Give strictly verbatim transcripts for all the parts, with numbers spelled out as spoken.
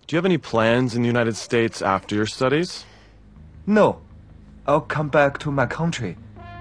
Do you have any plans in the United States after your studies? No, I'll come back to my country.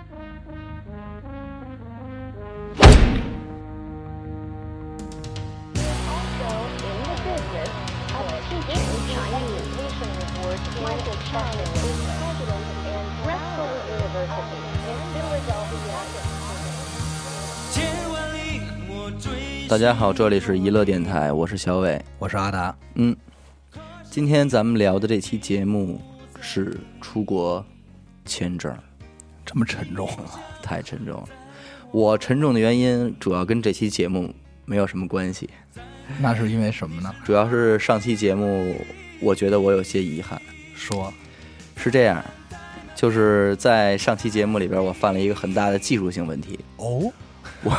大家好，这里是娱乐电台，我是小伟， 我是阿达。 嗯，今天咱们聊的这期节目是出国签证， 这么沉重啊？ 太沉重了。我沉重的原因主要跟这期节目没有什么关系。 那是因为什么呢？ 主要是上期节目，我觉得我有些遗憾。 说， 是这样，就是在上期节目里边，我犯了一个很大的技术性问题。 哦。我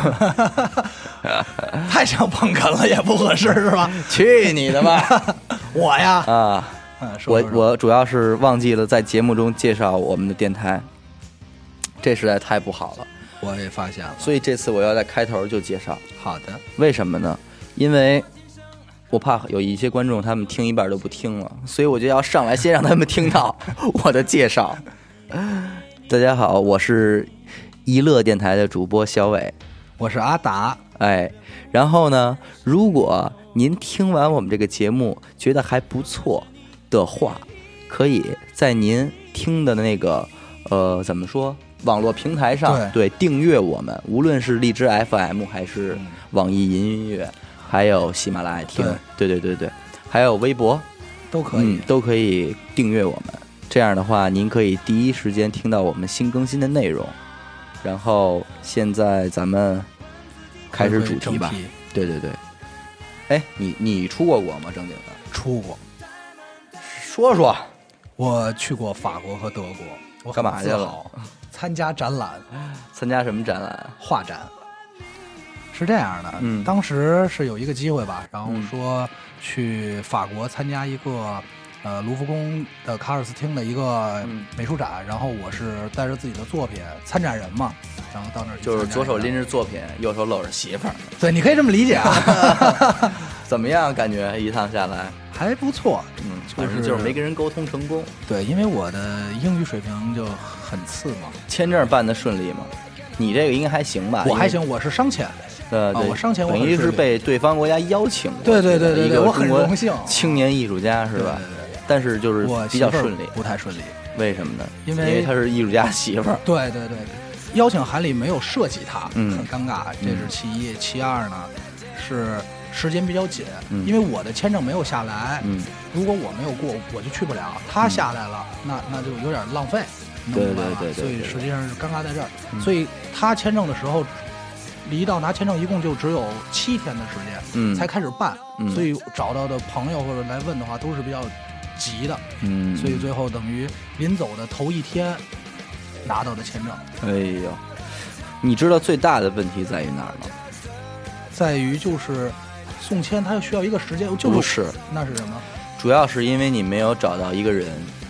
太像彭肯了，也不合适是吧？ 去你的吧！ 我呀啊， 嗯、说说我我主要是忘记了在节目中介绍我们的电台，这实在太不好了。 我也发现了， 所以这次我要在开头就介绍。 好的。为什么呢？ 因为我怕有一些观众他们听一半都不听了，所以我就要上来先让他们听到我的介绍。大家好，我是娱乐电台的主播小伟。 我是阿达， 哎，然后呢，如果您听完我们这个节目觉得还不错的话，可以在您听的那个呃怎么说网络平台上 对, 对订阅我们，无论是荔枝 F M 还是网易云音乐，还有喜马拉雅听，对对对对，还有微博都可以、 嗯、都可以订阅我们。这样的话，您可以第一时间听到我们新更新的内容。然后现在咱们开始主题吧。对对对，哎，你你出过国吗？正经的？ 出过。 说说。 我去过法国和德国。我干嘛去了？ 参加展览。 参加什么展览？ 画展。是这样的， 嗯， 当时是有一个机会吧，然后说去法国参加一个。呃，卢浮宫的卡尔斯汀的一个美术展、嗯，然后我是带着自己的作品，参展人嘛，然后到那儿就是左手拎着作品，右手搂着媳妇儿。 对，你可以这么理解啊。 怎么样？感觉一趟下来还不错， 嗯， 就是就是没跟人沟通成功。 对，因为我的英语水平就很次嘛。 签证办得顺利吗？你这个应该还行吧？ 我还行，我是商签。 呃，对， 啊、我上前我等于是被对方国家邀请过。 对对对对对， 一个我很荣幸。 青年艺术家是吧？ 对对对。 但是就是比较顺利， 不太顺利。 为什么呢？ 因为因为他是艺术家媳妇儿。 对对对，邀请函里没有涉及他， 嗯， 很尴尬。这是其一，其二呢是时间比较紧、 嗯， 因为我的签证没有下来， 嗯， 如果我没有过，我就去不了。他下来了，嗯、那那就有点浪费， 对对对对。 所以实际上是尴尬在这儿、 嗯。 所以他签证的时候，离到拿签证一共就只有七天的时间， 嗯， 才开始办、 嗯。 所以找到的朋友或者来问的话，都是比较急的， 嗯， 所以最后等于临走的头一天拿到的签证。 哎呦，你知道最大的问题在于哪儿吗？ 在于就是送签，它需要一个时间，就不是， 那是什么？ 主要是因为你没有找到一个人。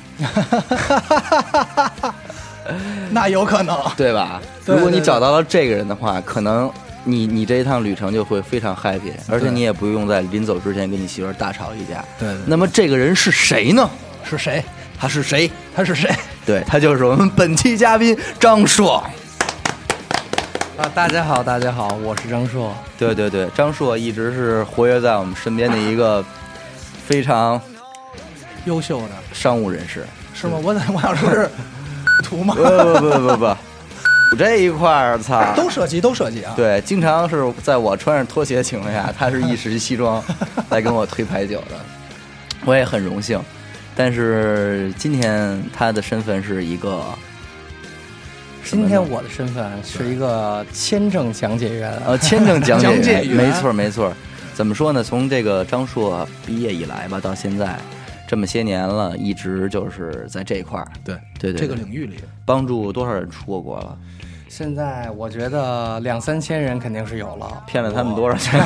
那有可能， 对吧？ 对对对， 如果你找到了这个人的话，可能你你这一趟旅程就会非常 happy， 而且你也不用在临走之前跟你媳妇儿大吵一架。 对， 对， 对。 那么这个人是谁呢？ 是谁？ 他是谁？ 他是谁？ 对，他就是我们本期嘉宾张硕。 啊，大家好，大家好，我是张硕。 对对对，张硕一直是活跃在我们身边的一个非常优秀的商务人士， 是吗？我我想说是图吗？ 不不不不不。这一块儿，操， 都涉及，都涉及啊！ 对，经常是在我穿上拖鞋的情况下，他是一时西装来跟我推牌九的，我也很荣幸。但是今天他的身份是一个， 今天我的身份是一个签证讲解员， 呃，签证讲解员， 讲解员没错没错。怎么说呢？从这个张硕毕业以来吧，到现在这么些年了，一直就是在这一块儿， 对对 对, 对， 这个领域里帮助多少人出过国了？ 现在我觉得两三千人肯定是有了， 骗了他们多少钱？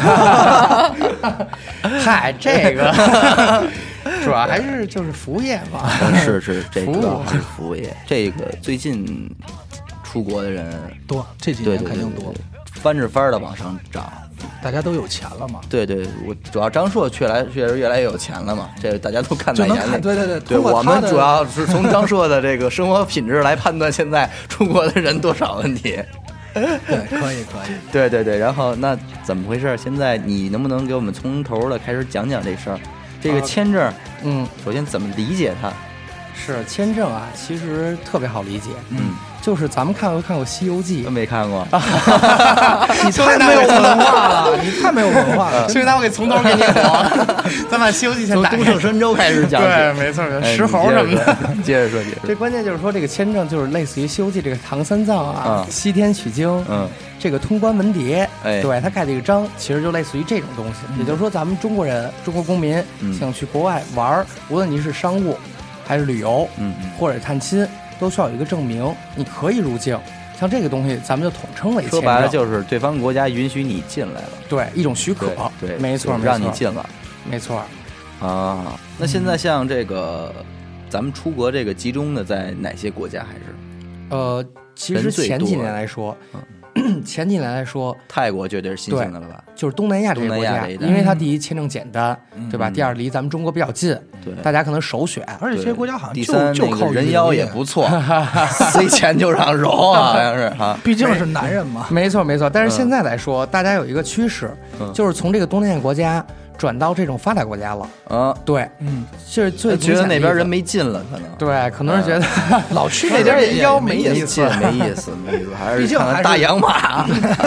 嗨，这个主要还是就是服务业嘛。 是是，这主要是服务业。这个最近出国的人多，这几年肯定多， 翻着番的往上涨。 大家都有钱了嘛。 对对，我主要张硕确来确实越来越有钱了嘛，这个大家都看在眼里。 对对对， 对我们主要是从张硕的这个生活品质来判断现在中国的人多少问题。 对，可以可以。 对对对，然后那怎么回事？现在你能不能给我们从头的开始讲讲这事儿？这个签证，呃、 嗯， 首先怎么理解它？ 是签证啊，其实特别好理解。 嗯， 就是咱们看过看过《西游记》， 没看过。 你太没有文化了，你太没有文化了。 所以，那我给从头给你讲，咱把《西游记》先打开， 从东胜神州开始讲。 对，没错，石猴什么的。 接着说，接着说。 这关键就是说，这个签证就是类似于《西游记》这个唐三藏啊，西天取经， 嗯， 这个通关文牒， 哎， 对他盖这个章，其实就类似于这种东西。也就是说，咱们中国人、中国公民想去国外玩，无论你是商务还是旅游， 嗯， 或者探亲，都需要有一个证明，你可以入境。像这个东西，咱们就统称为签证。 说白了就是对方国家允许你进来了， 对，一种许可， 对， 没错， 让你进了， 没错。 啊，那现在像这个，咱们出国这个集中的在哪些国家？还是？ 呃，其实前几年来说。前几年来说， 泰国绝对是新兴的了吧？ 就是东南亚这个国家，因为它第一签证简单， 嗯、 对吧？第二离咱们中国比较近， 对， 大家可能首选。 而且这些国家好像第三就靠人妖也不错，塞钱就让揉啊，好像是啊。 毕竟是男人嘛。 没错没错，但是现在来说，嗯、大家有一个趋势， 嗯、 就是从这个东南亚国家转到这种发达国家了。 啊， 对，嗯，就是最觉得那边人没劲了，可能对，可能是觉得、 嗯、 老去那边人妖没意思，没意思，没意思，还是看看大洋马。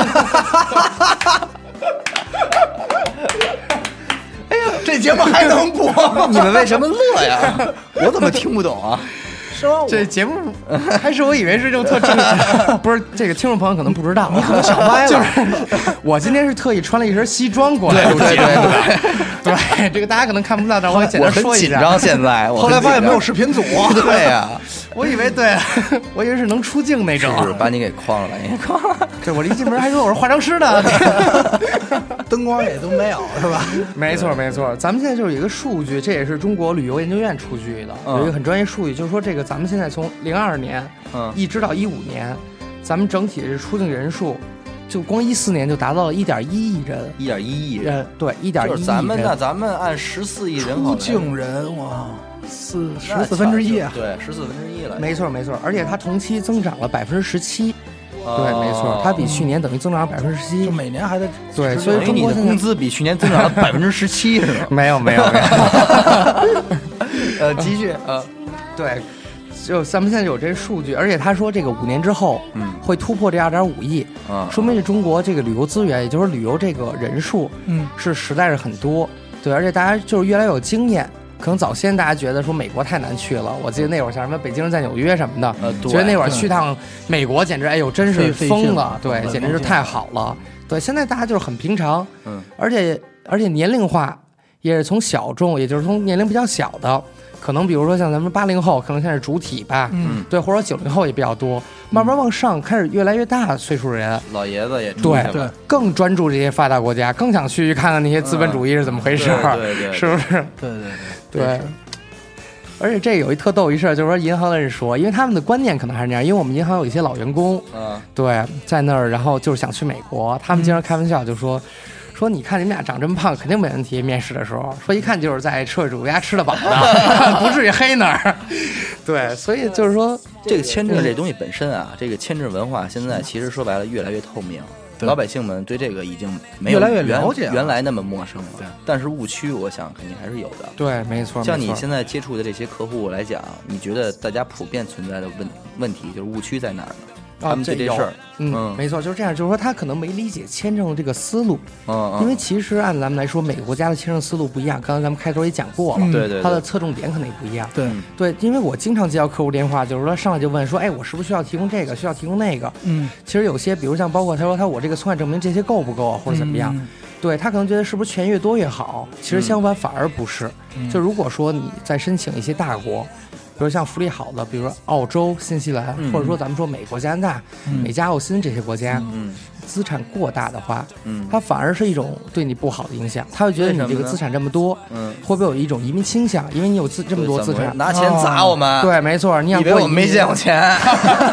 哎呀，这节目还能播？ 你们为什么乐呀？我怎么听不懂啊？ 是吗？这节目开始我以为是这种特正，不是这个听众朋友可能不知道， 你可能想歪了。 就是我今天是特意穿了一身西装过来录节目，对对对，这个大家可能看不到，但我简单说一下。 紧张，现在后来发现没有视频组， 对呀， 我以为对，我以为是能出镜那种， 是把你给框了，把你给框了。 对，我一进门还说我是化妆师的， 灯光也都没有，是吧？ 没错没错，咱们现在就是有一个数据，这也是中国旅游研究院出具的，有一个很专业数据，就是说这个。咱们现在从零二年， 嗯， 一直到一五年，咱们整体的出境人数，就光一四年就达到了一点一亿人， 一点一亿人，对，一点一亿人。 咱们那咱们按十四亿人口， 出境人哇，四十四分之一啊， 对，十四分之一了。 没错没错，而且它同期增长了百分之十七。 哦、 对，没错，它比去年等于增长了百分之十七， 就每年还得对，所以中国的工资比去年增长了百分之十七，是吗？ 没有没有没有， 呃，继续呃， 对。就咱们现在有这数据，而且他说这个五年之后， 嗯， 会突破这二点五亿， 啊， 说明这中国这个旅游资源，也就是旅游这个人数， 嗯， 是实在是很多，对，而且大家就是越来越有经验。可能早先大家觉得说美国太难去了，我记得那会儿像什么北京人在纽约什么的， 呃， 觉得那会儿去趟美国简直哎呦真是疯了，对，简直是太好了。对，现在大家就是很平常， 嗯， 而且而且年龄化也是从小众，也就是从年龄比较小的。可能比如说像咱们八零后，可能现在是主体吧， 嗯， 对，或者九零后也比较多，慢慢往上开始越来越大岁数人， 老爷子也对对，更专注这些发达国家，更想去看看那些资本主义是怎么回事， 嗯、对, 对, 对, 对， 是不是？ 对对对对。而且这有一特逗一事，就是说银行的人说，因为他们的观念可能还是那样，因为我们银行有一些老员工， 嗯， 对，在那儿，然后就是想去美国，他们经常开玩笑就说。说你看你们俩长这么胖，肯定没问题。面试的时候说一看就是在社会主义家吃得饱的，不至于黑那儿。对，所以就是说， 这个签证这东西本身啊，这个签证文化现在其实说白了越来越透明，老百姓们对这个已经没有越来越了解， 原来那么陌生了。对，但是误区我想肯定还是有的。 对，没错。 像你现在接触的这些客户来讲，你觉得大家普遍存在的问问题就是误区在哪儿呢？他们对这事儿， 嗯，嗯没错，就是这样。就是说，他可能没理解签证的这个思路， 嗯，嗯因为其实按咱们来说，每个国家的签证思路不一样。刚才咱们开头也讲过了， 嗯、对对， 它的侧重点可能也不一样。 对对，因为我经常接到客户电话，就是说上来就问说，哎，我是不是需要提供这个，需要提供那个？ 嗯， 其实有些，比如像包括他说他我这个存款证明这些够不够啊，或者怎么样？ 嗯、 对他可能觉得是不是钱越多越好？其实相反，反而不是。 嗯、 就如果说你在申请一些大国。比如像福利好的，比如说澳洲、新西兰， 嗯、 或者说咱们说美国、加拿大、 嗯、 美加澳新这些国家， 嗯， 资产过大的话， 嗯， 它反而是一种对你不好的影响。他会觉得你这个资产这么多， 嗯， 会不会有一种移民倾向？因为你有资这么多资产， 拿钱砸我们？ 哦、对，没错，你想以为我们没见过钱？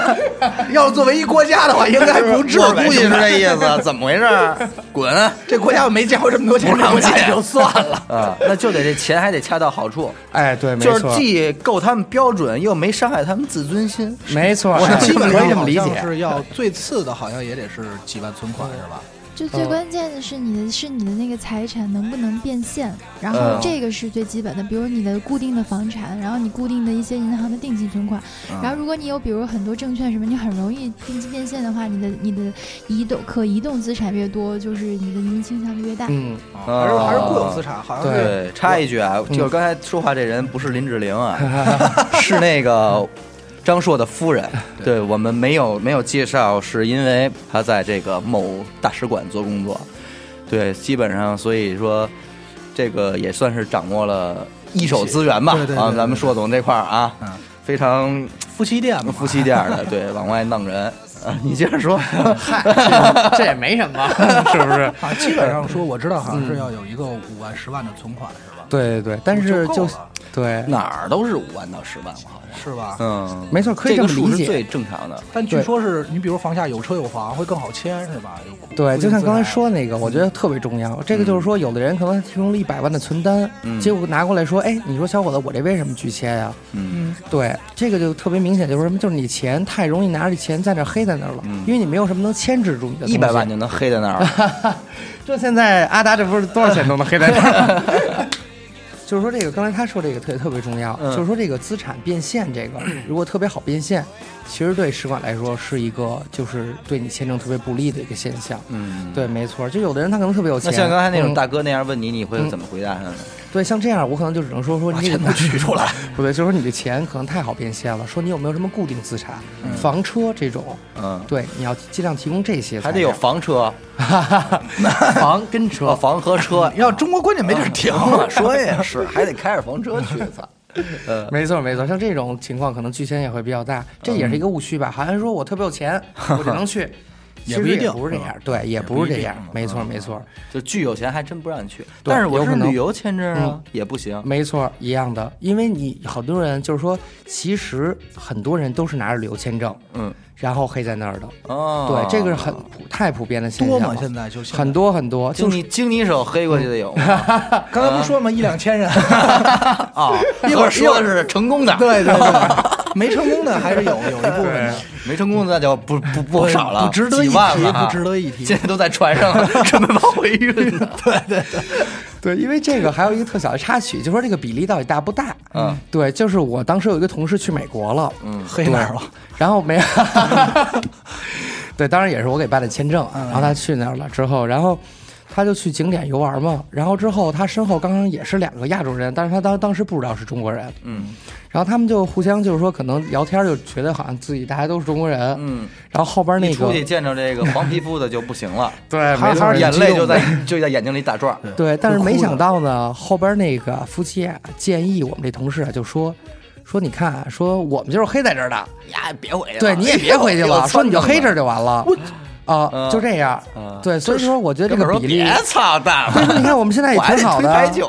要是作为一国家的话，应该不至于。 我估计是这意思，怎么回事？滚！ 这国家我没见过这么多钱，这国家也就算了啊，那就得这钱还得恰到好处。 哎，对，没就是错， 既够他们标准，又没伤害他们自尊心。 没错， 我基本可以上好这么理解。 像是要最次的，好像也得是几万存款是吧？ 就最关键的是你的是你的那个财产能不能变现，然后嗯这个是最基本的，比如你的固定的房产，然后你固定的一些银行的定期存款，然后如果你有比如很多证券什么，你很容易定期变现的话，你的你的移动可移动资产越多，就是你的移民倾向就越大。 嗯， 还是还是固有资产，好像是。 对，插一句啊，就是刚才说话这人不是林志玲啊，是那个张硕的夫人。对，我们没有没有介绍，是因为他在这个某大使馆做工作。对，基本上所以说这个也算是掌握了一手资源吧。 对对对对啊，咱们硕总这块儿啊， 嗯非常夫妻店嘛， 夫妻店的，对，往外弄人。啊，你接着说。 嗨，这这也没什么，是不是？ 啊，基本上说我知道好像是要有一个五万十万的存款是吧？ 对对对，但是就就够了对， 哪儿都是五万到十万，好像是吧？ 嗯， 没错，可以这这么理解。 个数是最正常的。 但据说是你比如房下有车有房会更好签是吧？有对，就像刚才的说那个，我觉得特别重要。这个就是说，有的人可能提供了一百万的存单， 嗯结果拿过来说，哎，你说小伙子，我这为什么拒签呀？ 嗯， 对，这个就特别明显，就是什么？就是你钱太容易拿着钱在那黑在那儿了， 嗯因为你没有什么能牵制住你的东西。 一百万就能黑在那儿了。 这现在阿达这不是多少钱都能黑在那儿？就是说这个，刚才他说这个特特别重要， 嗯就是说这个资产变现，这个如果特别好变现，其实对使馆来说是一个就是对你签证特别不利的一个现象。 嗯， 对，没错，就有的人他可能特别有钱， 那像刚才那种嗯大哥那样问你，你会怎么回答他呢？ 对，像这样我可能就只能说说你这个把钱都取出来， 不对，就是说你的钱可能太好变现了，说你有没有什么固定资产， 嗯房车这种， 嗯， 对，你要尽量提供这些， 还得有房车， 房跟车， 哦，房和车。 要中国关键没地儿停我说也是，还得开着房车去，操。呃， 没错没错，像这种情况可能拒签也会比较大，这也是一个误区吧？好像说我特别有钱，我就能去， 也不一定其实也不是这样，对，也不是这样，没错没错， 就巨有钱还真不让你去。 对但是我是有可能旅游签证啊嗯， 也不行。 没错，一样的，因为你好多人就是说，其实很多人都是拿着旅游签证， 嗯， 然后黑在那儿的， 哦， 对，这个是很普太普遍的现多吗？ 象了， 现在就现在很多很多，就是经你经你手黑过去的有吗？ 刚才不是说吗？一两千人， 啊，一会儿说的是成功的， 对对对，没成功的还是有有一部分的， 没成功的那就不不不少了， 不值得一几万提， 了啊不值得一提。 现在都在船上了，准备往回运呢。对对对， 对，因为这个还有一个特小的插曲，就说这个比例到底大不大？ 嗯， 对，就是我当时有一个同事去美国了， 嗯， 黑哪儿了？ 然后没有，对，当然也是我给办的签证， 嗯然后他去那儿了之后，然后他就去景点游玩嘛，然后之后他身后刚刚也是两个亚洲人，但是他当当时不知道是中国人， 嗯然后他们就互相就是说可能聊天就觉得好像自己大家都是中国人， 嗯， 然后后边那个一出去见着这个黄皮肤的就不行了， 对， 还没错眼泪就在就在眼睛里打转。 对，但是没想到呢，后边那个夫妻啊建议我们这同事啊就说。说你看啊，说我们就是黑在这儿的， 呀，别回去了， 对，你也别回去了，说你就黑这儿就完了，啊， 嗯就这样， 嗯对，所以说我觉得这个比例， 别操蛋所以说你看我们现在也我还得挺好的， 推白酒，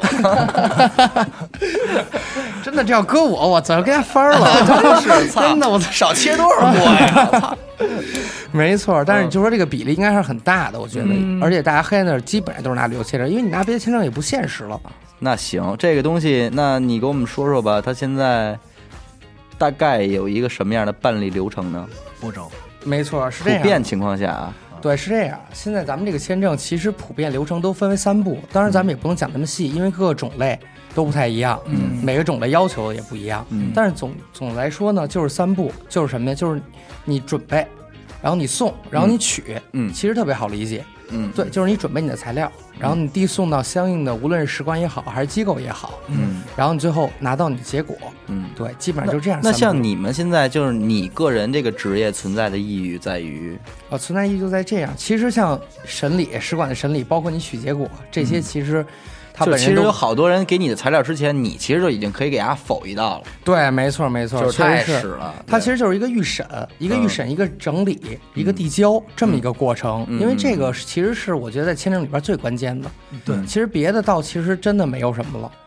真的这要搁我，我早就给他翻了，真是， 操真的我少切多少锅呀！操， 没错，但是就说这个比例应该是很大的，我觉得，而且大家黑在那儿基本上都是拿旅游签证，因为你拿别的签证也不现实了。 那行，这个东西，那你给我们说说吧，它现在大概有一个什么样的办理流程呢？ 步骤没错，是这样。 普遍情况下啊， 对，是这样。现在咱们这个签证其实普遍流程都分为三步，当然咱们也不能讲那么细，因为各个种类都不太一样， 嗯每个种类要求也不一样。 嗯但是总总的来说呢，就是三步，就是什么呀？就是你准备，然后你送，然后你取， 嗯其实特别好理解。 嗯， 对，就是你准备你的材料，然后你递送到相应的，无论是使馆也好，还是机构也好， 嗯然后你最后拿到你的结果。 嗯。 对，基本上就这样那三步。 像你们现在就是你个人这个职业存在的意义在于， 呃，存在意义就在这样。其实像审理使馆的审理，包括你取结果这些，其实他就本人都其实有好多人给你的材料之前，你其实就已经可以给他否一道了， 对，没错没错， 就是太确实是。 屎了。 它其实就是一个预审，一个预审，一个整理，一个递交这么一个过程。 嗯因为这个是其实是我觉得在签证里边最关键的。 对其实别的倒其实真的没有什么了。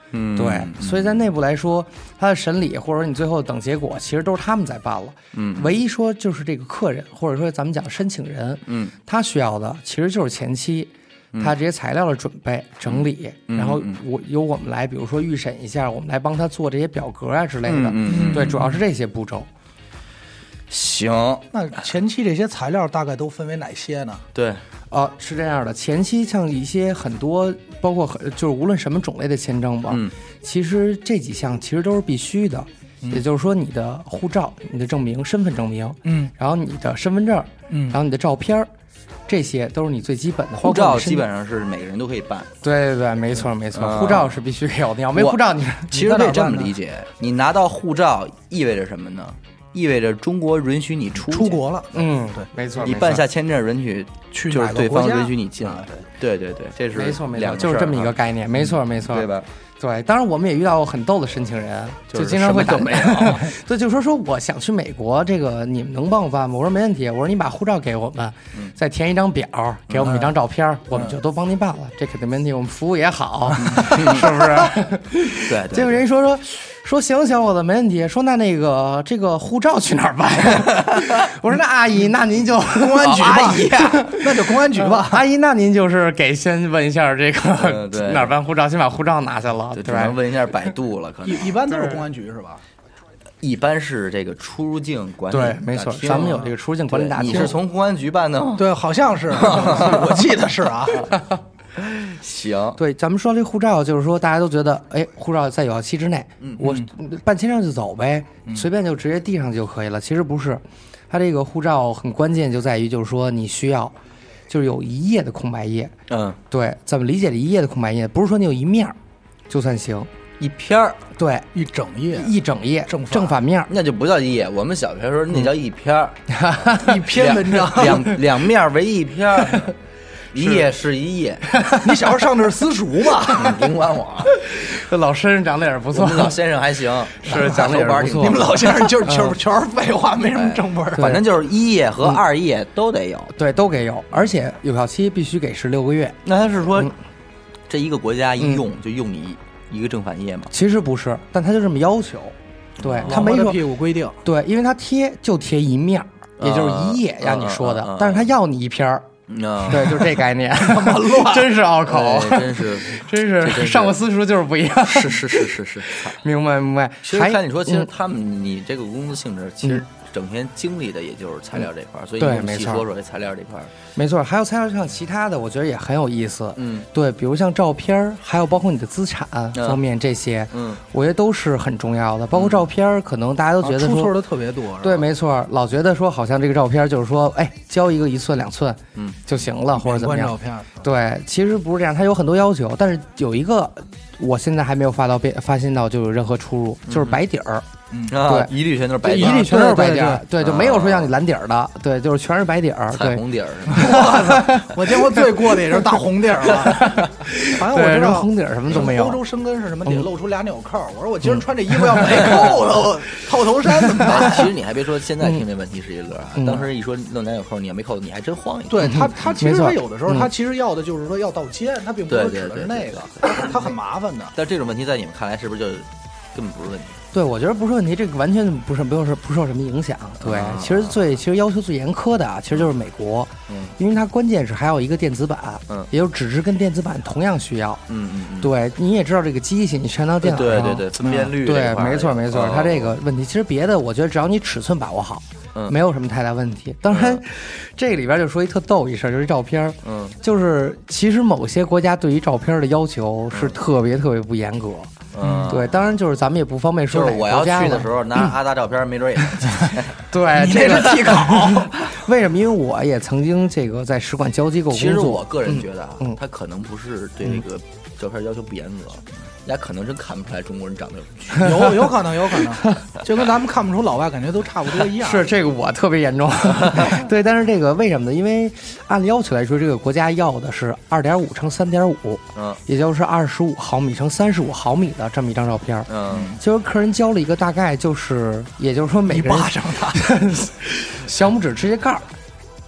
嗯， 对，所以在内部来说，它的审理或者说你最后等结果，其实都是他们在办了。 嗯， 唯一说就是这个客人或者说咱们讲申请人， 嗯， 他需要的其实就是前期。他这些材料的准备、整理， 嗯、 然后我由我们来，比如说预审一下，我们来帮他做这些表格啊之类的。 嗯嗯、 对，主要是这些步骤。 行， 那前期这些材料大概都分为哪些呢？ 对， 哦，是这样的，前期像一些很多，包括很就是无论什么种类的签证吧， 嗯， 其实这几项其实都是必须的。 嗯、 也就是说，你的护照、你的证明、身份证明， 嗯， 然后你的身份证， 嗯， 然后你的照片。这些都是你最基本的， 护照基本上是每个人都可以办。 对对对，没错没错， 嗯、 护照是必须有的。你要没护照，你其实可以这么理解，你拿到护照意味着什么呢？意味着中国允许你出出国了。 嗯，对，没错。 你办下签证，允许去就是对方允许你进来。对对对，这是没错没错，就是这么一个概念。没错没错， 对吧？ 对，当然我们也遇到过很逗的申请人，就经常会打没有， 对，就说说我想去美国，这个你们能帮我办吗？我说没问题，我说你把护照给我们， 嗯、 再填一张表，给我们一张照片，嗯、我们就都帮您办了，这肯定没问题，我们服务也好，嗯、是不是？ 对， 结果人说说说行，小伙子没问题，说那那个这个护照去哪儿办？我说那阿姨，那您就公安局吧，阿姨、啊，那就公安局吧， 阿姨，那您就是给先问一下这个、 呃、 哪儿办护照，先把护照拿下了。 就只能问一下百度了，可能一一般都是公安局是吧？ 一般是这个出入境管理， 对，没错，咱们有这个出入境管理大厅。 你是从公安局办的吗？ 对，好像是，我记得是啊。 行， 对，咱们说这护照，就是说大家都觉得，哎，护照在有效期之内， 嗯、 我办签证就走呗，嗯、随便就直接递上就可以了。其实不是，它这个护照很关键，就在于就是说你需要。就是有一页的空白页， 嗯， 对，怎么理解这一页的空白页？不是说你有一面就算行， 一篇儿， 对， 一整页， 一整页正正反面， 那就不叫一页。我们小学时候那叫一篇儿， 嗯、一篇文章， 两两面为一篇儿，一页是一页。 你小时候上的是私塾吧？ 甭管我， 这老先生讲的也是不错， 我们老先生还行， 是讲的也是不错。 你们老先生就是全全是废话，没什么正本， 反正就是一页和二页都得有， 对，都给有，而且有效期必须给十六个月。 那他是说，这一个国家一用就用你一个正反页吗？ 其实不是，但他就这么要求。对他没说屁股规定， 对，因为他贴就贴一面，也就是一页，让你说的，但是他要你一篇儿。 嗯， 对，就这概念， 乱， 真是拗口， 真是， 真是上过私塾就是不一样。 是是是是是， 明白明白。 其实看你说，其实他们你这个公司性质，其实整天经历的也就是材料这块，所以你细说说这材料这块。 没错，还有材料上其他的，我觉得也很有意思。 嗯， 对，比如像照片，还有包括你的资产方面这些， 嗯， 我觉得都是很重要的。包括照片，可能大家都觉得出错的特别多。 对，没错，老觉得说好像这个照片就是说，哎，交一个一寸两寸，嗯，就行了，或者怎么样。 照片， 对，其实不是这样，它有很多要求，但是有一个，我现在还没有发到变发现到就有任何出入，就是白底儿。 嗯， 对， 一律全都是白底儿，一律全都是白底儿，对，就没有说让你蓝底儿的，对，就是全是白底儿， 彩虹底儿。 我操，我见过最过的也是大红底儿了，好像我知道红底儿什么都没有。 欧洲生根是什么底露出俩纽扣？我说我今儿穿这衣服要没扣了，我套头衫怎么办？ 其实你还别说，现在听这问题是一乐啊，当时一说露俩纽扣，你要没扣，你还真慌一下。 对他，他其实他有的时候他其实要的就是说要到肩，他并不是指的是那个，他很麻烦的。 但这种问题在你们看来是不是就根本不是问题？ 对，我觉得不是问题，这个完全不是不用不受什么影响。对， 啊、 其实最其实要求最严苛的啊，其实就是美国， 嗯， 因为它关键是还有一个电子版， 嗯， 也就是纸质跟电子版同样需要， 嗯嗯嗯， 对，你也知道这个机器你传到电脑上，对对对，分辨率、 嗯，对，没错没错， 哦、 它这个问题其实别的，我觉得只要你尺寸把握好。 嗯， 没有什么太大问题。当然，嗯、这里边就说一特逗一事，就是照片， 嗯， 就是其实某些国家对于照片的要求是特别特别不严格。 嗯， 对，当然就是咱们也不方便说。 就是我要去的时候拿阿达照片，没准也。 对， 这是替考。 为什么？因为我也曾经这个在使馆交机构工作。 其实我个人觉得啊， 嗯， 他可能不是对这个照片要求不严格。人家可能真看不出来中国人长得有有有可能有可能，就跟咱们看不出老外感觉都差不多一样。 是这个我特别严重，对，但是这个为什么呢？因为按要求来说，这个国家要的是二点五乘三点五， 嗯，也就是二十五毫米乘三十五毫米的这么一张照片。 嗯， 就是客人交了一个大概就是，也就是说每个人巴掌大， 小拇指指甲盖儿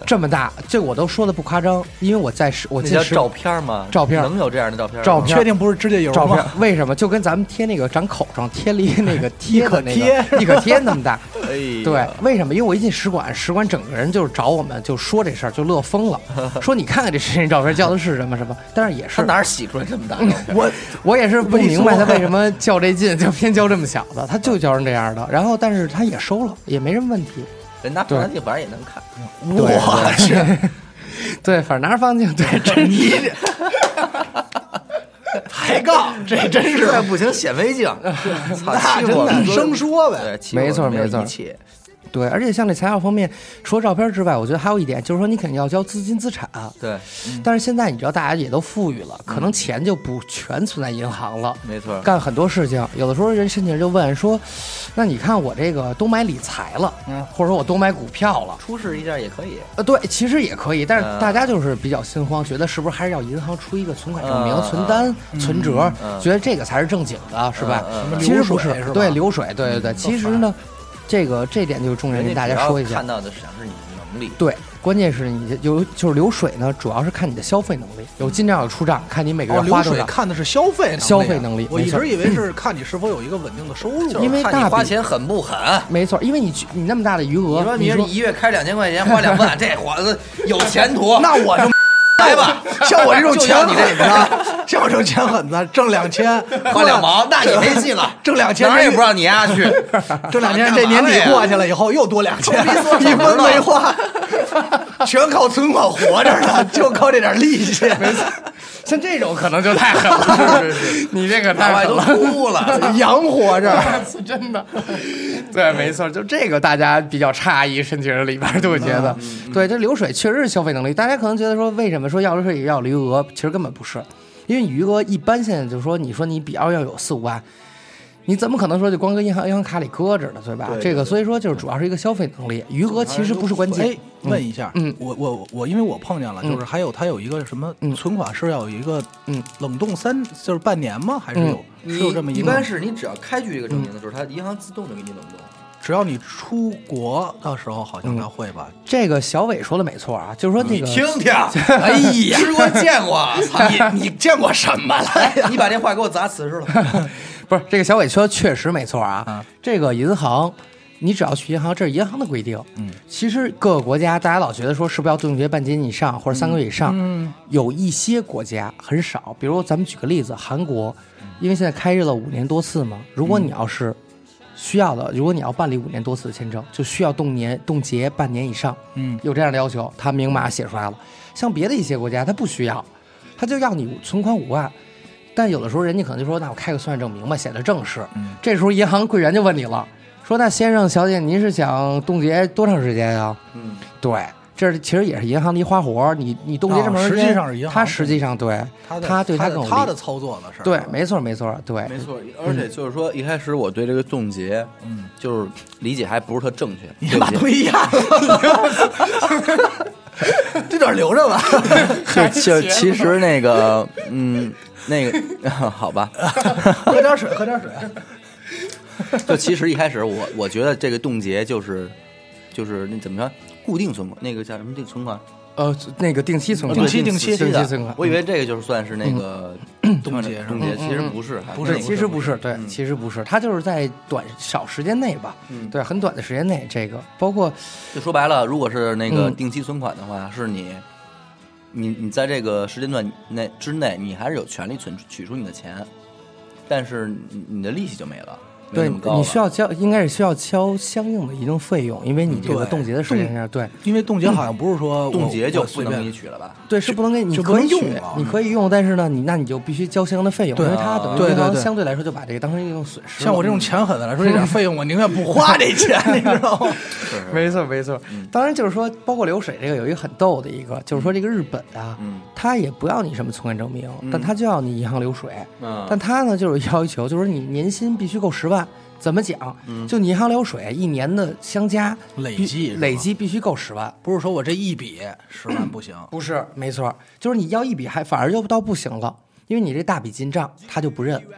这么大，这我都说的不夸张，因为我在我那叫照片吗？ 照片能有这样的照片？ 照片确定不是指甲油吗？ 照片为什么就跟咱们贴那个长口上贴了一那个贴的那个立可贴那么大？ 哎， 对，为什么？因为我一进使馆，使馆整个人就是找我们，就说这事儿，就乐疯了，说你看看这谁照片叫的是什么什么，但是也是他哪儿洗出来这么大照片？ 我我也是不明白他为什么较这劲，就偏较这么小的，他就较成这样的。然后，但是他也收了，也没什么问题。 人拿放大镜反正也能看。 我去，对，反正拿着放大镜，对，真是抬杠，这真是实在不行显微镜，操， 那真的生说呗。 对， 没错没错。对，而且像这材料方面，除了照片之外，我觉得还有一点就是说，你肯定要交资金资产。 对， 嗯、但是现在你知道，大家也都富裕了，可能钱就不全存在银行了。 没错， 干很多事情，有的时候人申请人就问说，那你看我这个都买理财了，嗯，或者说我都买股票了， 出示一下也可以。 呃，对，其实也可以，但是大家就是比较心慌，觉得是不是还是要银行出一个存款证明、嗯、存单、嗯、存折、嗯，觉得这个才是正经的，是吧？ 嗯嗯、 其实不是， 是对，流水，对对对，其实呢。这个这点就是重点跟大家说一下， 看到的实际上是你的能力。 对，关键是你有就是流水呢，主要是看你的消费能力，有进账有出账，看你每个月花多少。 哦、流水看的是消费能力、啊、 消费能力。 我一直以为是看你是否有一个稳定的收入， 因为大你花钱狠不狠？ 没错，因为你你那么大的余额， 你说你说你一月开两千块钱花两万，这伙子有前途。 那我就。来吧，像我这种钱狠子，像我这种钱狠子，挣两千花两毛，那你没戏了。 挣两千哪儿也不让你丫去， 挣两千这年底过去了以后又多两千，一分没花，全靠存款活着呢，就靠这点利息。 没错，像这种可能就太狠了，是是是，你这可太狠了， 都哭了， 洋活着， 真的。对，没错，就这个大家比较诧异，申请人里边都会觉得，嗯、对，这流水确实是消费能力。大家可能觉得说，为什么说要流水也要余额？其实根本不是，因为余额一般现在就是说，你说你比要要有四五万，你怎么可能说就光搁银行银行卡里搁着呢，对吧？ 对对对， 这个所以说就是主要是一个消费能力，余额其实不是关键。 哎，问一下，嗯，我我我，因为我碰见了，就是还有它有一个什么存款是要有一个嗯冷冻三，就是半年吗？还是有、嗯、是有这么一个？ 一般是你只要开具这个证明的时候，它银行自动就给你冷冻。 只要你出国的时候，好像他会吧、嗯？ 这个小伟说的没错啊，就是说那个， 你听听， 哎呀， 吃过见过， 你你见过什么了？ 你把这话给我砸瓷实了。 不是，这个小伟说确实没错啊。嗯、这个银行，你只要去银行，这是银行的规定。嗯，其实各个国家，大家老觉得说是不是要冻结半年以上或者三个月以上？嗯，有一些国家很少，比如咱们举个例子，韩国，因为现在开日了五年多次嘛，如果你要是。需要的，如果你要办理五年多次的签证，就需要冻年冻结半年以上。嗯，有这样的要求，他明码写出来了。像别的一些国家，他不需要，他就要你存款五万。但有的时候人家可能就说，那我开个存款证明吧，显得正式。嗯，这时候银行柜员就问你了，说那先生小姐，您是想冻结多长时间呀？嗯，对。这其实也是银行的一花活，你你冻结这么长时间， 实际上是银行， 他实际上对他他对他更他的操作的事， 对，没错没错，对， 没错。而且就是说，一开始我对这个冻结，嗯，就是理解还不是特正确。 你把东西压了，这段留着吧。 就就其实那个，嗯，那个好吧， 喝点水，喝点水。 就其实一开始我我觉得这个冻结就是就是那怎么说？固定存款，那个叫什么定存款？ 呃，那个定期存款， 定期定期定期存款。 我以为这个就是算是那个冻结， 冻结，其实不是， 不是，其实不是，对，其实不是，它就是在短少时间内吧，对，很短的时间内，这个包括， 就说白了，如果是那个定期存款的话，是你，你你在这个时间段内之内，你还是有权利存取出你的钱，但是你的利息就没了。 对，你需要交，应该是需要交相应的一定费用，因为你这个冻结的时间上，对， 因为冻结好像不是说冻结就不能给你取了吧？ 对，是不能给你可以取，你可以用，但是呢，你那你就必须交相应的费用，因为它等于银行相对来说就把这个当成一种损失。 像我这种钱狠的来说，这点费用我宁愿不花这钱，你知道吗？ 没错，没错。当然就是说，包括流水这个有一个很逗的一个，就是说这个日本啊，他也不要你什么存款证明，但他就要你银行流水，但他呢就是要求，就是你年薪必须够十万。怎么讲？就你银行流水一年的相加累计累计必须够十万， 不是说我这一笔十万不行， 不是，没错，就是你要一笔还反而就倒不行了，因为你这大笔进账他就不认。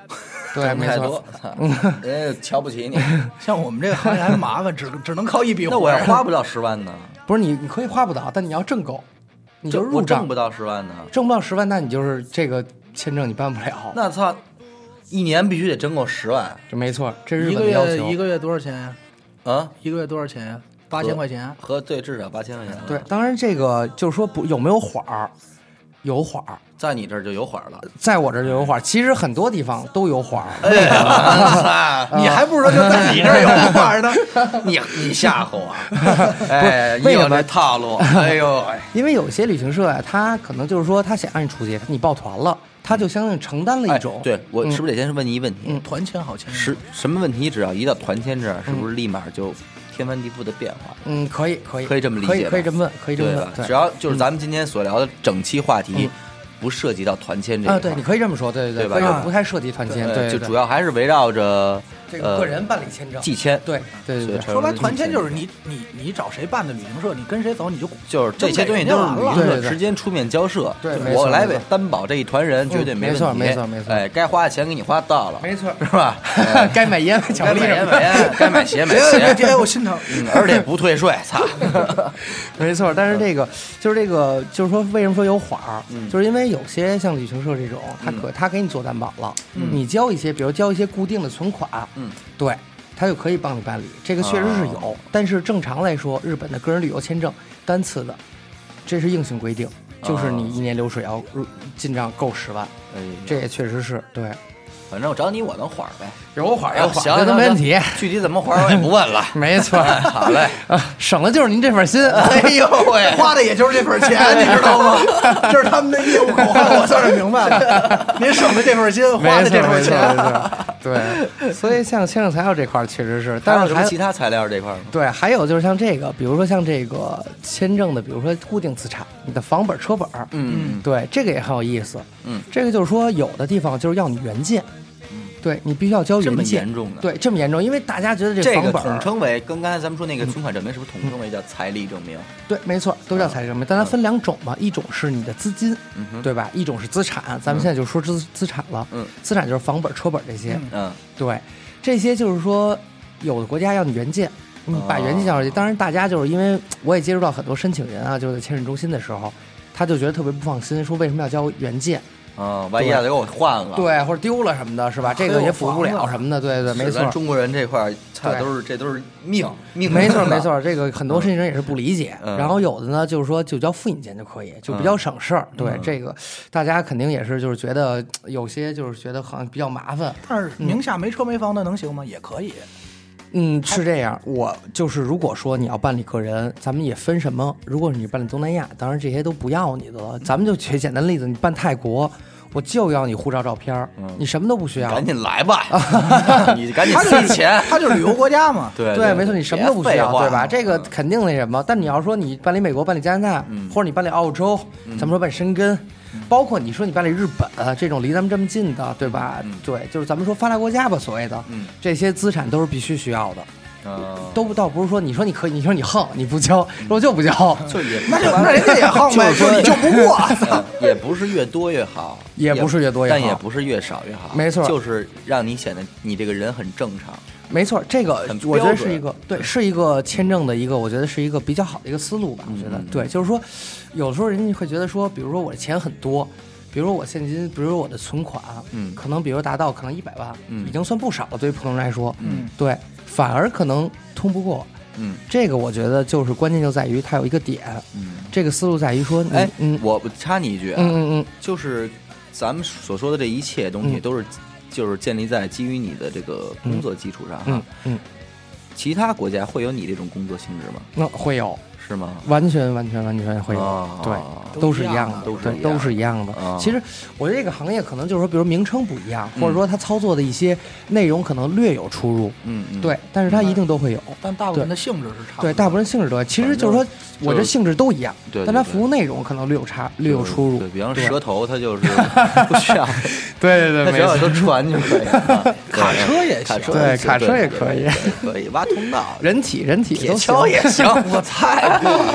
对，没错挣太多，操人家瞧不起你。 像我们这个行业还麻烦，只只能靠一笔活。 那我要花不到十万呢？ 不是你，你可以花不到，但你要挣够，你就入我账挣不到十万呢。 挣不到十万，那你就是这个签证你办不了。 那操，一年必须得挣够十万。 这没错，这是日一个本的要求。 月一个月多少钱呀？ 啊， 一个月多少钱呀？八千块钱。 和对，至少八千块钱。 对，当然这个就是说不有没有缓儿，有缓儿， 在你这儿就有缓了。 在我这儿就有缓儿。其实很多地方都有缓儿。 哎， 你还不如说就在你这儿有话呢。 你你吓唬我！哎， 为什么这套路？哎呦，哎， 因为有些旅行社呀、他可能就是说他想让你出去，你报团了，他就相应承担了一种。 哎对我是不是得先问你一问题？ 嗯团签好签。 是什么问题？只要一到团签这儿，是不是立马就天翻地覆的变化？ 嗯，可以，可以， 可以这么理解吧可以，可以这么问，可以这么对问。对， 吧只要就是咱们今天所聊的整期话题嗯， 不涉及到团签这啊， 个， 对，你可以这么说，对对对吧可以不太涉及团签，对，对就主要还是围绕着这个个人办理签证， 季签。 对对对对。 说白团签就是你你你找谁办的旅行社，你跟谁走你就就是这些东西都是旅行对对对社之间出面交涉， 对没错我来没错担保这一团人绝对没问题， 嗯没错没错没错哎，该花的钱给你花到了， 没错， 是吧？ 该买烟买巧克力该买什么的， 烟买烟，该买鞋买别别鞋， 我心疼。 嗯而且不退税，操！ 没错。但是这个就是这个就是说，为什么说有缓儿？ 嗯就是因为有些像旅行社这种，他可他给你做担保了，你交一些，比如交一些固定的存款， 嗯， 对。他就可以帮你办理，这个确实是有， 哦但是正常来说，日本的个人旅游签证单次的，这是硬性规定，就是你一年流水要入进账够十万， 哎呀这也确实是对。 反正我找你我能缓呗， 有缓有缓， 行， 这都没问题。 具体怎么缓我也不问了。 没错， 好嘞， 省的就是您这份心。 哎呦喂， 花的也就是这份钱，你知道吗？这是他们的业务口号，我算是明白了。您省的这份心，花的这份钱， 没错没错对，所以像签证材料这块确实是，但是还还有什么其他材料这块吗？ 对，还有就是像这个，比如说像这个签证的，比如说固定资产，你的房本、车本， 嗯， 对，这个也很有意思。 嗯， 这个就是说，有的地方就是要你原件。对你必须要交这么原件， 严重的， 对，这么严重，因为大家觉得这这个房本统称为跟刚才咱们说那个存款证明是不是统称为叫财力证明？ 对，没错，都叫财力证明，但它分两种嘛，一种是你的资金， 嗯哼， 对吧？一种是资产，咱们现在就说资资产了， 嗯， 资产就是房本、车本这些， 嗯， 对，这些就是说，有的国家要你原件，你把原件交上去。当然，大家就是因为我也接触到很多申请人啊，就在签证中心的时候，他就觉得特别不放心，说为什么要交原件？ 啊，万一要给我换了， 对，或者丢了什么的，是吧？这个也补不了什么的，对对，没错。 中国人这块儿，差都是这都是命命， 没错没错。这个很多申请人也是不理解， 嗯、 然后有的呢就是说就交复印件就可以，就比较省事儿。 嗯、 对、嗯、这个，大家肯定也是就是觉得有些就是觉得好像比较麻烦。 但是名下没车没房的能行吗？也可以。 嗯，是这样。我就是如果说你要办理个人，咱们也分什么。如果是你办理东南亚，当然这些都不要你的了。咱们就举简单例子，你办泰国。我就要你护照照片、嗯、你什么都不需要， 赶紧来吧，你赶紧塞钱， 他就是旅游国家嘛， 对对, 对，没错，你什么都不需要，对吧？这个肯定那什么。但你要说你办理美国、办理加拿大， 嗯、 或者你办理澳洲， 嗯、 咱们说办理申根，嗯、包括你说你办理日本这种离咱们这么近的，对吧？ 嗯、 对，就是咱们说发达国家吧，所谓的， 嗯、 这些资产都是必须需要的。 Uh, 都倒不是说你说你可以，你说你横，你不交，我就不交， 就也那就那人家也横呗， 说你就不过， 嗯，也不是越多越好， 也不是越多越好， 但也不是越少越好， 没错， 就是让你显得你这个人很正常， 没错，这个我觉得是一个对，是一个签证的一个，我觉得是一个比较好的一个思路吧，我觉得、 嗯、 对，就是说，有时候人家会觉得说，比如说我的钱很多。比如说我现金，比如说我的存款， 嗯， 可能比如达到可能一百万， 嗯， 已经算不少了，对于普通人来说， 嗯， 对，反而可能通不过， 嗯， 这个我觉得就是关键就在于它有一个点， 嗯， 这个思路在于说， 哎， 嗯， 我插你一句啊， 嗯嗯嗯， 就是咱们所说的这一切东西都是，就是建立在基于你的这个工作基础上哈， 嗯嗯， 其他国家会有你这种工作性质吗？ 那会有。 是吗？ 完全完全完全会有， 哦、 对，都是一样的， 都是对，都是一样的。 哦、 其实我觉得这个行业可能就是说，比如名称不一样，嗯、或者说它操作的一些内容可能略有出入， 嗯嗯， 对，但是它一定都会有。 但大部分的性质是差不多， 对，大部分性质都，其实就是说，我这性质都一样， 对， 但它服务内容可能略有差，略有出入。 对，比方舌头，它就是不需要， 对对对， 它只要都传就可以了。 卡车也行， 对，卡车也可以， 可以挖通道， 人体人体铁锹也行， 我太过了。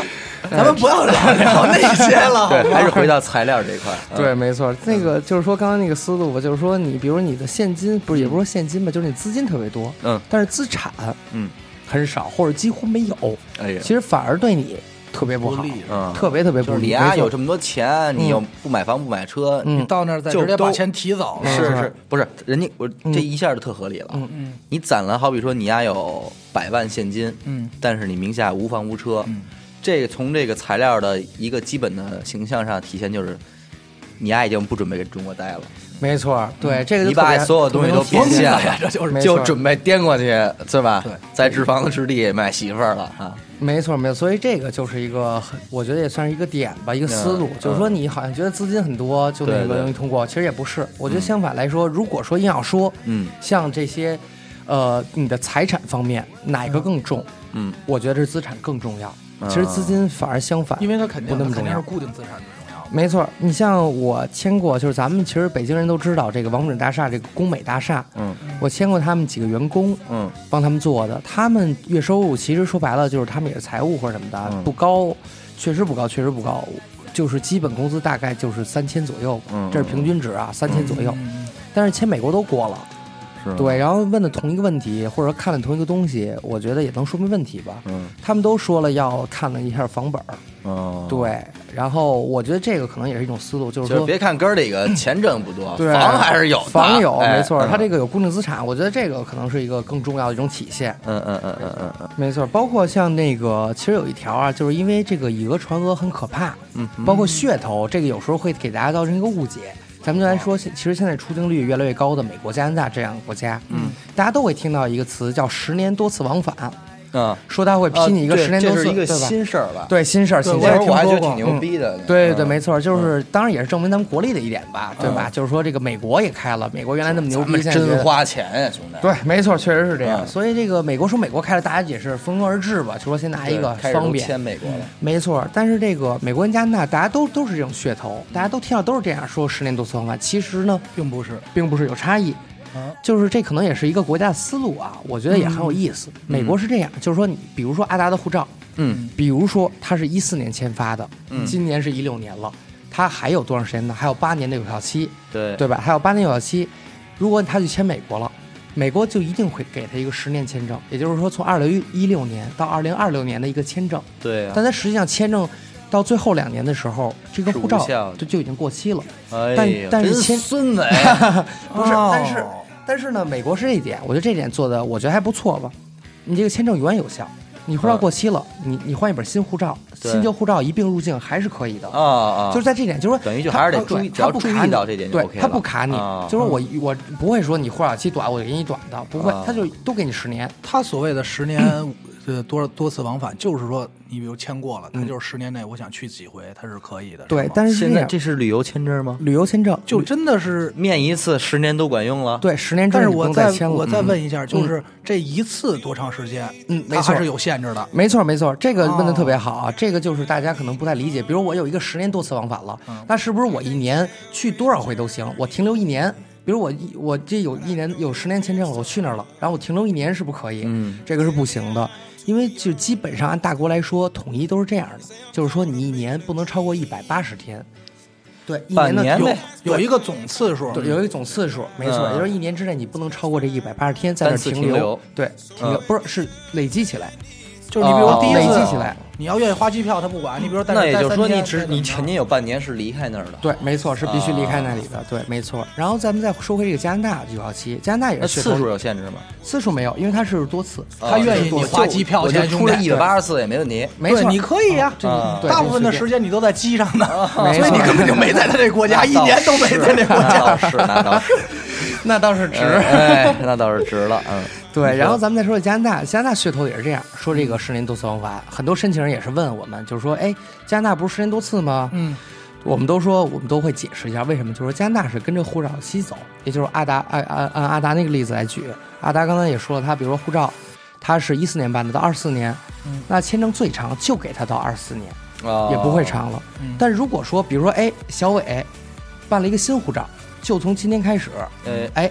咱们不要聊聊那些了。 对，还是回到材料这一块。 对，没错，那个就是说刚刚那个思路吧，就是说你比如你的现金不是也不是说现金吧，就是你资金特别多， 嗯， 但是资产嗯很少或者几乎没有， 哎呀， 其实反而对你特别不好， 嗯， 特别特别不利。 就是你呀没错有这么多钱，你又不买房不买车， 嗯你到那儿再就都直接把钱提走了。 是没错是，不是人家我这一下就特合理了。 嗯嗯你攒了，好比说你家有百万现金， 嗯但是你名下无房无车， 嗯这个从这个材料的一个基本的形象上体现就是，你家已经不准备给中国待了， 没错，对这个就你特别把所有东西都变现了， 这就是没错就准备颠过去，是吧？ 对， 在置房之地买媳妇儿了啊。 没错没错，所以这个就是一个很，我觉得也算是一个点吧，一个思路， 嗯就是说你好像觉得资金很多就那个对对容易通过，其实也不是。我觉得相反来说，如果说硬要说， 嗯像这些，呃，你的财产方面哪个更重？ 嗯， 我觉得是资产更重要。 嗯其实资金反而相反， 因为它肯定不那么重要肯定是。固定资产最重要的。 没错，你像我签过，就是咱们其实北京人都知道这个王府井大厦这个工美大厦， 嗯我签过他们几个员工， 嗯帮他们做的，他们月收入其实说白了就是他们也是财务或者什么的， 嗯不高，确实不高，确实不高，就是基本工资大概就是三千左右， 嗯这是平均值啊，三千左右。 嗯但是签美国都过了， 是吗对，然后问的同一个问题，或者说看了同一个东西，我觉得也能说明问题吧。 嗯他们都说了要看了一下房本儿， 哦， 对，然后我觉得这个可能也是一种思路，就是说就是别看哥儿几个钱挣不多， 对房还是有的， 房有， 哎没错， 嗯它这个有固定资产，我觉得这个可能是一个更重要的一种体现。 嗯嗯嗯嗯嗯嗯没错，包括像那个，其实有一条啊，就是因为这个以讹传讹很可怕， 嗯， 包括噱头，这个有时候会给大家造成一个误解。咱们就来说，其实现在出境率越来越高的美国、加拿大这样的国家， 嗯， 大家都会听到一个词叫“十年多次往返嗯”， 说他会批你一个啊十年多次， 这是一个对吧？ 新事儿吧？ 对新事儿，新事儿， 那会儿我还觉得挺听说过牛逼的。 对对对， 嗯没错，就是当然也是证明咱们国力的一点吧，对吧？就是说这个美国也开了，美国原来那么牛逼， 咱们现在觉得真花钱呀，兄弟。 对，没错，确实是这样。 嗯所以这个美国说美国开了，大家也是蜂拥而至吧，就说先拿一个开始都方便。 签美国了， 没错，但是这个美国跟加拿大，大家都都是这种噱头，大家都听到都是这样说十年多次往返，其实呢， 并不是。 并不是有差异。 啊就是这可能也是一个国家的思路啊，我觉得也很有意思。美国是这样，就是说你比如说阿达的护照， 嗯比如说他是一四年签发的， 嗯今年是一六年了，他还有多长时间呢？还有八年的有效期， 对对吧？还有八年有效期，如果他去签美国了，美国就一定会给他一个十年签证，也就是说从二零一六年到二零二六年的一个签证。 对啊， 但他实际上签证到最后两年的时候，这个是护照无效的就就已经过期了。 哎但呀真但是签孙子哎， 不是， 哦但是但是呢，美国是这一点，我觉得这点做的我觉得还不错吧。你这个签证永远有效，你护照过期了，你你换一本新护照， 对新旧护照一并入境还是可以的。 啊啊， 就是在这点，就是说等于就他还是得注意， 他对只要注意他不卡你到这点就对 OK 了。 他不卡你， 啊就是我我不会说你护照期短，我就给你短的，不会啊， 他就都给你十年。 他所谓的十年呃多多次往返，就是说你比如签过了，他就是十年内我想去几回，他是可以的。 对是吗， 但是是这样， 现在这是旅游签证吗？ 旅游签证就真的是。 面一次十年都管用了？ 对十年之但是内你不我再用再签了。 我再嗯问一下，就是这一次多长时间？ 嗯没错它还是有限制的。 没错，没错，这个问的哦特别好啊！这个就是大家可能不太理解。比如我有一个十年多次往返了， 嗯那是不是我一年去多少回都行？我停留一年，比如我一我这有一年有十年签证了，我去那儿了，然后我停留一年是不可以？ 嗯， 这个是不行的，因为就基本上按大国来说，统一都是这样的，就是说你一年不能超过一百八十天。对，一年的有半年呗有一个总次数， 对，有一个总次数，没错， 嗯也就是一年之内你不能超过这一百八十天在那儿单次停停留对，停留、 嗯不是是累积起来， 就是你比如哦累第一次积起来。 你要愿意花机票，他不管你。比如说， 那也就是说你只只你肯定有半年是离开那儿的。 对，没错，是必须离开那里的。对，没错。然后咱们再说回这个加拿大有效期，加拿大也那是噱头次数有限制吗？ 次数没有，因为它是多次， 他愿意你花机票钱， 我就出兄弟。 了一百八十次也没问题。 没错， 对，你可以呀。 这啊对大部分的这时间你都在机上呢， 没错所以你根本就没在他这国家，一年都没在这国那家。 倒是，那倒是， 那倒是值。 哎，那倒是值了，嗯。 对，然后咱们再说加拿大，加拿大噱头也是这样说，这个十年多次往返，很多申请人也是问我们，就是说，哎，加拿大不是十年多次吗？ 嗯， 我们都说，我们都会解释一下为什么，就是说加拿大是跟着护照期走，也就是阿达按按按阿达那个例子来举，阿达刚才也说了，他比如说护照，他是一四年办的，到二四年， 嗯那签证最长就给他到二四年， 哦也不会长了。 嗯但如果说，比如说，哎，小伟办了一个新护照，就从今天开始， 呃， 哎，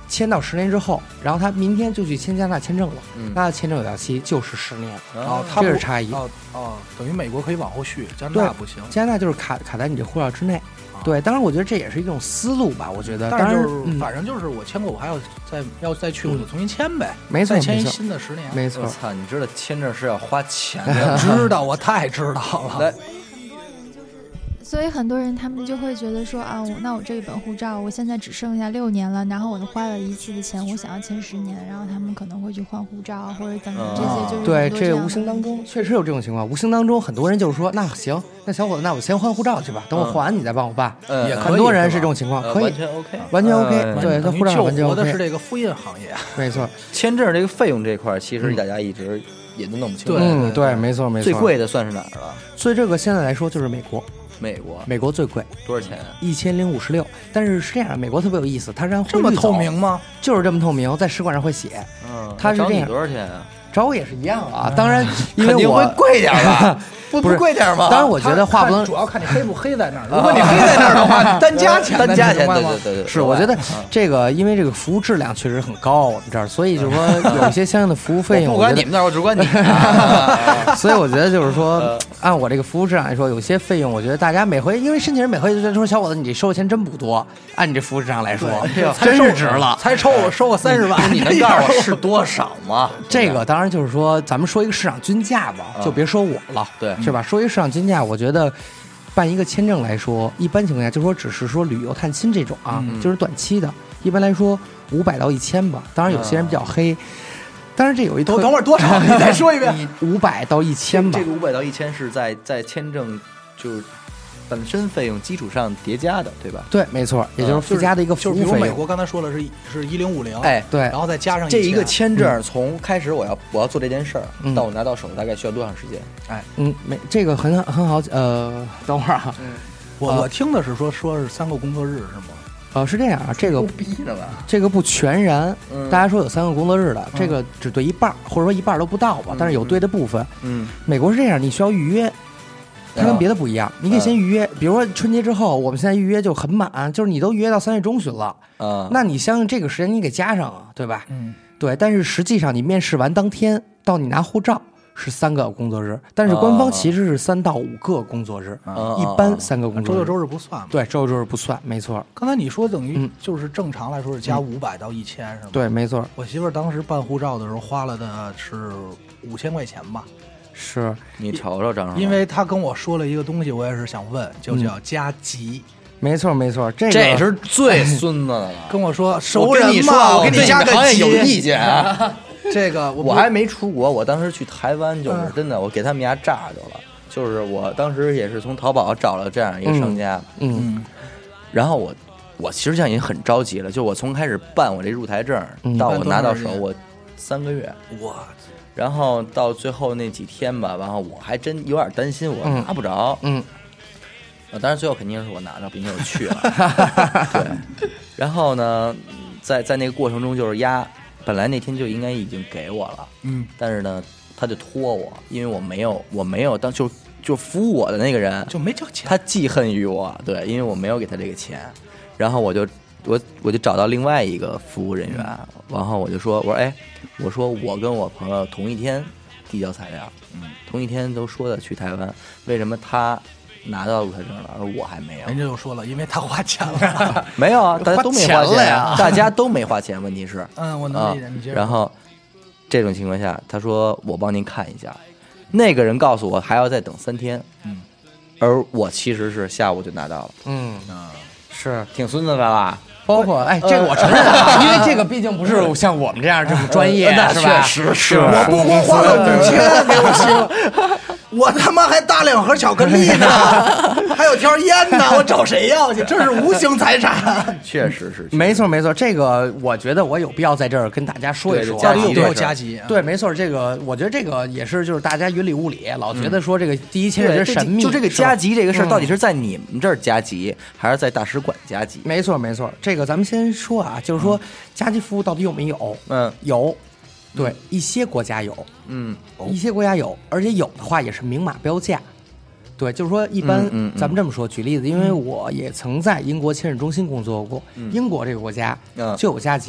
签到十年之后，然后他明天就去签加拿大签证了， 嗯那签证有效期就是十年， 哦，他不这是差异。 哦哦，等于美国可以往后续，加拿对大不行。 加拿大就是卡卡在你这护照之内。对，当然我觉得这也是一种思路吧，我觉得。 但是就是、 嗯、 反正就是我签过，我还要再要再去，我就重新签呗。 没错， 再签一新的十年。 没错。 我操，你知道签证是要花钱的？ 知道，我太知道了。 来。 所以很多人他们就会觉得说啊，我那我这一本护照，我现在只剩下六年了，然后我花了一次的钱，我想要签十年，然后他们可能会去换护照或者怎么这些，就是对，这个无形当中确实有这种情况。无形当中，很多人就是说，那行，那小伙子，那我先换护照去吧，等我换完你再帮我办。 嗯， 也很多人是这种情况，可以完全 OK， 完全 OK。对，他护照完全 OK。 救活的是这个复印行业， 没错。 签证这个费用这块，其实大家一直也都弄不清楚。 嗯，对，没错没错。 最贵的算是哪儿了？ 所以这个现在来说就是美国。 美国， 美国最贵， 多少钱啊？ 一千零五十六。但是是这样，美国特别有意思，它是按汇率这么透明吗？ 就是这么透明，在使馆上会写。 嗯， 它是这样。 多少钱啊？ 找我也是一样啊，当然因为我会贵点吧。不不贵点吗？ 当然，我觉得话不能， 主要看你黑不黑在那儿。如果你黑在那儿的话，单加钱， 单加钱，对对对对， 是。我觉得这个，因为这个服务质量确实很高，我们这儿，所以就是说有一些相应的服务费用。 不管你们那儿，我只管你。 所以我觉得就是说，按我这个服务质量来说，有些费用，我觉得大家每回，因为申请人每回就说小伙子，你这收的钱真不多，按你这服务质量来说，真是值了， 才抽我收个三十万， 你能告诉我是多少吗？ 这个当然就是说，咱们说一个市场均价吧，就别说我了， 对， 是吧？说一个市场均价，我觉得办一个签证来说，一般情况下就说只是说旅游探亲这种啊， 嗯、 就是短期的，一般来说五百到一千吧。当然有些人比较黑，当然这有一等等会儿多少？你再说一遍， 五百到一千吧。 这个五百到一千是在在签证就是本身费用基础上叠加的，对吧？ 对，没错，也就是附加的一个服务费用。 就是比如美国刚才说了是是一零五零， 哎， 对， 然后再加上这一个签证，从开始我要我要做这件事儿， 嗯、 到我拿到手大概需要多长时间？ 哎，嗯，没这个很很好，呃，等会儿啊， 嗯、我我听的是说说是三个工作日是吗？ 呃，是这样啊，这个逼呢吧？ 这个不全然， 嗯、 大家说有三个工作日的，这个只对一半，或者说一半都不到吧， 嗯、 但是有对的部分。 嗯， 美国是这样，你需要预约。它跟别的不一样，你可以先预约，比如说春节之后，我们现在预约就很满，就是你都预约到三月中旬了， 啊， 那你相应这个时间你给加上啊，对吧？ 嗯， 对。但是实际上你面试完当天到你拿护照是三个工作日，但是官方其实是三到五个工作日，一般三个工作日， 周六周日不算嘛？ 对，周六周日不算，没错。 刚才你说等于就是正常来说是加五百到一千是吗？ 对，没错。 我媳妇儿当时办护照的时候花了的是五千块钱吧。 是你瞅瞅，张因为他跟我说了一个东西，我也是想问，就叫加急。 嗯、没错，没错，这个这是最孙子的了。 跟我说熟人嘛，我给你加个急。 有意见啊？ 这个 我, 我还没出国，我当时去台湾就是、嗯、真的，我给他们家炸着了。就是我当时也是从淘宝找了这样一个商家， 嗯，嗯然后我我其实现在已经很着急了，就我从开始办我这入台证、嗯、到我拿到手，我三个月， 哇。 然后到最后那几天吧，然后我还真有点担心我拿不着， 嗯， 呃，当然最后肯定是我拿着，并且我去了，对。然后呢，在在那个过程中就是压，本来那天就应该已经给我了， 嗯， 但是呢，他就拖我，因为我没有我没有当就就服务我的那个人就没交钱， 他记恨于我，对，因为我没有给他这个钱，然后我就。我我就找到另外一个服务人员，然后我就说，我说，哎，我说我跟我朋友同一天递交材料，嗯，同一天都说的去台湾，为什么他拿到入台证了，而我还没有？ 人家就说了，因为他花钱了。 没有啊，大家都没花钱了呀， 大家都没花钱。问题是， 嗯，我能理解。你接着。 然后这种情况下，他说我帮您看一下，那个人告诉我还要再等三天， 嗯， 而我其实是下午就拿到了， 嗯啊， 是挺孙子的吧？ 包括哎，这个我承认啊，因为这个毕竟不是像我们这样这么专业，是吧？ 确实是， 我不光花了五千给我媳妇，我他妈还大两盒巧克力呢，还有条烟呢，我找谁要去？这是无形财产。 确实是， 没错没错，这个我觉得我有必要在这儿跟大家说一说， 到底有没有加急？ 对，没错，这个我觉得这个也是就是大家云里雾里，老觉得说这个第一签证是神秘， 就这个加急这个事儿，到底是在你们这儿加急，还是在大使馆加急？ 没错没错，这个咱们先说啊，就是说加急服务到底有没有？ 嗯， 有。对，一些国家有， 嗯， 一些国家有，而且有的话也是明码标价。对，就是说一般， 嗯嗯、 咱们这么说，举例子，因为我也曾在英国签证中心工作过， 嗯、 英国这个国家就有加急， 嗯、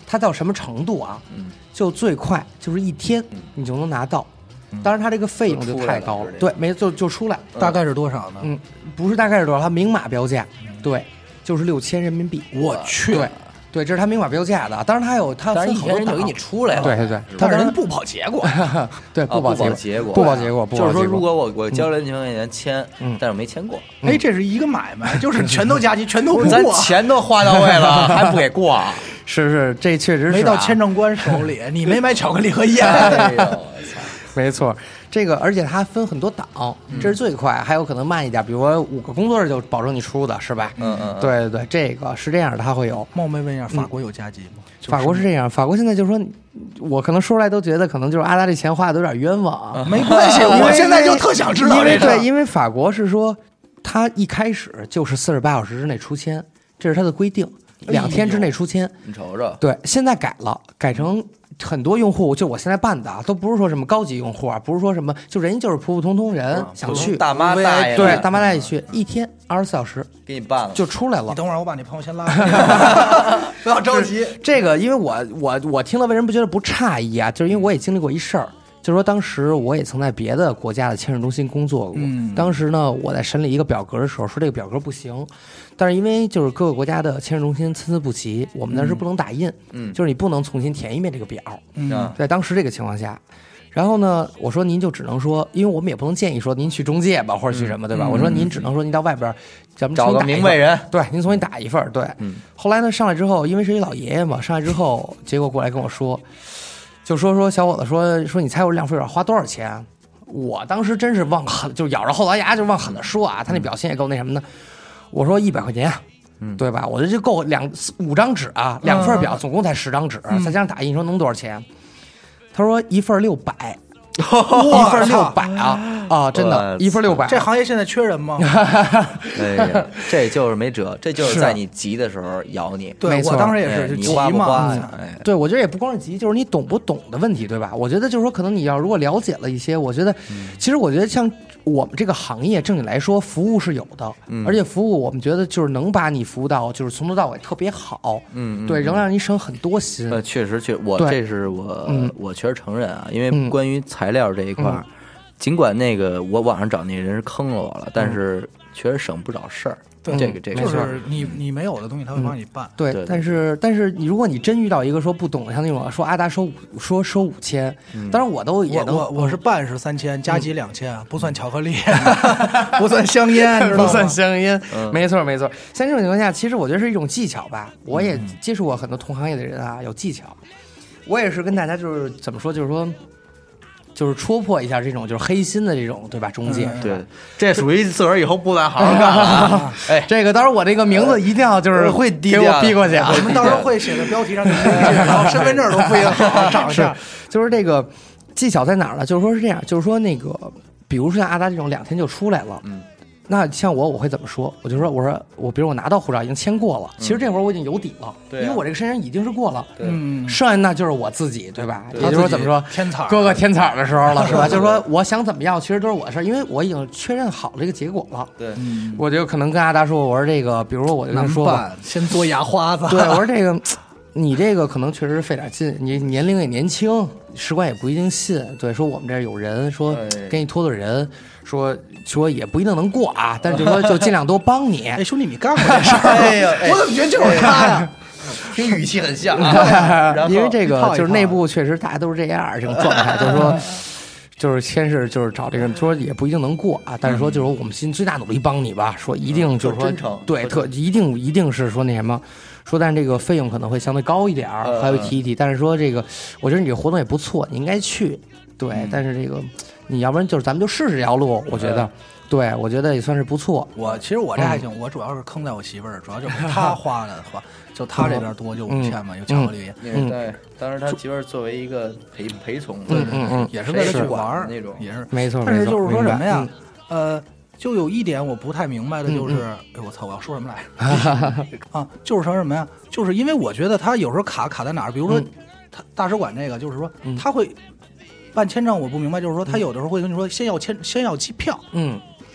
它到什么程度啊？ 嗯， 就最快就是一天你就能拿到。当然，它这个费用就太高了。对，没就就出来， 大概是多少呢？ 嗯，不是大概是多少，它明码标价，对，就是六千人民币。 我去， 对。对，这是他明码标价的。当然，他有他分好多档， 就给你出来了。 对对对， 但是人不保结果。 对，不保结果， 不保结果。 就是说，如果我我交了两千块钱签， 嗯， 但是没签过。 哎，这是一个买卖，就是全都加急，全都不过。 咱钱都花到位了，还不给过？ 是是，这确实是没到签证官手里，你没买巧克力和烟。 哎呦， 没错。这个，而且它分很多档，这是最快，还有可能慢一点，比如说五个工作日就保证你出的是吧？ 嗯嗯， 对对对，这个是这样的，它会有。 冒昧问一下，法国有加急吗？ 法国是这样，法国现在就是说，我可能说出来都觉得可能就是阿达这钱花的有点冤枉， 没关系，我现在就特想知道这个。 对，因为法国是说，他一开始就是四十八小时之内出签，这是他的规定，两天之内出签。 你瞅瞅， 对，现在改了，改成。很多用户就我现在办的啊，都不是说什么高级用户啊，不是说什么，就人家就是普普通通人、嗯、想去大妈大爷， 对大妈大爷去，一天二十四小时给你办了， 就出来了。 你等会儿我把你朋友先拉上，不要着急。 这个因为我我我听了为什么不觉得不诧异啊？就是因为我也经历过一事儿。就是说，当时我也曾在别的国家的签证中心工作过。嗯、当时呢，我在审理一个表格的时候，说这个表格不行，但是因为就是各个国家的签证中心参差不齐，我们那是不能打印，嗯，就是你不能重新填一遍这个表。嗯，在当时这个情况下，然后呢，我说您就只能说，因为我们也不能建议说您去中介吧，或者去什么，对吧？嗯、我说您只能说您到外边，咱们找个明白人， 对，您重新打一份，对。嗯、后来呢，上来之后，因为是一老爷爷嘛，上来之后，结果过来跟我说。就说说小伙子说说你猜我这辆飞表花多少钱？我当时真是往狠，就咬着后槽牙就往狠的说啊，他那表现也够那什么的。我说一百块钱，嗯，对吧？我这就够两五张纸啊，两份表总共才十张纸，再加上打印，说能多少钱？他说一份六百。一份六百啊啊！真的，一份六百。 这行业现在缺人吗？ 哎呀，这就是没辙，这就是在你急的时候咬你。 对，我当时也是， 你花不花？ 对，我觉得也不光是急，就是你懂不懂的问题，对吧？我觉得就是说，可能你要如果了解了一些，我觉得，其实我觉得像我们这个行业，正经来说，服务是有的，而且服务我们觉得就是能把你服务到，就是从头到尾特别好。嗯，对，能让你省很多心。 呃，确实，确我这是我我确实承认啊，因为关于财。材料这一块儿，尽管那个我网上找那人是坑了我了，但是确实省不少事儿。对，这个这个就是你你没有的东西，他会帮你办。 对，但是但是你如果你真遇到一个说不懂的，像那种说阿达收五说收五千，当然我都也能， 我我是办是三千，加急两千，不算巧克力，不算香烟， 不算香烟。没错没错，像这种情况下，其实我觉得是一种技巧吧。我也接触过很多同行业的人啊，有技巧。我也是跟大家就是怎么说，就是说。就是戳破一下这种就是黑心的这种，对吧？中介， 嗯、对，这属于自个儿以后不在行干了。 哎，这个到时候我这个名字一定要就是会给我逼过去啊！ 我们到时候会写在标题上，然后身份证都复印好，长相。 就是这个技巧在哪儿呢？就是说是这样，就是说那个，比如说像阿达这种两天就出来了，嗯。那像我，我会怎么说？我就说，我说我，比如我拿到护照已经签过了，其实这会儿我已经有底了， 对、 因为我这个身上已经是过了， 嗯， 剩下那就是我自己，对吧？也就是说怎么说， 天彩哥哥天彩的时候了，是吧？就是说我想怎么样，其实都是我的事儿，因为我已经确认好这个结果了。 对， 我就可能跟阿达说，我说这个，比如说我就跟他说吧， 先做牙花子。 对，我说这个。你这个可能确实费点劲，你年龄也年轻，使馆也不一定信。对，说我们这儿有人，说给你托托人，说说也不一定能过啊，但是就说就尽量多帮你。 哎，兄弟，你干过这事儿？哎呦，我怎么觉得就是他呀？ 听语气很像啊。 因为这个就是内部确实大家都是这样这种状态，就是说。就是先是就是找这个说也不一定能过啊，但是说就是我们尽最大努力帮你吧，说一定就是说对特一定一定是说那什么，说但是这个费用可能会相对高一点儿，还会提一提，但是说这个我觉得你这活动也不错，你应该去，对，但是这个你要不然就是咱们就试试这条路，我觉得。对，我觉得也算是不错。 我其实我这还行，我主要是坑在我媳妇儿，主要就是她花的话，就她这边多就五千嘛，有巧克力。 嗯，对。当时他媳妇儿作为一个陪陪从， 嗯嗯嗯， 也是为了去玩那种，也是没错。 但是就是说什么呀？呃，就有一点我不太明白的就是，哎我操，我要说什么来着？啊，就是说什么呀？就是因为我觉得他有时候卡卡在哪儿，比如说他大使馆这个，就是说他会办签证，我不明白，就是说他有的时候会跟你说先要签，先要机票， 嗯。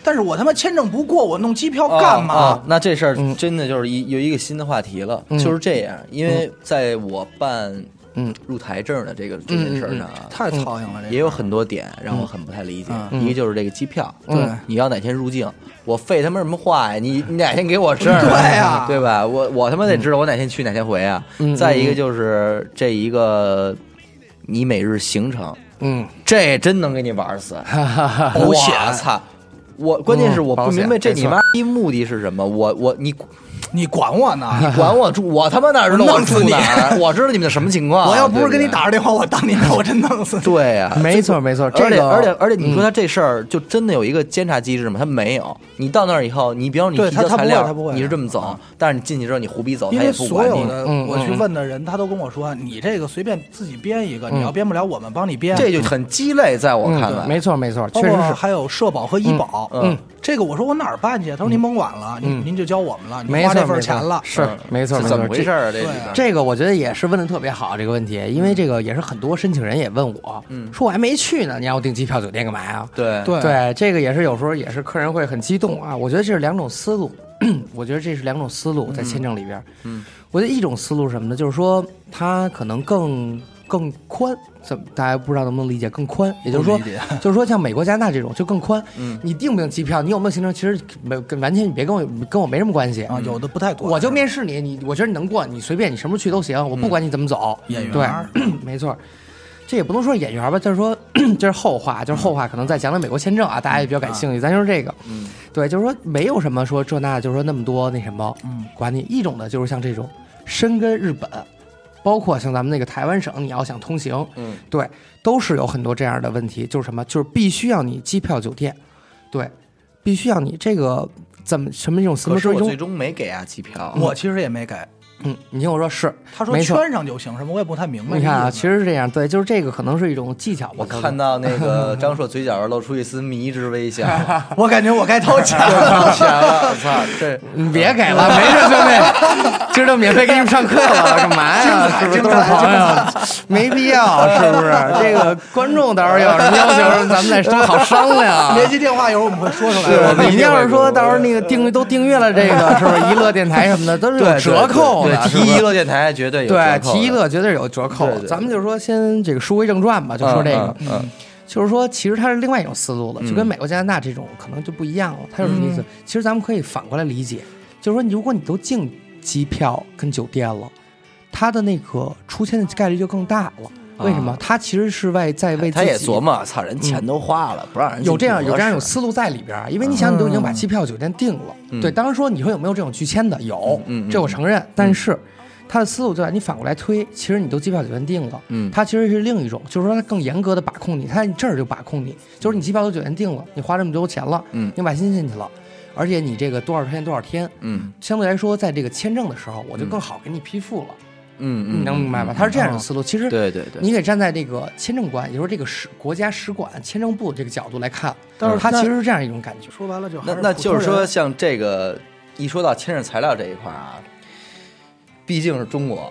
但是我他妈签证不过，我弄机票干嘛？ 哦哦那这事儿嗯真的就是一有一个新的话题了， 嗯就是这样，因为在我办嗯入台证的这个这件事儿上啊， 太操心了，这个也有很多点让我很不太理解。 嗯一个就是这个机票， 对你要哪天入境，我费他妈什么话呀？你你哪天给我证儿？ 对呀对吧？我我他妈得知道我哪天去哪天回啊。 嗯再一个就是这一个你每日行程， 嗯， 这真能给你玩死。 保险我操！我关键是我不明白嗯保险这你妈一目的是什么？我我你你管我呢？ 管我住，我他妈哪知道我住哪儿？我知道你们的什么情况。 我要不是给你对对打着电话，我当年我真弄死你。 对呀、 没错没错，这而且个而且而且，你说嗯他这事儿就真的有一个监察机制吗？他没有。你到那儿以后，你比方说你对他他不会提交材料， 他不会你是这么走啊， 但是你进去之后你胡逼走， 因他也为所有不管你。 的我去嗯嗯问的人，他都跟我说，你这个随便自己编一个， 嗯你要编不了，我们帮你编。 这就很鸡肋，在我看来。 嗯没错没错， 包确实是。 括还有社保和医保。 嗯这个我说我哪儿办去？他说您甭管了，您嗯您就交我们了， 没您花这错没错份钱了。 是没错是没错，这怎么回事儿啊？这里对啊边这个我觉得也是问的特别好这个问题，因为这个也是很多申请人也问我， 嗯说我还没去呢，你让我订机票酒店干嘛呀？ 对对对，这个也是有时候也是客人会很激动啊。我觉得这是两种思路，我觉得这是两种思路在签证里边。 嗯， 我觉得一种思路是什么呢？就是说它可能更更宽，怎么大家不知道能不能理解？更宽，也就是说不理解， 就是说像美国、加拿大这种就更宽。 嗯你订不订机票，你有没有行程，其实没跟完全你别跟我跟我没什么关系啊，有的不太管。 我就面试你，你我觉得你能过，你随便你什么时候去都行，我不管你怎么走。 演员对儿， 没错。这也不能说演员吧，就是说这是后话，就是后话，可能再讲讲美国签证啊，大家也比较感兴趣。咱就是这个， 嗯对，就是说没有什么说这那，就是说那么多那什么， 嗯， 管你一种的，就是像这种深跟日本，包括像咱们那个台湾省，你要想通行， 嗯对，都是有很多这样的问题，就是什么，就是必须要你机票、酒店，对，必须要你这个怎么什么一种什可是我么说一种最终没给啊机票。 我其实也没给。 嗯，你听我说是， 他说没错圈上就行，什么我也不太明白。 你看啊，其实是这样，对，就是这个可能是一种技巧吧。 我看到那个张硕嘴角上露出一丝迷之微笑， 我感觉我该掏钱又了。 掏钱了，我操！这你别给了，没事，兄弟，今儿就免费给你们上课了，干嘛呀？是不是都是朋友？没必要，是不是？这个观众到时候有什么要求，咱们再多好商量。 联系电话一会儿我们会说出来是的。 你要是说到时候那个订都订阅了这个，是不是娱乐电台什么的都是有对折扣的？ 对， 是不是提娱乐电台绝对有折对， 扣的提娱乐绝对是有折扣对对。对咱们就是说，先这个书归正传吧，就说这个。 嗯嗯就是说，其实它是另外一种思路了， 嗯就跟美国、加拿大这种可能就不一样了。它有什么意思？其实咱们可以反过来理解，就是说，如果你都订机票跟酒店了，它的那个出签的概率就更大了。为什么？它其实是为在为自己他也琢磨，操，人钱都花了，不让人进有这样不合有这样一种适思路在里边儿，因为你想，你都已经把机票、酒店定了， 嗯对。当然说，你说有没有这种拒签的？有， 嗯嗯这我承认。但是他的思路就在你反过来推，其实你都机票、酒店定了， 嗯他其实是另一种，就是说他更严格的把控你，他在你这儿就把控你，就是你机票和酒店定了，你花这么多钱了， 嗯你买新进去了。而且你这个多少天多少天， 嗯相对来说，在这个签证的时候，我就更好给你批复了， 嗯嗯， 你能明白吧？他是这样一种思路。其实对对对， 你得站在这个签证官，也就是说这个使国家使馆、签证部这个角度来看， 但是那它其实是这样一种感觉。 说白了就还那那是普通就是说， 人像这个一说到签证材料这一块儿啊，毕竟是中国，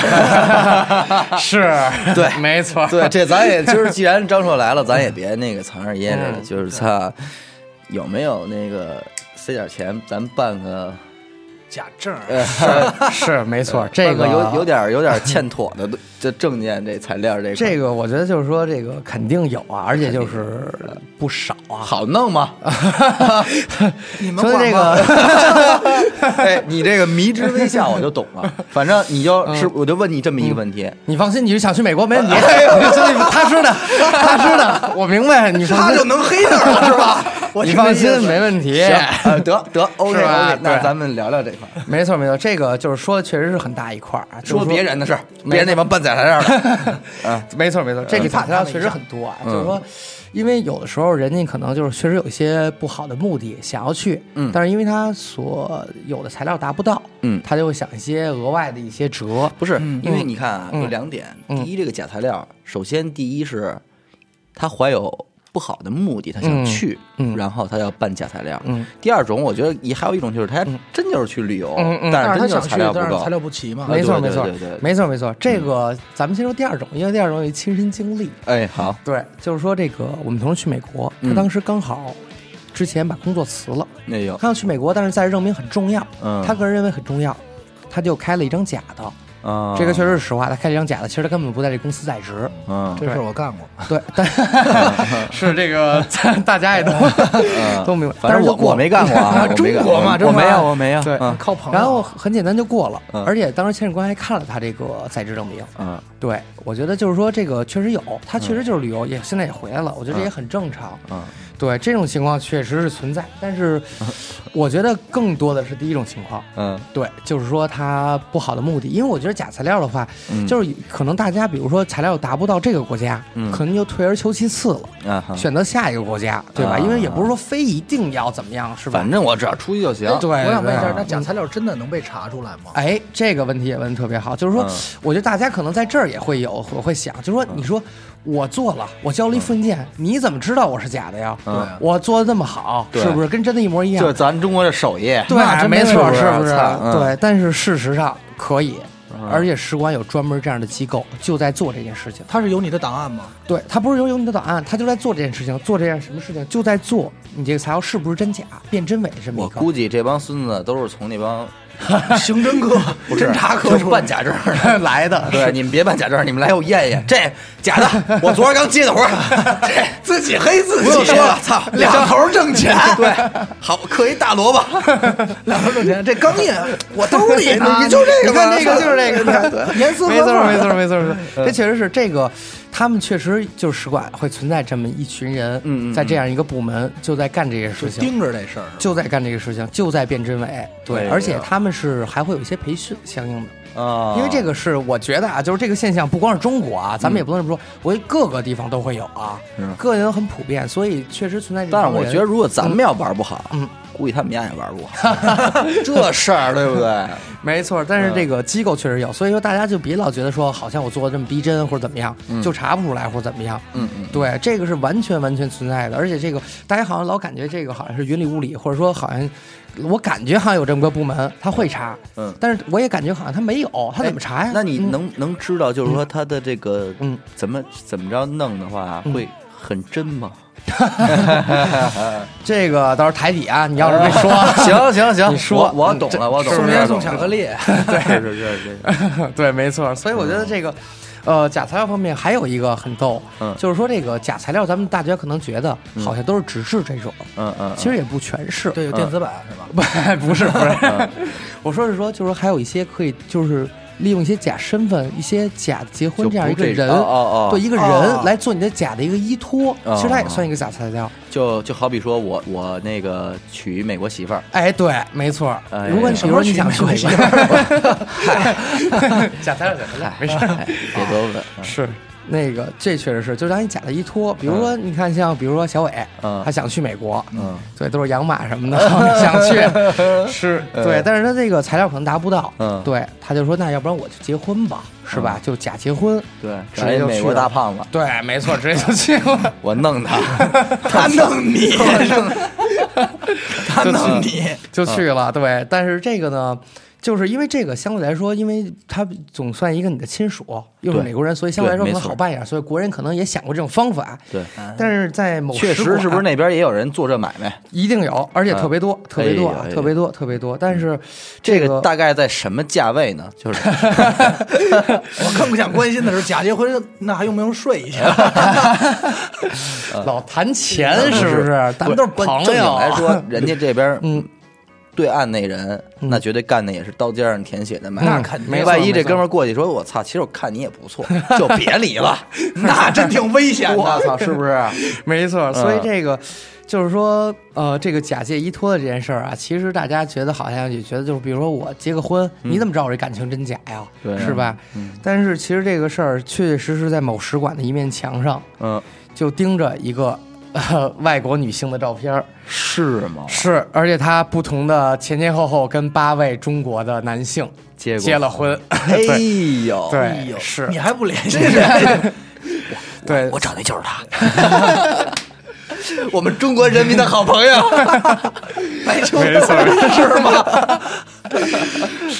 是对没错， 对，这咱也就是既然张硕来了，咱也别那个藏着掖着的， 嗯就是操，有没有那个塞点钱，咱办个假证儿。 呃是没错，这个办有有点有点欠妥的这证件这材料这块儿这个，我觉得就是说这个肯定有啊，而且就是不少啊。 好弄吗？ 你们所以这管吗个， 哎，你这个迷之微笑我就懂了。反正你就是， 嗯我就问你这么一个问题， 你放心，你是想去美国没问题，所以踏实的，踏实的，我明白，你放心他就，能黑那儿了是吧？我你放心， 听这意思没问题。 行，呃得得，OK 是吧 OK，那对咱们聊聊这块儿， 没错没错，这个就是说的确实是很大一块儿啊，就是说别人的事儿， 没别人那帮笨仔材料的，啊， 没错没错，这个材料确实很多啊，就是说，因为有的时候人家可能就是确实有一些不好的目的想要去， 嗯但是因为他所有的材料达不到， 嗯他就会想一些额外的一些折， 不是， 嗯因为你看啊， 嗯有两点， 嗯第一，这个假材料，首先第一是他怀有不好的目的，他想嗯去， 嗯然后他要办假材料。 嗯， 第二种，我觉得也还有一种就是他嗯真就是去旅游， 嗯嗯但是但是他想去真就是材料，不够但是材。料不齐嘛。 没错没错对对对对没错没错，这个咱们先说第二种，因为第二种有一亲身经历， 哎，好， 对，就是说这个我们同事去美国，他嗯当时刚好之前把工作辞了， 哎呦， 他要去美国，但是在职证明很重要， 嗯他个人认为很重要，他就开了一张假的。 啊， 这个确实是实话，他开了一张假的，其实他根本不在这公司在职。 嗯， 这事儿我干过。 对，但是这个大家也都都明白。 反正我我没干过啊， 中国嘛， 我没有，我没有。 对， 靠朋友。 然后很简单就过了， 嗯而且当时签证官还看了他这个在职证明。 嗯， 对，我觉得就是说这个确实有，他确实就是旅游，也现在也回来了，我觉得这也很正常。 嗯， 对，这种情况确实是存在，但是我觉得更多的是第一种情况。 嗯， 对，就是说他不好的目的，因为我觉得假材料的话， 嗯就是可能大家比如说材料达不到这个国家， 嗯可能就退而求其次了， 啊哈， 选择下一个国家，对吧？ 啊因为也不是说非一定要怎么样，是吧？ 反正我只要出去就行。 对， 我想问一下， 对那假材料真的能被查出来吗？ 哎，这个问题也问得特别好，就是说， 嗯我觉得大家可能在这儿也会有，我会想，就是说，你说我做了，我交了一份件，你怎么知道我是假的呀？ 嗯我做的那么好， 对是不是跟真的一模一样？ 就是咱中国的手艺。 对那，真没错， 是是不是？ 操嗯对，但是事实上可以， 嗯而且使馆有专门这样的机构，就在做这件事情。 它是有你的档案吗？ 对，他不是有有你的档案，他就在做这件事情，做这件什么事情，就在做你这个材料是不是真假，辨真伪这么我一个。 估计这帮孙子都是从那帮刑侦科、 不是侦查科就是出办假证来的， 对，你们别办假证，你们来我验验，这假的，我昨儿刚接的活儿，这自己黑自己。 不用说了，操， 两头挣钱， 对，好，刻一大萝卜， 两头挣钱。这钢印我兜里呢， 你你就这个吗？ 你看那个就是这个，对， 严丝合没错缝没错没错没错，这确实是这个，他们确实就是使馆会存在这么一群人， 嗯嗯在这样一个部门就在干这些事情， 盯着这事儿。 就在干这个事情，就在辨真伪，对， 哎呀而且他们是还会有一些培训相应的。 啊因为这个是我觉得啊，就是这个现象不光是中国啊，咱们也不能这么说，我觉得各个地方都会有啊， 嗯各个地方很普遍，所以确实存在这种人。 但是我觉得，如果咱们要玩不好， 嗯， 估计他们家也玩不好，这事儿对不对？ 没错，但是这个机构确实有，所以说大家就别老觉得说好像我做的这么逼真或者怎么样， 嗯就查不出来或者怎么样。 嗯嗯， 对，这个是完全完全存在的，而且这个大家好像老感觉这个好像是云里雾里，或者说好像我感觉好像有这么个部门他会查， 嗯但是我也感觉好像他没有，他怎么查呀？ 那你嗯能能知道，就是说他的这个嗯怎么怎么着弄的话， 嗯会很真吗？ 这个到时候台底啊，你要是没说， 行行行， 你说我我懂了，我懂了， 送烟送我懂了巧克力， 对，是是是是， 对，没错。所以我觉得这个，呃，假材料方面还有一个很逗， 嗯就是说这个假材料，咱们大家可能觉得好像都是纸质这种， 嗯嗯， 其实也不全是。 对，有电子版是吧？ 不，不是不是，我说是说，就是说还有一些可以，就是利用一些假身份、一些假结婚这样一个人， 哦哦哦， 对一个人哦来做你的假的一个依托， 哦其实它也算一个假材料。 就就好比说我我那个娶美国媳妇儿， 哎，对，没错。 哎如果你比如说你想去美国，假材料，假材料，没事。 哎别多问， 是那个，这确实是，就是让你假的依托。比如说，你看，像比如说小伟， 嗯他想去美国， 嗯， 对，都是养马什么的，想去，是对，但是他这个材料可能达不到， 嗯对，他就说，那要不然我就结婚吧，是吧？就假结婚， 对， 直接就美国去了大胖子， 对，没错，直接就去了， 我弄他， 他弄你，他就弄你， 就去了，对。但是这个呢？就是因为这个相对来说，因为他总算一个你的亲属，又是对美国人，所以相对来说可对没错能好办一点。所以国人可能也想过这种方法， 对， 但是在某确使馆实是不是那边也有人做这买卖？ 一定有，而且特别多，特别多啊哎，呀特别多，特别多。但是这个个大概在什么价位呢？就是我更想关心的是假结婚，那还用不用睡一下？ 老谈钱是不是？咱们都是朋正经友。 来说，人家这边嗯， 对岸那人，那绝对干的也是刀尖上舔血的买卖。 那肯定没错万一这没错哥们儿过去说：“我操，其实我看你也不错，就别理了。 那真挺危”险我的。 操，是不是？ 没错。所以嗯这个就是说，呃，这个假借依托的这件事儿啊，其实大家觉得好像也觉得就是，比如说我结个婚，你怎么知道我这感情真假呀？ 对啊是吧？但是其实这个事儿确确实实在某使馆的一面墙上， 嗯， 就盯着一个。呃，外国女性的照片儿是吗？ 是，而且她不同的前前后后跟八位中国的男性结过结了婚， 哎呦， 对， 哎呦， 是你还不联系人？ 对， 我找那就是他，我们中国人民的好朋友， 白秋没错， 是吗？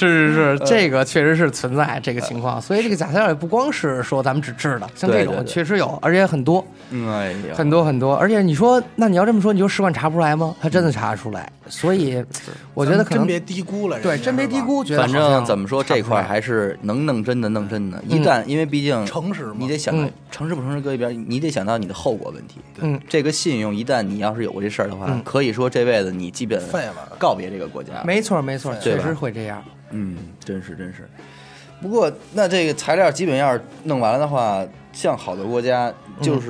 是是是，这个确实是存在这个情况，所以这个假材料也不光是说咱们纸质的，像这种确实有，而且很多， 嗯，哎呀， 很多很多，而且你说，那你要这么说，你说使馆查不出来吗？他真的查得出来，所以我觉得可能真别低估了， 对，真别低估，觉得反正怎么说这块还是能弄真的弄真的，一旦因为毕竟诚实嘛， 你得想到诚实不诚实搁一边，你得想到你的后果问题。 嗯， 这个信用一旦你要是有过这事儿的话，可以说这辈子你基本废了， 告别这个国家。 没错没错，确实会这样。 嗯，真是真是。不过那这个材料基本要是弄完了的话，像好多国家就是。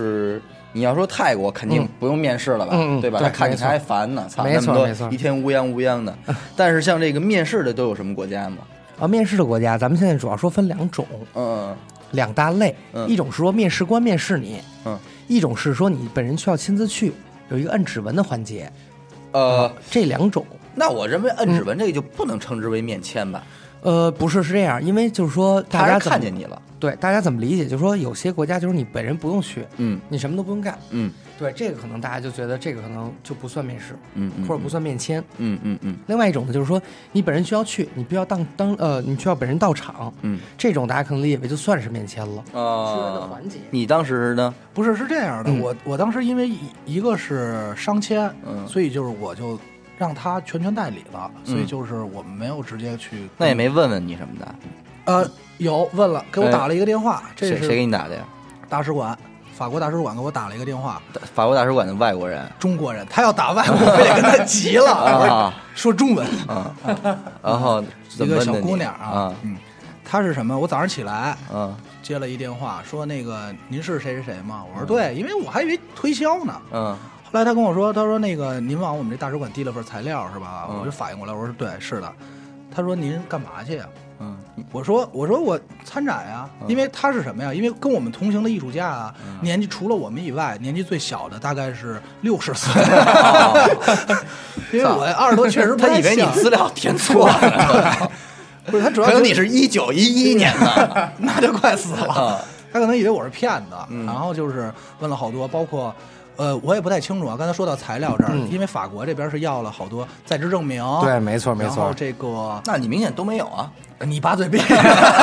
你要说泰国肯定不用面试了吧， 嗯、 对吧？ 对， 他看你还烦呢，操， 没错没错， 一天乌泱乌泱的。但是像这个面试的都有什么国家吗？ 啊，面试的国家，咱们现在主要说分两种， 嗯， 两大类， 嗯、 一种是说面试官面试你， 嗯， 一种是说你本人需要亲自去，有一个摁指纹的环节， 呃， 嗯、这两种。 那我认为摁指纹这个就不能称之为面签吧？ 呃，不是，是这样，因为就是说大家看见你了， 对，大家怎么理解？就是说有些国家就是你本人不用去， 嗯， 你什么都不用干， 嗯， 对，这个可能大家就觉得这个可能就不算面试， 嗯， 或者不算面签， 嗯嗯嗯。 另外一种呢，就是说你本人需要去，你必须要当当呃，你需要本人到场， 嗯， 这种大家可能理解为就算是面签了， 啊， 需要的环节。 你当时呢？ 不是，是这样的， 嗯、 我我当时因为一一个是商签， 嗯， 所以就是我就。让他全权代理了，所以就是我们没有直接去。 那也没问问你什么的？ 呃，有问了，给我打了一个电话。这是谁给你打的呀？ 大使馆，法国大使馆给我打了一个电话。 法国大使馆的外国人， 中国人，他要打外国，非得跟他急了啊！ 说中文啊，然后一个小姑娘啊，嗯，她是什么？我早上起来，嗯，接了一电话，说那个您是谁谁谁吗？我说对，因为我还以为推销呢， 嗯。 后来他跟我说，他说那个您往我们这大使馆递了份材料是吧？嗯、我就反应过来，我说对，是的。他说您干嘛去呀？嗯，我说我说我参展呀，嗯、因为他是什么呀？因为跟我们同行的艺术家啊，嗯、年纪除了我们以外，年纪最小的大概是六十岁。哦、因为我二十多确实不太像。 他以为你资料填错了。 不是他主要可能你是一九一一年的， 那就快死了。 嗯、 他可能以为我是骗子， 嗯、 然后就是问了好多，包括。呃，我也不太清楚啊。刚才说到材料这儿，嗯、因为法国这边是要了好多在职证明， 对，没错没错。 然后这个， 那你明显都没有啊？ 你把嘴闭上。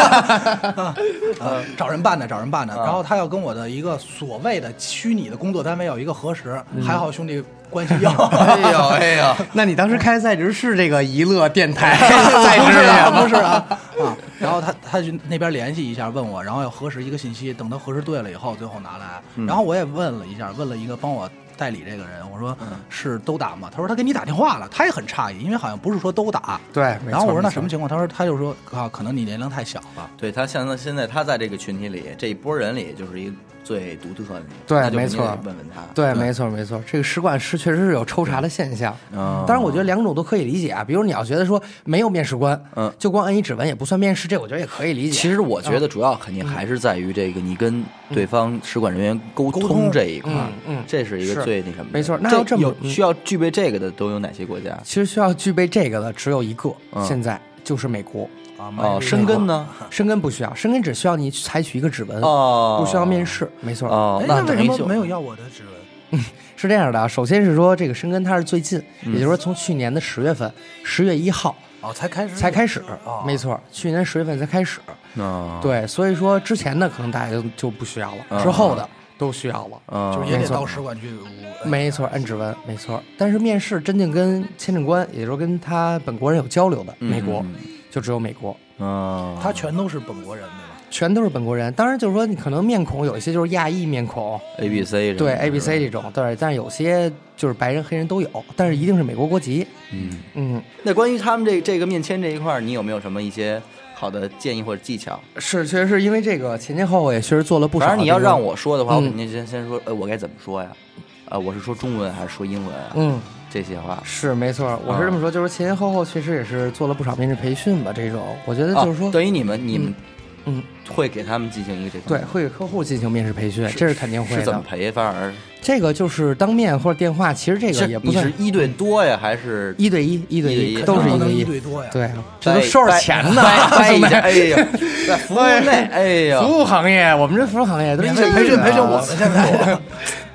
呃，找人办的，找人办的。然后他要跟我的一个所谓的虚拟的工作单位有一个核实，嗯、还好兄弟关系要。 哎呦哎呦， 那你当时开在职是这个娱乐电台在职啊？不是啊啊。然后他他就那边联系一下问我，然后要核实一个信息，等他核实对了以后，最后拿来。 嗯、 然后我也问了一下，问了一个帮我代理这个人，我说、嗯、是都打吗？他说他给你打电话了，他也很诧异，因为好像不是说都打。 对， 然后我说那什么情况？他说他就说啊，可能你年龄太小了。 对他像现在他在这个群体里这一波人里就是一个最独特的， 对，没错， 问问他， 对，没错没错，这个使馆是确实是有抽查的现象。嗯，当然我觉得两种都可以理解啊。比如你要觉得说没有面试官，嗯，就光摁一指纹也不算面试，这我觉得也可以理解。 其实我觉得主要肯定还是在于这个你跟对方使馆人员沟通这一块，嗯，这是一个最那什么。 没错，那要这么有需要具备这个的都有哪些国家？ 其实需要具备这个的只有一个，现在就是美国。 哦，申根呢？ 申根不需要，申根只需要你采取一个指纹， 哦， 不需要面试，没错。 哦， 那为什么没有要我的指纹？ 是这样的啊，首先是说这个申根它是最近，也就是说从去年的十月份，十月一号哦才开始才开始，没错，去年十月份才开始。 哦， 对，所以说之前的可能大家就就不需要了，之后的都需要了， 就是也得到使馆去。 没错，摁指纹，没错。但是面试真正跟签证官，也就是跟他本国人有交流的，美国。就只有美国， 哦， 他全都是本国人对吧？ 全都是本国人。当然就是说，你可能面孔有一些就是亚裔面孔 ，A B C 对 A B C 这种，对，但是有些就是白人黑人都有，但是一定是美国国籍。 嗯嗯。 那关于他们这这个面签这一块，你有没有什么一些好的建议或者技巧？ 是，确实是因为这个前前后后也确实做了不少。 反正你要让我说的话，我肯定先先说，呃，我该怎么说呀？呃，我是说中文还是说英文啊？ 嗯。 这些话是没错，我是这么说，就是前前后后确实也是做了不少面试培训吧。这种我觉得就是说， 等于你们你们嗯会给他们进行一个这对，会给客户进行面试培训，这是肯定会的。 是怎么培？反而这个就是当面或者电话，其实这个也不算是一对多呀，还是一对一？一对一都是一对一对多呀。 对，这都收着钱呢， 兄弟！哎呀，服务类，哎呀， 服务行业，我们这服务行业都是免费培训培训我们现在。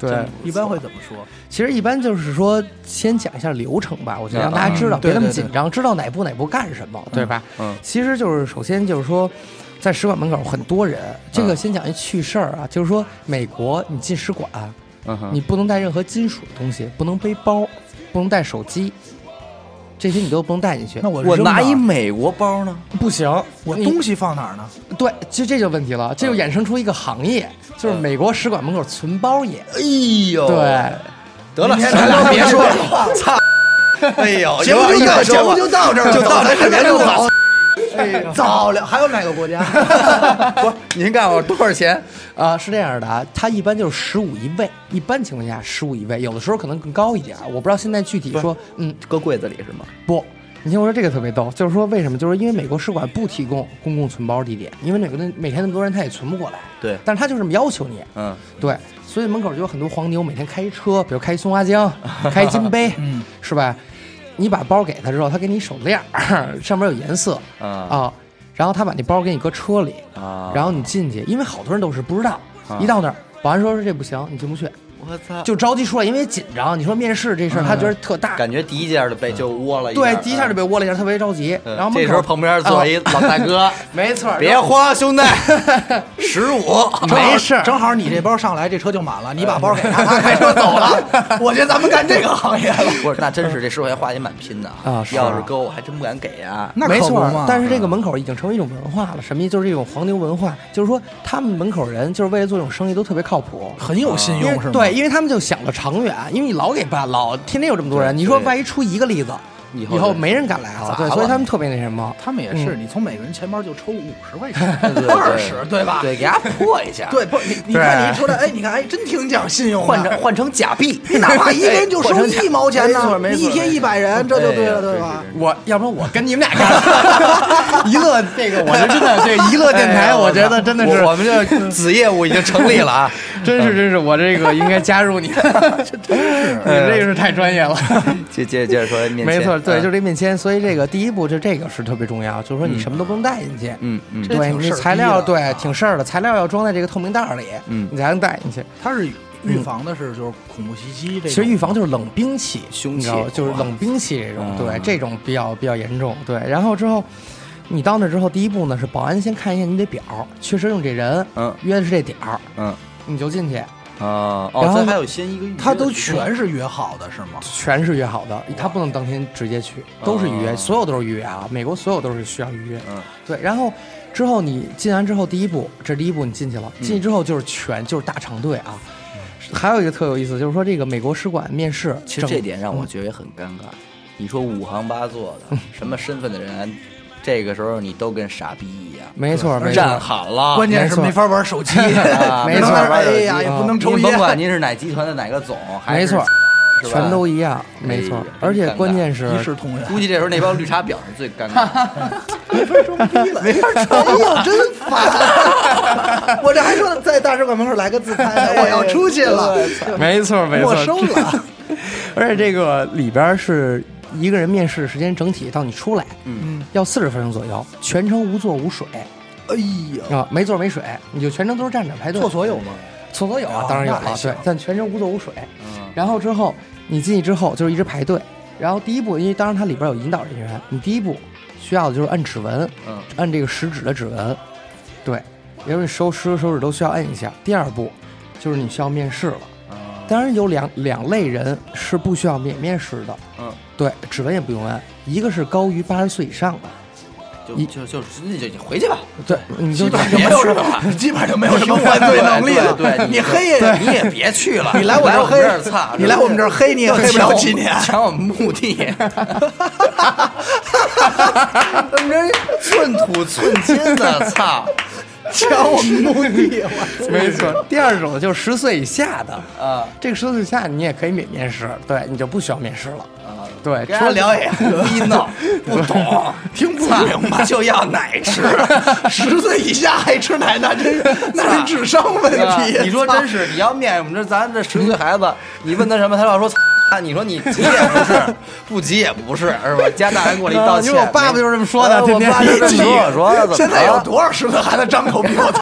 对， 一般会怎么说？ 其实一般就是说，先讲一下流程吧，我觉得让大家知道， 嗯、 别那么对对对紧张，知道哪步哪步干什么，对吧？ 嗯， 其实就是首先就是说，在使馆门口很多人，这个先讲一趣事儿啊，就是说美国你进使馆， 嗯哼， 你不能带任何金属的东西，不能背包，不能带手机。这些你都不能带进去。 那我我拿一一美国包呢？ 不行， 我东西放哪儿呢？ 对，其实这就问题了，这就衍生出一个行业，就是美国使馆门口存包业。 哎呦， 对， 得了， 咱都别说了， 操！哎呦， 节目就到节目就到这儿了， 就到这儿，别录了。 早了，还有哪个国家？ 不是，您告诉我多少钱？ 啊、呃，是这样的啊，它一般就是十五一位，一般情况下十五一位，有的时候可能更高一点，我不知道现在具体说，嗯， 搁柜子里是吗？ 不，你听我说这个特别逗，就是说为什么？就是因为美国使馆不提供公共存包地点，因为美国的每天那么多人，他也存不过来。 对， 但是他就这么要求你。 嗯， 对，所以门口就有很多黄牛，每天开一车，比如开一松花江，开一金杯，嗯，是吧？你把包给他之后，他给你手链，上面有颜色啊、啊，然后他把那包给你搁车里啊，然后你进去，因为好多人都是不知道，啊、一到那儿，保安说是这不行，你进不去。 我操！ 就着急出来，因为紧张。你说面试这事儿，他觉得特大， 感觉第一下就被就窝了一下。 对，第一下就被窝了一下，特别着急。然后这时候旁边坐一老大哥， 没错， 别慌，兄弟，十五， 没事， 正好你这包上来，这车就满了，你把包给他，他开车走了。我觉得咱们干这个行业了。 不是，那真是这师傅还花也蛮拼的啊！要是搁我还真不敢给呀。 那没错，但是这个门口已经成为一种文化了，什么意思？就是这种黄牛文化，就是说他们门口人就是为了做这种生意都特别靠谱， 很有信用，是吗？ 对，因为他们就想了长远，因为你老给办，老天天有这么多人，你说万一出一个例子，以后没人敢来了，对，所以他们特别那什么。 他们也是，你从每个人钱包就抽五十块钱，二十，对吧？ 对，给他破一下。 对，不，你你看你一出来，哎，你看，哎，真挺讲信用， 换成换成假币， 哪怕一个人就收一毛钱呢， 没错， 一天一百人，这就对了，对吧？ 我要不然我跟你们俩干，娱乐这个，我是真的，这娱乐电台，我觉得真的是我们这子业务已经成立了啊， 真是真是，我这个应该加入你，真是，你这个是太专业了。 接接接着说面签， 没错，对，就这面签。所以这个第一步就这个是特别重要，就是说你什么都不能带进去， 嗯嗯， 对，你材料对挺事儿的，材料要装在这个透明袋里，嗯，你才能带进去。 它是预防的是就是恐怖袭击，这其实预防就是冷兵器、 凶器， 就是冷兵器这种，对，这种比较比较严重，对。然后之后你到那之后，第一步呢是保安先看一下你的表，确实用这人，嗯，约的是这点儿，嗯，你就进去。 啊，然后还有先一个预约， 他都全是约好的，是吗？ 全是约好的，他不能当天直接去，都是预约，所有都是预约啊。美国所有都是需要预约，嗯，对。然后之后你进完之后，第一步，这是第一步，你进去了，进去之后就是全就是大长队啊。还有一个特有意思，就是说这个美国使馆面试， 其实这点让我觉得也很尴尬。你说五行八作的，什么身份的人。这个时候你都跟傻逼一样， 没错，没错， 站好了， 关键是没法玩手机， 没错， 哎呀，也不能抽烟， 甭管您是哪集团的哪个总， 没错，全都一样，没错，而且关键是一视同仁。 估计这时候那帮绿茶婊是最尴尬， 没法装逼了，没法装，哎呦，真烦！我这还说在大使馆门口来个自拍，我要出去了， 没错，没错， 没收了。 而且这个里边是。一个人面试时间整体到你出来，嗯，要四十分钟左右，全程无座无水。 哎呀， 啊，没座没水，你就全程都是站着排队。 厕所有吗？ 厕所有啊，当然有了，对，但全程无座无水。嗯，然后之后你进去之后就是一直排队，然后第一步，因为当然它里边有引导人员，你第一步需要的就是按指纹，嗯，按这个食指的指纹，对，也就是你手手手指都需要按一下。第二步就是你需要面试了。当然有两两类人是不需要面面试的，嗯，对，指纹也不用按。一个是高于八十岁以上的， 就就就那就你回去吧。 对，你就基本上没有什么，基本上就没有什么犯罪能力了。 对， 你黑也你也别去了， 你来我这儿黑， 操， 你来我们这儿黑你也黑不了几年， 抢我们墓地，我们这寸土寸金的，操。 抢我们墓地， 没错。第二种就是十岁以下的啊，这个十岁以下你也可以免面试，对，你就不需要面试了啊。对， 跟他聊也逼闹，不懂， 听不明白， 就要奶吃。 十岁以下还吃奶，那真是那是智商问题。 你说真是，你要面我们这咱这十岁孩子，你问他什么，他要说。啊，你说你急也不是，不急也不是，是吧？加大人过来一道歉， 因为我爸爸就是这么说的， 我爸就这么说的，怎么现在有多少十岁孩子张口比我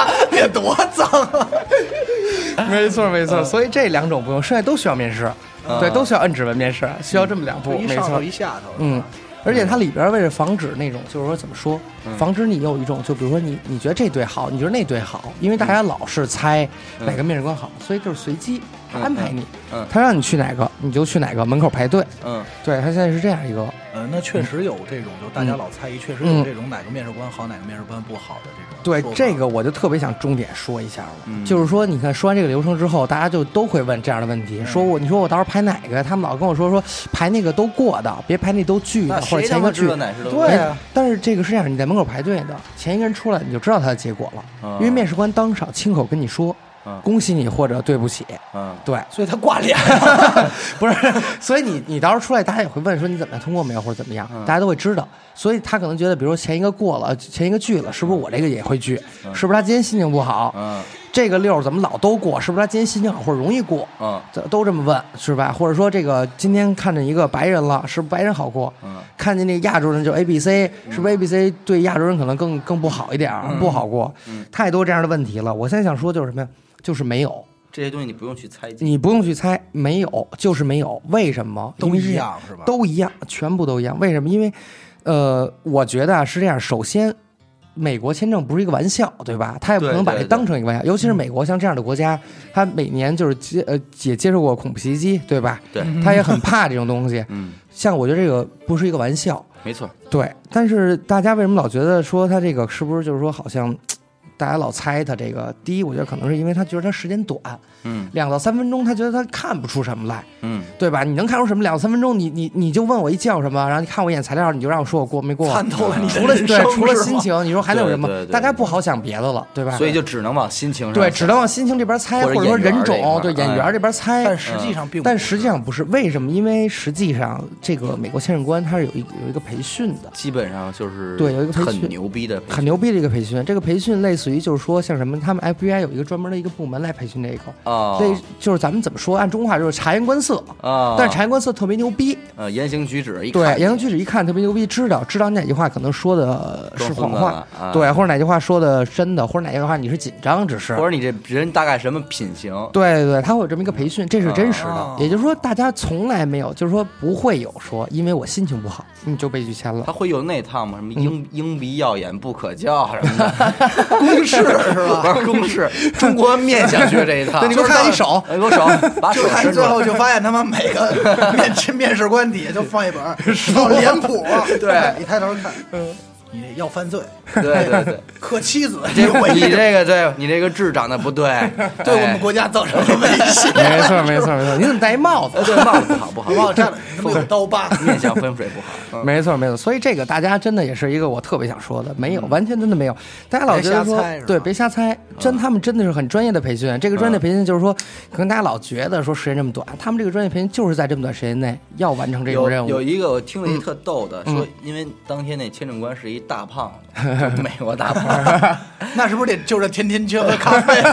得多脏啊！ 没错没错，所以这两种不用，剩下都需要面试，对，都需要摁指纹面试，需要这么两步，没错， 一上头一下头， 嗯。而且它里边为了防止那种，就是说怎么说，防止你有一种，就比如说你你觉得这对好，你觉得那对好，因为大家老是猜哪个面试官好，所以就是随机他安排你，他让你去哪个你就去哪个，门口排队。嗯，对他现在是这样一个。 呃，那确实有这种，就大家老猜疑，确实有这种哪个面试官好，哪个面试官不好的这种。 对，这个我就特别想重点说一下了，就是说，你看说完这个流程之后，大家就都会问这样的问题，说我你说我到时候排哪个？他们老跟我说说排那个都过的，别排那都拒的，或者前一个拒。对啊，但是这个是这样，你在门口排队的，前一个人出来你就知道他的结果了，因为面试官当场亲口跟你说。恭喜你或者对不起，嗯，对， 所以他挂脸， 不是，所以你你到时候出来，大家也会问说你怎么样通过没有或者怎么样，大家都会知道，所以他可能觉得，比如说前一个过了，前一个拒了，是不是我这个也会拒？是不是他今天心情不好？嗯，这个六怎么老都过？是不是他今天心情好或者容易过？嗯，都这么问是吧？或者说这个今天看见一个白人了，是不是白人好过？嗯，看见那个亚洲人就 A B C， 是不是 A B C 对亚洲人可能更更不好一点，不好过？嗯，太多这样的问题了。我现在想说就是什么呀？就是没有这些东西，你不用去猜， 你不用去猜，没有就是没有。为什么？ 都一样是吧？ 都一样，全部都一样。为什么？因为，呃，我觉得啊是这样。首先，美国签证不是一个玩笑，对吧？他也不能把这当成一个玩笑。尤其是美国像这样的国家，他每年就是接呃也接受过恐怖袭击，对吧？ 对， 他也很怕这种东西。嗯，像我觉得这个不是一个玩笑， 没错。 对，但是大家为什么老觉得说他这个是不是就是说好像？大家老猜他这个，第一，我觉得可能是因为他觉得他时间短，嗯，两到三分钟，他觉得他看不出什么来，嗯，对吧？你能看出什么？两到三分钟，你你你就问我一叫什么，然后你看我一眼材料，你就让我说我过没过？ 参透了你除了对，除了心情，你说还能有什么？大家不好想别的了，对吧？ 所以就只能往心情上， 对，只能往心情这边猜，或者说人种，对演员这边猜， 但实际上并， 但实际上不是。为什么？因为实际上这个美国签证官他是有一有一个培训的， 基本上就是对有一个培训很牛逼的， 很牛逼的一个培训。这个培训类似于就是说像什么？他们 F B I 有一个专门的一个部门来培训这个，哦，所以就是咱们怎么说，按中国话就是察言观色啊，哦，但是察言观色特别牛逼， 呃，言行举止一看， 对，言行举止一看特别牛逼，知道知道哪句话可能说的是谎话，啊，对，或者哪句话说的真的，或者哪句话你是紧张，只是， 或者你这人大概什么品行， 对对对，他会有这么一个培训，这是真实的，哦，也就是说大家从来没有，就是说不会有说因为我心情不好你就被拒签了， 他会有那套吗？什么鹰鹰鼻耀眼不可教什么的， 公式是吧？ 不是公式，中国面相学这一套。 对，你给我看你手， 你给我手，把手伸出来。 最后就发现他妈每个面面试官底下就放一本老脸谱，对，一抬头看，嗯，你要犯罪， 对对对， 克妻子， 这你这个对你这个痣长得不对， 对我们国家造成了威胁。 没错没错没错，你怎么戴一帽子？ 对，帽子不好不好， 帽子占了，你有刀疤， 面相风水不好。 没错没错，所以这个大家真的也是一个我特别想说的，没有，完全真的没有。大家老觉得说，对，别瞎猜，真他们真的是很专业的培训。这个专业培训就是说，可能大家老觉得说时间这么短，他们这个专业培训就是在这么短时间内要完成这种任务。 有一个我听了一特逗的，说因为当天那签证官是一大胖子，美国大胖子， 那是不是得就着甜甜圈和咖啡？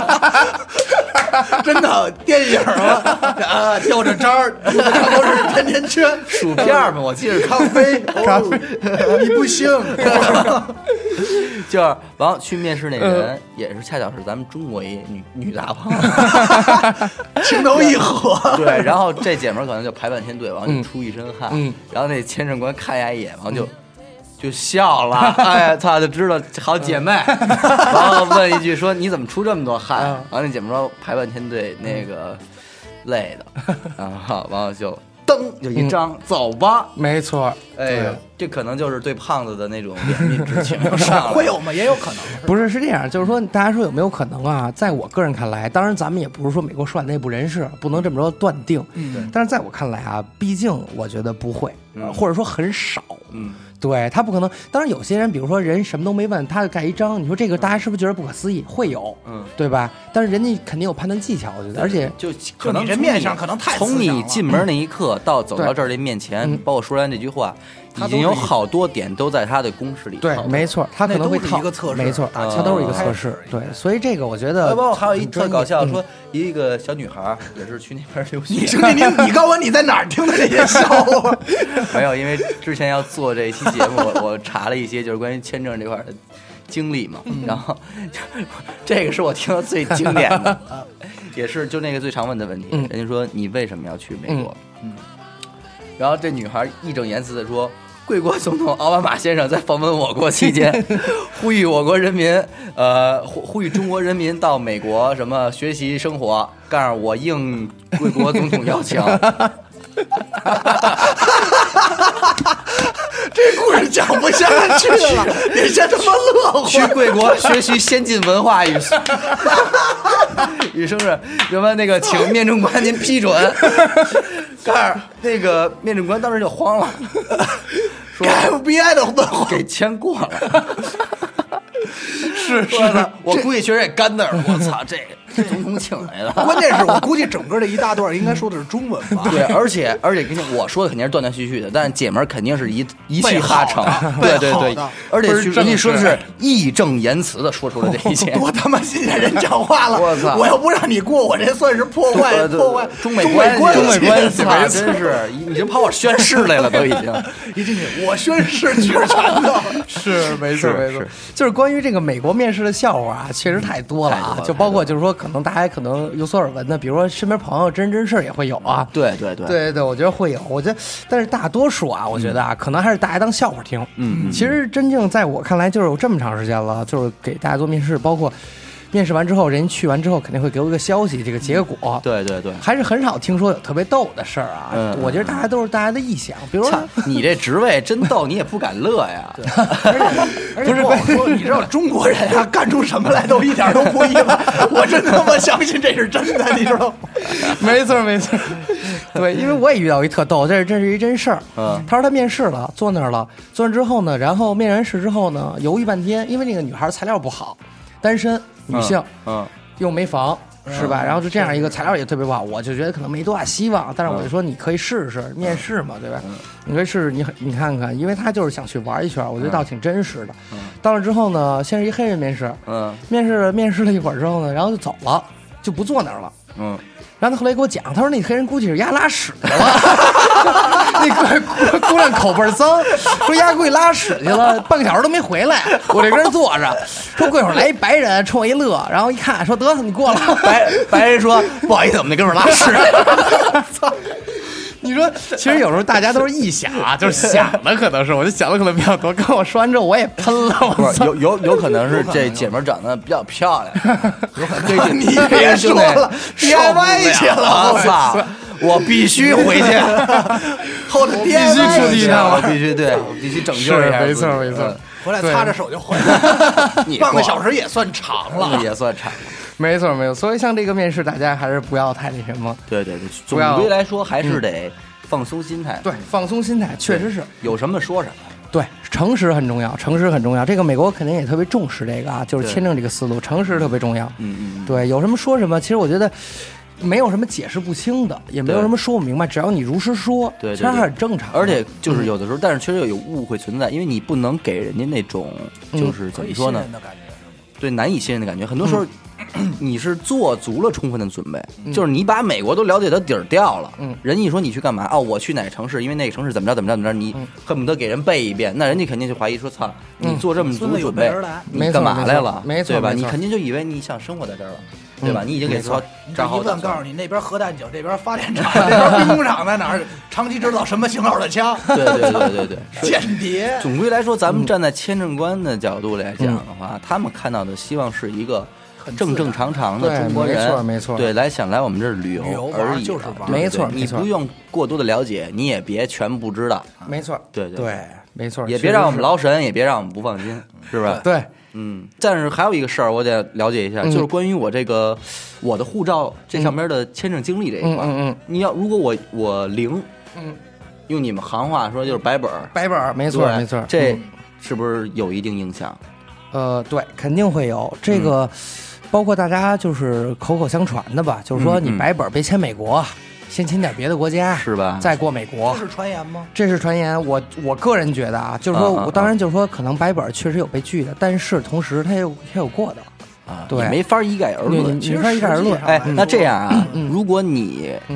真的电影啊啊，吊着渣儿，都是甜甜圈、 薯片嘛，我记得咖啡，咖啡，你不行。 就是完了去面试那人也是恰巧是咱们中国一女女大胖子， 情投意合。 对，然后这姐们可能就排半天队，完了就出一身汗，然后那签证官看一眼，完了就。就笑了，哎，他就知道好姐妹，然后问一句说你怎么出这么多汗？然后那姐妹说排半天队那个累的，然后完了就噔就一张、嗯、走吧， 没错， 哎，这可能就是对胖子的那种怜悯之情上了， 会有吗？也有可能， 不是是这样，就是说大家说有没有可能啊？在我个人看来，当然咱们也不是说美国说内部人士，不能这么说断定，嗯，但是在我看来啊，毕竟我觉得不会，嗯、或者说很少，嗯。对他不可能，当然有些人，比如说人什么都没问，他就盖一章，你说这个大家是不是觉得不可思议？会有，嗯，对吧？但是人家肯定有判断技巧，我觉得，而且就可能这面上可能太从你进门那一刻到走到这儿这面前，嗯、包括说完这句话。已经有好多点都在他的公式里。 对，没错，他可能会套一个测试， 没错，啊，他都是一个测试。对，所以这个我觉得， 包括还有一特搞笑，说一个小女孩也是去那边留学。 你兄弟，你你告诉我你在哪儿听的这些笑话？ 没有，因为之前要做这一期节目，我我查了一些就是关于签证这块的。 经历嘛，然后这个是我听到最经典的，也是就那个最常问的问题。 嗯、 人家说你为什么要去美国？嗯，然后这女孩义正言辞的说。贵国总统奥巴马先生在访问我国期间，呼吁我国人民，呃，呼呼吁中国人民到美国什么学习生活，告诉我应贵国总统邀请。 这故事讲不下去了，你先他妈乐去贵国学习先进文化与与生日，什么那个，请面政官您批准。告诉那个面政官当时就慌了，说 F B I 的问话给签过了。 是是， 我估计确实也干那儿。我操，这这总统请来了。 关键是我估计整个这一大段应该说的是中文吧？ 对，而且而且跟你我说的肯定是断断续续的，但是姐们儿肯定是一一气哈成。对对对，而且人家说的是义正言辞的说出了这一切。 多他妈新鲜人讲话了！ 我操！ 我要不让你过，我这算是破坏破坏中美关系， 中美关系，真是已经跑我宣誓来了，都已经。 一进去，我宣誓举着拳头。 是没错没错，就是关于这个美国面试的笑话啊，确实太多了啊，就包括就是说，可能大家可能有所耳闻的，比如说身边朋友真人真事也会有啊。 对对对对对，我觉得会有。我觉得，但是大多数啊，我觉得啊，可能还是大家当笑话听。 嗯， 其实真正在我看来，就是有这么长时间了，就是给大家做面试，包括。面试完之后，人去完之后肯定会给我一个消息，这个结果。 对对对， 还是很少听说有特别逗的事儿啊。 嗯， 我觉得大家都是大家的臆想，比如说你这职位真逗，你也不敢乐呀。 对，而且不是说，你知道中国人啊，干出什么来都一点都不意外。我真他妈相信这是真的，你知道吗？ 没错没错。对，因为我也遇到一特逗，这是这是一真事儿。 嗯， 他说他面试了，坐那儿了，坐那之后呢，然后面完试之后呢，犹豫半天，因为那个女孩材料不好，单身女性， 嗯。嗯又没房是吧？然后就这样一个材料也特别不好，我就觉得可能没多大希望。但是我就说你可以试试面试嘛，对吧？你可以试试，你你看看，因为他就是想去玩一圈，我觉得倒挺真实的。到了之后呢，先是一黑人面试，嗯，面试面试了一会儿之后呢，然后就走了，就不坐那儿了，嗯。然后他后来给我讲，他说那黑人估计是丫拉屎去了，那姑姑娘口倍儿脏，说丫估计拉屎去了，半个小时都没回来。我这跟坐着，说过一会儿来一白人冲我一乐，然后一看说得你过了。 白白人说不好意思，我们那哥们儿拉屎。 操！你说，其实有时候大家都是臆想啊，就是想的，可能是，我就想的可能比较多。跟我说完之后，我也喷了。我有有有可能是这姐们长得比较漂亮， 有可能。你别说了 ，D I Y 去了， 我操！我必须回去， 后头必须出去一趟， 我必须对，我必须拯救一下。 没错没错， 回来擦着手就回来，半个小时也算长了， 也算长了。 没错没错，所以像这个面试，大家还是不要太那什么。 对对对，总归来说还是得放松心态。 对，放松心态确实是有什么说什么。 对，诚实很重要，诚实很重要。这个美国肯定也特别重视这个啊，就是签证这个思路，诚实特别重要。 嗯嗯。 对，有什么说什么。其实我觉得没有什么解释不清的，也没有什么说不明白，只要你如实说， 对， 其实还是正常。 而且就是有的时候，但是确实有误会存在，因为你不能给人家那种就是怎么说呢？对，难以信任的感觉。很多时候。你是做足了充分的准备，嗯、就是你把美国都了解到底儿掉了。嗯，人一说你去干嘛？哦，我去哪个城市？因为那个城市怎么着怎么着怎么着，你恨不得给人背一遍，那人家肯定就怀疑说：“操，你做这么足准备，你干嘛来了？ 没错， 对吧？你肯定就以为你想生活在这儿了，对吧？你已经给操账号。 一问告诉你那边核弹井，这边发电厂，这边兵工厂在哪儿？长期制造什么型号的枪？ 对对对对对， 间谍。 总归来说，咱们站在签证官的角度来讲的话，他们看到的希望是一个。正正常常的中国人， 没错没错， 对，来想来我们这儿旅游而已， 就是玩， 没错， 你不用过多的了解，你也别全部知道， 没错， 对对对，没错， 也别让我们劳神，也别让我们不放心，是吧？ 对， 嗯。但是还有一个事儿，我得了解一下，就是关于我这个我的护照这上面的签证经历这一块， 嗯嗯， 你要如果我我零，嗯，用你们行话说就是白本儿， 白本儿，没错没错， 这是不是有一定影响？ 呃，对，肯定会有这个。包括大家就是口口相传的吧，就是说你白本别签美国，嗯、先签点别的国家， 是吧？ 再过美国， 这是传言吗？ 这是传言。我我个人觉得啊，就是说我当然就是说，可能白本确实有被拒的，但是同时他有他有过的啊，对， 没法一概而论， 没法一概而论。 哎，那这样啊，如果你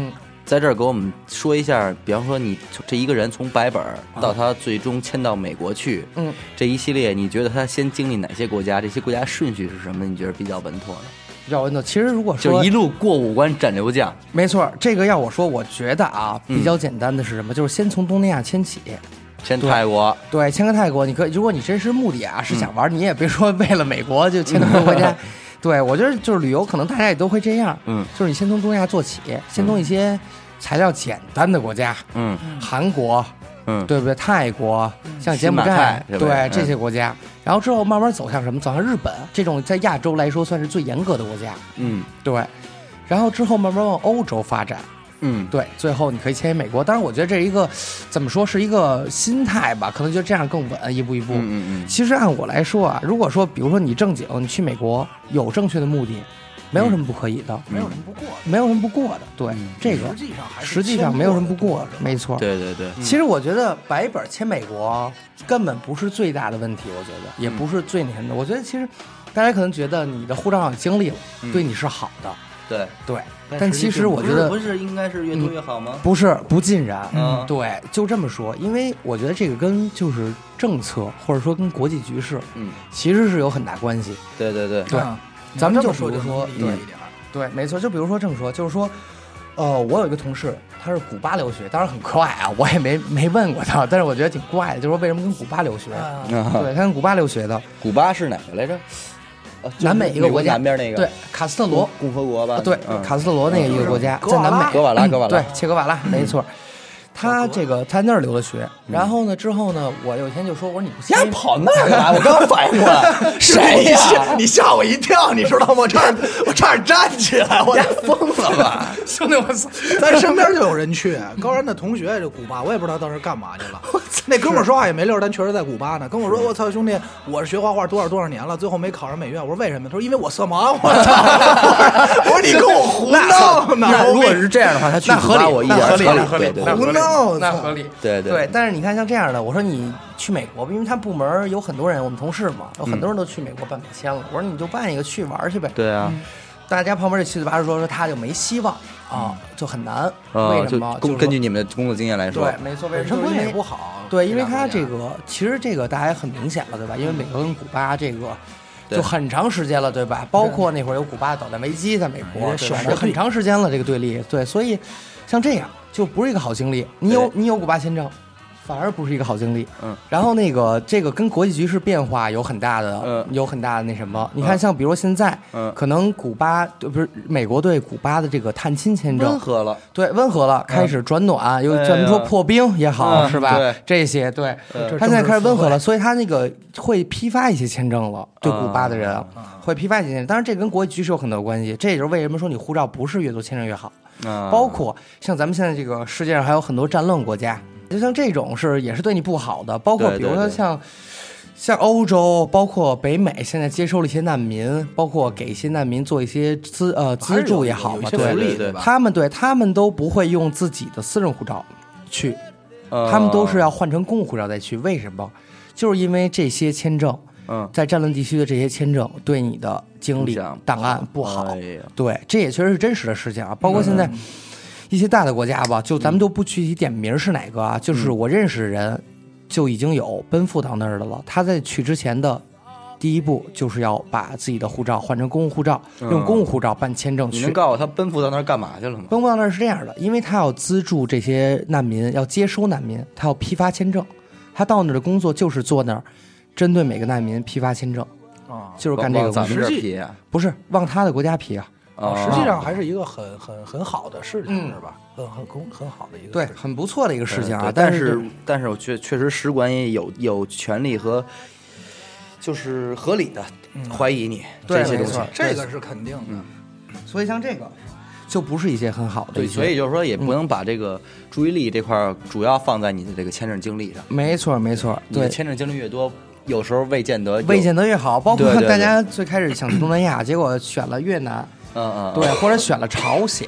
在这儿给我们说一下，比方说你这一个人从白本到他最终迁到美国去， 嗯， 这一系列你觉得他先经历哪些国家？这些国家顺序是什么？你觉得比较稳妥的？ 比较稳妥。其实如果说就一路过五关斩六将， 没错，这个要我说，我觉得啊，比较简单的是什么？嗯、就是先从东南亚迁起。 迁泰国， 对，迁个泰国，你可以，如果你真实目的啊是想玩，嗯、你也别说为了美国就迁到国家。对，我觉得就是旅游，可能大家也都会这样，嗯，就是你先从东南亚做起，先从一些材料简单的国家，嗯，韩国，嗯，对不对？泰国，像柬埔寨，对、嗯、这些国家，然后之后慢慢走向什么？走向日本这种在亚洲来说算是最严格的国家，嗯，对，然后之后慢慢往欧洲发展。嗯，对，最后你可以迁回美国。当然，我觉得这是一个怎么说，是一个心态吧，可能就这样更稳，一步一步。嗯嗯嗯。其实按我来说啊，如果说，比如说你正经你去美国有正确的目的，没有什么不可以的， 嗯、没有什么不过的， 没有什么不过的。对，嗯、这个实际上还是实际上没有什么不过的，没错。 对对对。 其实我觉得白本迁美国根本不是最大的问题，我觉得也不是最那什么的。我觉得其实大家可能觉得你的护照上有经历了，嗯、对你是好的。 对对。但其实我觉得不是应该是越多越好吗？ 嗯、不是，不尽然。嗯，对，就这么说。因为我觉得这个跟就是政策，或者说跟国际局势，嗯，其实是有很大关系。 对对对对， 嗯、 咱们就比如说， 对对，没错，就比如说这么说，就是说，呃，我有一个同事，他是古巴留学，当然很怪啊，我也没没问过他，但是我觉得挺怪的，就是说为什么跟古巴留学？嗯、对，他跟古巴留学的。 古巴是哪个来着？ 南美一个国家， 南边那个对卡斯特罗共和国吧， 对， 嗯、 卡斯特罗那个一个国家，在南美， 格瓦拉，格瓦拉， 对，切格瓦拉，没错。他这个他那儿留的学，然后呢，之后呢，我有一天就说，我说你不先跑那干嘛？我刚反应过来，谁呀？ 你吓我一跳，你知道吗？差点我差点站起来，我疯了吧？ 兄弟，我操！ 咱身边就有人去，高然的同学这古巴，我也不知道当时干嘛去了。那哥们儿说话也没溜，但确实在古巴呢。跟我说，我操，兄弟，我是学画画多少多少年了，最后没考上美院。我说为什么？他说因为我色盲。我操！我说你跟我胡闹呢？ 那如果是这样的话，他去古巴我一点合理， 合理，对对， 胡闹，那合理。 对对对，但是你看像这样的，我说你去美国，因为他部门有很多人，我们同事嘛，有很多人都去美国办美签了。我说你就办一个去玩去呗。 对啊， 大家旁边这七嘴八舌说说他就没希望啊，就很难。为什么？ 根据你们的工作经验来说， 对，没错，为什么？ 因为不好。 对，因为他这个其实这个大家很明显了，对吧？因为美国跟古巴这个。就很长时间了，对吧？包括那会儿有古巴导弹危机在美国，对吧？很长时间了，这个对立，对，所以像这样就不是一个好经历。你有你有古巴签证，反而不是一个好经历。嗯。然后那个这个跟国际局势变化有很大的，嗯，有很大的那什么？你看，像比如说现在，嗯，可能古巴不是美国对古巴的这个探亲签证温和了， 对，温和了，开始转暖，有咱们说破冰也好，是吧？对，这些对，他现在开始温和了，所以他那个会批发一些签证了，对古巴的人会批发一些签证。当然，这跟国际局势有很多关系，这也就是为什么说你护照不是越多签证越好。包括像咱们现在这个世界上还有很多战乱国家。就像这种是也是对你不好的，包括比如说像像欧洲，包括北美，现在接收了一些难民，包括给一些难民做一些资呃资助也好嘛， 对对对， 他们对他们都不会用自己的私人护照去，他们都是要换成公务护照再去。为什么？就是因为这些签证，嗯，在战乱地区的这些签证对你的经历档案不好，对，这也确实是真实的事情啊，包括现在。一些大的国家吧，就咱们都不具体点名是哪个啊，就是我认识的人就已经有奔赴到那儿的了。他在去之前的第一步就是要把自己的护照换成公务护照，用公务护照办签证去。 你能告诉我他奔赴到那儿干嘛去了吗？ 奔赴到那儿是这样的，因为他要资助这些难民，要接收难民，他要批发签证。他到那儿的工作就是坐那儿，针对每个难民批发签证，啊，就是干这个工作。不是往他的国家批啊。 啊，实际上还是一个很很很好的事情，是吧？很很很很好的一个对，很不错的一个事情啊。 但是但是我确确实使馆也有有权利和就是合理的怀疑你这些东西， 这个是肯定的。 嗯，所以像这个就不是一些很好的。 对，所以就是说也不能把这个注意力这块主要放在你的这个签证经历上。 没错没错，对， 签证经历越多。有时候未见得未见得越好，包括大家最开始想去东南亚，结果选了越南。 嗯嗯， 对，或者选了朝鲜，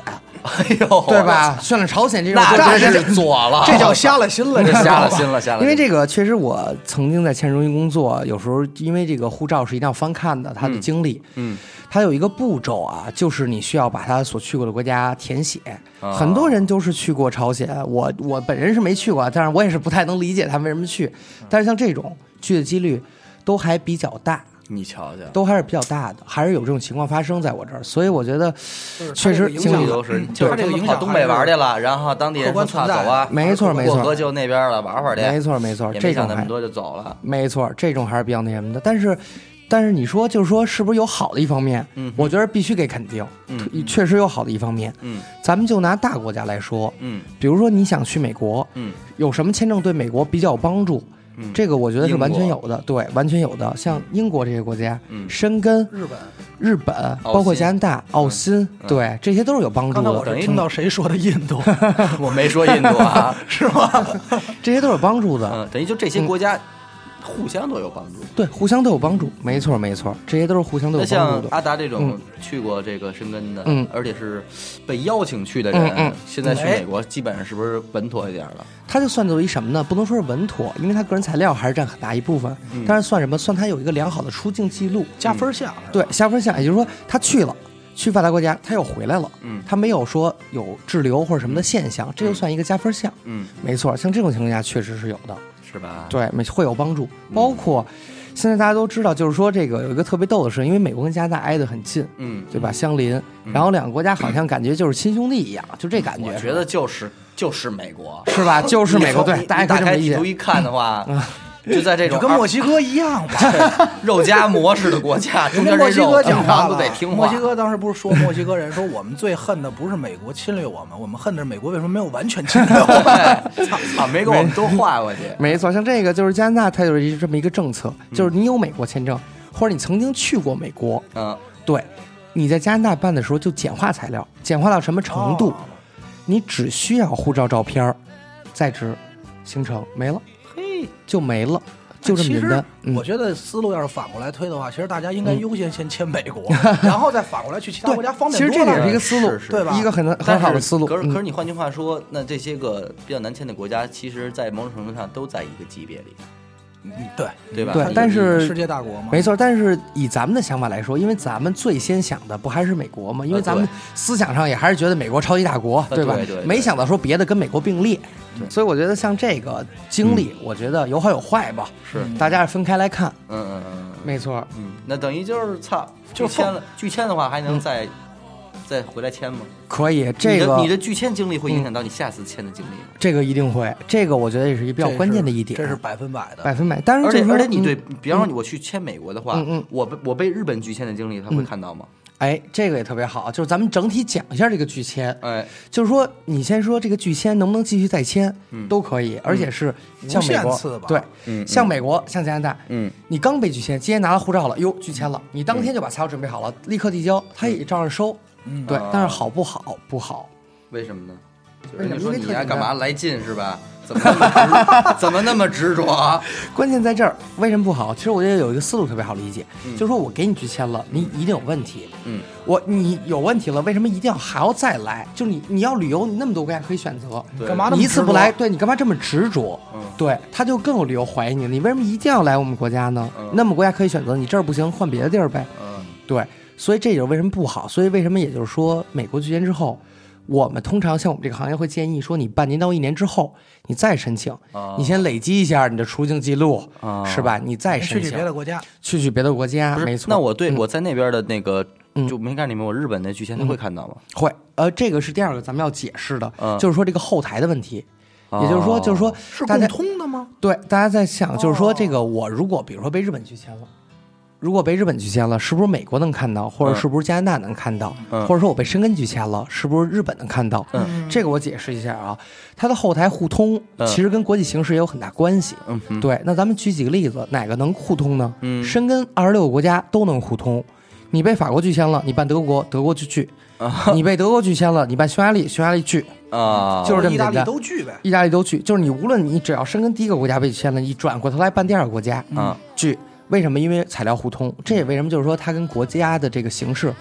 哎呦， 对吧？训了朝鲜这种那就真是左了， 这叫瞎了心了， 这知道吧瞎了心了，瞎了心了。 因为这个确实，我曾经在签证中心工作，有时候因为这个护照是一定要翻看的，它的经历， 嗯， 它有一个步骤啊，就是你需要把它所去过的国家填写。 哦很多人都是去过朝鲜，我我本人是没去过，但是我也是不太能理解他们为什么去。但是像这种去的几率都还比较大。 你瞧瞧， 都还是比较大的，还是有这种情况发生在我这儿，所以我觉得确实影响经历都是嗯就是它这个影响跑东北玩去了，然后当地人说客观存在走啊， 没错没错过河就那边了，玩玩去， 没错没错， 也这种还没想那么多就走了。 没错，这种还是比较那什么的。但是，但是你说就是说是不是有好的一方面？ 嗯， 我觉得必须给肯定， 嗯， 确实有好的一方面。 嗯， 咱们就拿大国家来说， 嗯， 比如说你想去美国， 嗯， 有什么签证对美国比较有帮助？ 嗯这个我觉得是完全有的，对，完全有的。像英国这些国家， 嗯申根、 日本。 日本， 澳包括新加拿大、澳新， 嗯对，这些都是有帮助刚才我的。 是听到谁说的印度， 我没说印度啊， 是吗？ 这些都是有帮助的， 嗯，等于就这些国家互相都有帮助。 对，互相都有帮助，没错没错，这些都是互相都那有帮助的。 像阿达这种嗯去过这个申根的， 嗯而且是被邀请去的嗯人嗯， 现在去美国基本上是不是稳妥一点了？ 他就算作为什么呢？不能说是稳妥，因为他个人材料还是占很大一部分。 嗯但是算什么？算他有一个良好的出境记录， 加分项。 对，加分项，也就是说他去了，去发达国家，他又回来了， 嗯他没有说有滞留或者什么的现象，这就算一个加分项。 嗯， 没错，像这种情况下确实是有的， 是吧？ 对，没会有帮助。包括现在大家都知道，就是说这个有一个特别逗的是，因为美国跟加拿大挨得很近， 嗯， 对吧？相邻，然后两个国家好像感觉就是亲兄弟一样，就这感觉。 我觉得就是就是美国， 是吧？就是美国，对你， 大家可以打这么理解。 开地图一看的话，就在这种就跟墨西哥一样吧。 肉夹馍式的国家，中间这人家墨西肉哥讲话平常都了得听话。 墨西哥当时不是说墨西哥人说我们最恨的不是美国侵略我们，我们恨的是美国为什么没有完全侵略我们。 操操，没给我们都划过去。 没错，像这个就是加拿大，它就是这么一个政策，就是你有美国签证，或者你曾经去过美国， 嗯， 对，你在加拿大办的时候就简化材料，简化到什么程度？ 哦你只需要护照照片儿，在职，行程没了， 嘿， 就没了，就这么简单。 其实我觉得思路要是反过来推的话，其实大家应该优先先签美国，然后再反过来去其他国家方便多了。 其实这也是一个思路， 是是对吧？ 一个很很但是好的思路。 可是可是嗯你换句话说，那这些个比较难签的国家，其实，在某种程度上都在一个级别里， 嗯对对吧？ 对它但是世界大国嘛， 没错，但是以咱们的想法来说，因为咱们最先想的不还是美国吗？因为咱们思想上也还是觉得美国超级大国，吧？ 对对对没想到说别的跟美国并列， 对所以我觉得像这个经历，我觉得有好有坏吧， 是， 大家分开来看。 嗯嗯嗯没错， 嗯，那等于就是操， 就拒签了，拒签的话还能再再回来签吗？ 可以，这你的个你的拒签经历会影响到你下次签的经历吗？ 这个一定会，这个我觉得也是一个比较关键的一点， 这是百分百的。 百分百。但是而且就是说而且你对嗯， 比方说你我去签美国的话嗯嗯， 我被我被日本拒签的经历，他会看到吗？ 哎，这个也特别好，就是咱们整体讲一下这个拒签， 哎， 就是说你先说这个拒签能不能继续再签， 嗯都可以，而且是像美国无限次吧对， 嗯像美国像加拿大， 嗯， 你刚被拒签，今天拿到护照了，哟，拒签了，你当天就把材料准备好了，立刻递交，他也照样收， 嗯对啊， 但是好不好？不好， 为什么呢？ 为什么人家说你呀因为特简单干嘛来劲是吧？怎么那么执怎么那么执着啊？ 关键在这儿，为什么不好？其实我觉得有一个思路特别好理解， 嗯就是说我给你拒签了，你一定有问题， 嗯， 我你有问题了，为什么一定要还要再来？就是你你要旅游，你那么多国家可以选择， 对干嘛那么你一次执着不来，对你干嘛这么执着？ 嗯对，他就更有理由怀疑你，你为什么一定要来我们国家呢？ 嗯那么国家可以选择，你这儿不行，换别的地儿呗。 嗯对，所以这就是为什么不好。所以为什么也就是说，美国拒签之后，我们通常像我们这个行业会建议说，你半年到一年之后，你再申请， 啊你先累积一下你的出境记录， 啊是吧？你再申去请去别的国家， 去去别的国家， 不是没错。 那我对嗯我在那边的那个嗯就没看你们我日本的拒签，他会看到吗？ 会，呃，这个是第二个咱们要解释的， 嗯就是说这个后台的问题。也就是说，就是说， 是共大家通的吗？ 对大家在想，就是说， 哦这个我如果比如说被日本拒签了，如果被日本拒签了，是不是美国能看到，或者嗯是不是加拿大能看到， 嗯或者说我被申根拒签了，是不是日本能看到？ 嗯这个我解释一下啊，它的后台互通嗯其实跟国际形势也有很大关系。 嗯哼， 对，那咱们举几个例子，哪个能互通呢？ 嗯申根二十六个国家都能互通。你被法国拒签了，你办德国，德国就拒；你被德国拒签了，你办匈牙利，匈牙利拒。 啊， 就是这么意大利简单都拒呗。 意大利都拒，就是你无论你只要申根第一个国家被拒签了，你转过头来办第二个国家， 嗯拒。为什么？因为材料互通，这也为什么就是说它跟国家的这个形势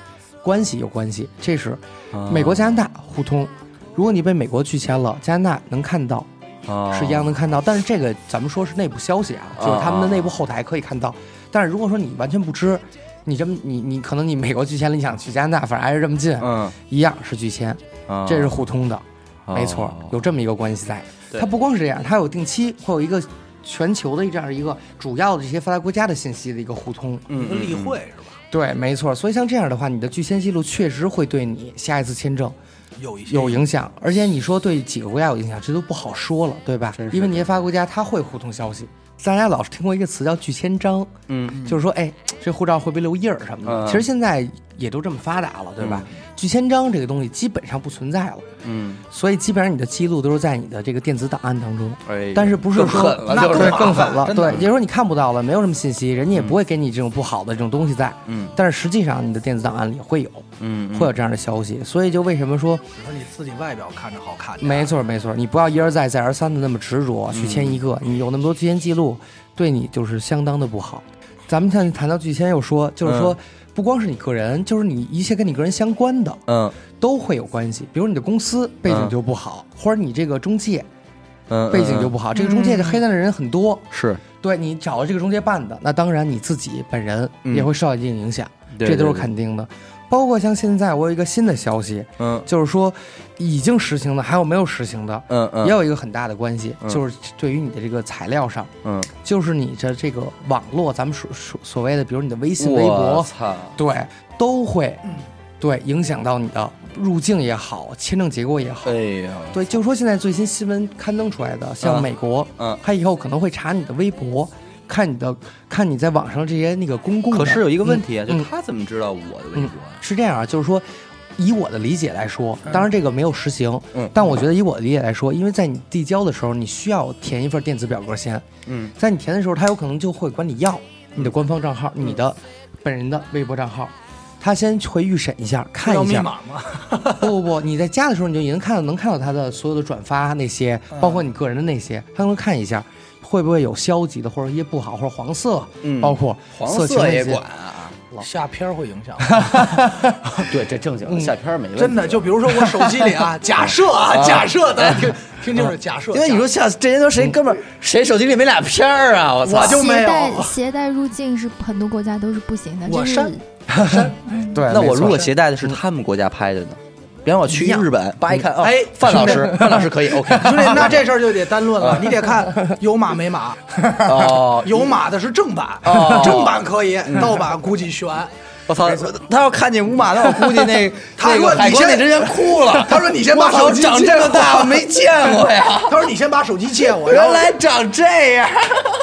关系有关系，这是美国加拿大互通。如果你被美国拒签了，加拿大能看到，是一样能看到。但是这个咱们说是内部消息啊，就是他们的内部后台可以看到。但是如果说你完全不知，你这么你你可能你美国拒签了，你想去加拿大，反正挨着这么近，嗯，一样是拒签，这是互通的，没错，有这么一个关系在。它不光是这样，它有定期会有一个全球的这样一个主要的这些发达国家的信息的一个互通， 一个例会是吧？ 对，没错。所以像这样的话，你的拒签记录确实会对你下一次签证有一些有影响，而且你说对几个国家有影响，这都不好说了，对吧？因为你些发达国家它会互通消息。大家老是听过一个词叫拒签章，嗯，就是说，哎，这护照会不会留印儿什么的？嗯、其实现在也都这么发达了，对吧？嗯、拒签章这个东西基本上不存在了，嗯，所以基本上你的记录都是在你的这个电子档案当中，哎，但是不是说更狠了，就是对更狠了，对，也就是说你看不到了，没有什么信息，人家也不会给你这种不好的这种东西在，嗯，但是实际上你的电子档案里会有，嗯，会有这样的消息，所以就为什么说， 只是你自己外表看着好看， 没错没错，你不要一而再再而三的那么执着去签一个，嗯、你有那么多拒签记录。对你就是相当的不好。咱们现在谈到拒签，又说就是说，不光是你个人，就是你一切跟你个人相关的，嗯，都会有关系。比如你的公司背景就不好，嗯、或者你这个中介，嗯，背景就不好。嗯、这个中介的黑单的人很多，是对你找了这个中介办的，那当然你自己本人也会受到一定影响，嗯、这都是肯定的。包括像现在我有一个新的消息，嗯，就是说已经实行的还有没有实行的，嗯嗯，也有一个很大的关系，嗯、就是对于你的这个材料上，嗯，就是你的这个网络，咱们所所所谓的，比如你的微信、微博，对，都会，对影响到你的入境也好，签证结果也好，哎呀，对，就说现在最新新闻刊登出来的，像美国，嗯，他以后可能会查你的微博。看你的，看你在网上这些那个公共的， 可是有一个问题啊，嗯、就他怎么知道我的微博、 嗯？是这样啊，就是说，以我的理解来说，当然这个没有实行，嗯，但我觉得以我的理解来说，因为在你递交的时候，你需要填一份电子表格先，嗯，在你填的时候，他有可能就会管你要你的官方账号、嗯、你的本人的微博账号，他先会预审一下，看一下。 要密码吗？ 不不不，你在加的时候你就已经看到，能看到他的所有的转发那些，包括你个人的那些，他能看一下。会不会有消极的，或者一些不好，或者黄色，嗯、包括色情也管啊， 下片会影响。 对，这正经的、嗯、下片没问题。 真的，就比如说我手机里啊，假设啊，假设大家听听清楚，假设。 因为你说像这些都谁哥们儿，谁手机里没俩片儿啊？我操， 我就没有。 携带携带入境是很多国家都是不行的。 我删删。对， 那我如果携带的是他们国家拍的呢？比方我去日本，叭一看，哦，哎，范老师，范老师可以 ，OK。 兄弟，那这事儿就得单论了，你得看有码没码。哦，有码的是正版，正版可以，盗版估计悬。 我操，他要看见无码，那我估计那他说你先直接哭了。 他说你先把手机长这么大，我没见过呀。 他说你先把手机借我， 原来长这样。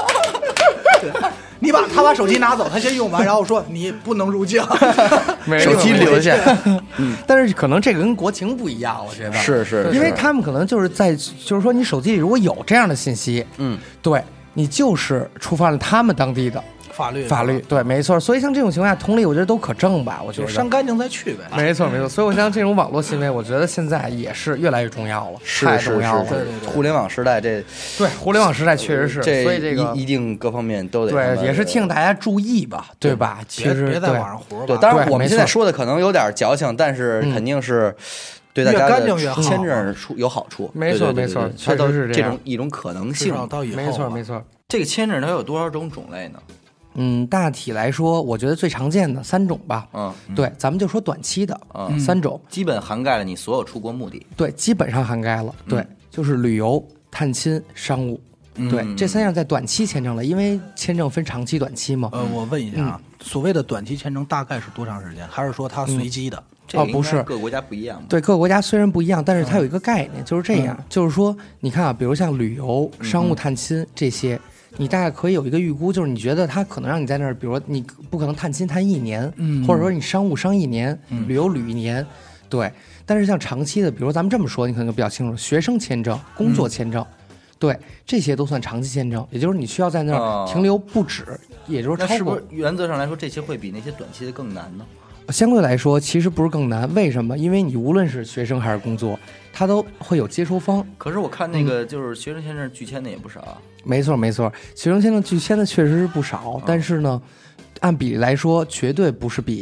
你把他把手机拿走，他先用完，然后说你不能入境， 手机留下。 嗯，但是可能这个跟国情不一样，我觉得是是， 因为他们可能就是在，就是说你手机里如果有这样的信息，嗯，对你就是触犯了他们当地的法律， 法律对，没错。所以像这种情况下，同理，我觉得都可证吧。我觉得删干净再去呗。 没错没错。所以我像这种网络行为，我觉得现在也是越来越重要了， 是太重要了。 是是是，互联网时代这对互联网时代确实是， 这所以这个一定各方面都得对，也是提醒大家注意吧，对吧？其实别在网上胡说。 对，当然我们现在说的可能有点矫情，但是肯定是对大家的签证出有好处。 没错没错，确实是这种一种可能性。 没错没错。 这个签证它有多少种种类呢？ 嗯，大体来说，我觉得最常见的三种吧。嗯，对，咱们就说短期的，嗯，三种， 基本涵盖了你所有出国目的。 对，基本上涵盖了。对，就是旅游、探亲、商务。对，这三样在短期签证了，因为签证分长期、短期嘛。 呃，我问一下啊，所谓的短期签证大概是多长时间？还是说它随机的？ 哦，不是， 各个国家不一样。 对，各个国家虽然不一样，但是它有一个概念，就是这样，就是说，你看啊，比如像旅游、商务、探亲这些。你大概可以有一个预估，就是你觉得他可能让你在那儿，比如说你不可能探亲探一年，嗯，或者说你商务商一年，嗯，旅游旅一年，对。但是像长期的，比如咱们这么说，你可能就比较清楚，学生签证、工作签证，嗯、对，这些都算长期签证，也就是你需要在那儿停留不止，哦、也就是超过。 是不是原则上来说，这些会比那些短期的更难呢？ 相对来说，其实不是更难，为什么？因为你无论是学生还是工作，他都会有接收方。 可是我看那个就是学生签证拒签的也不少啊。 没错没错，学生签证拒签的确实是不少，嗯、但是呢，按比例来说，绝对不是比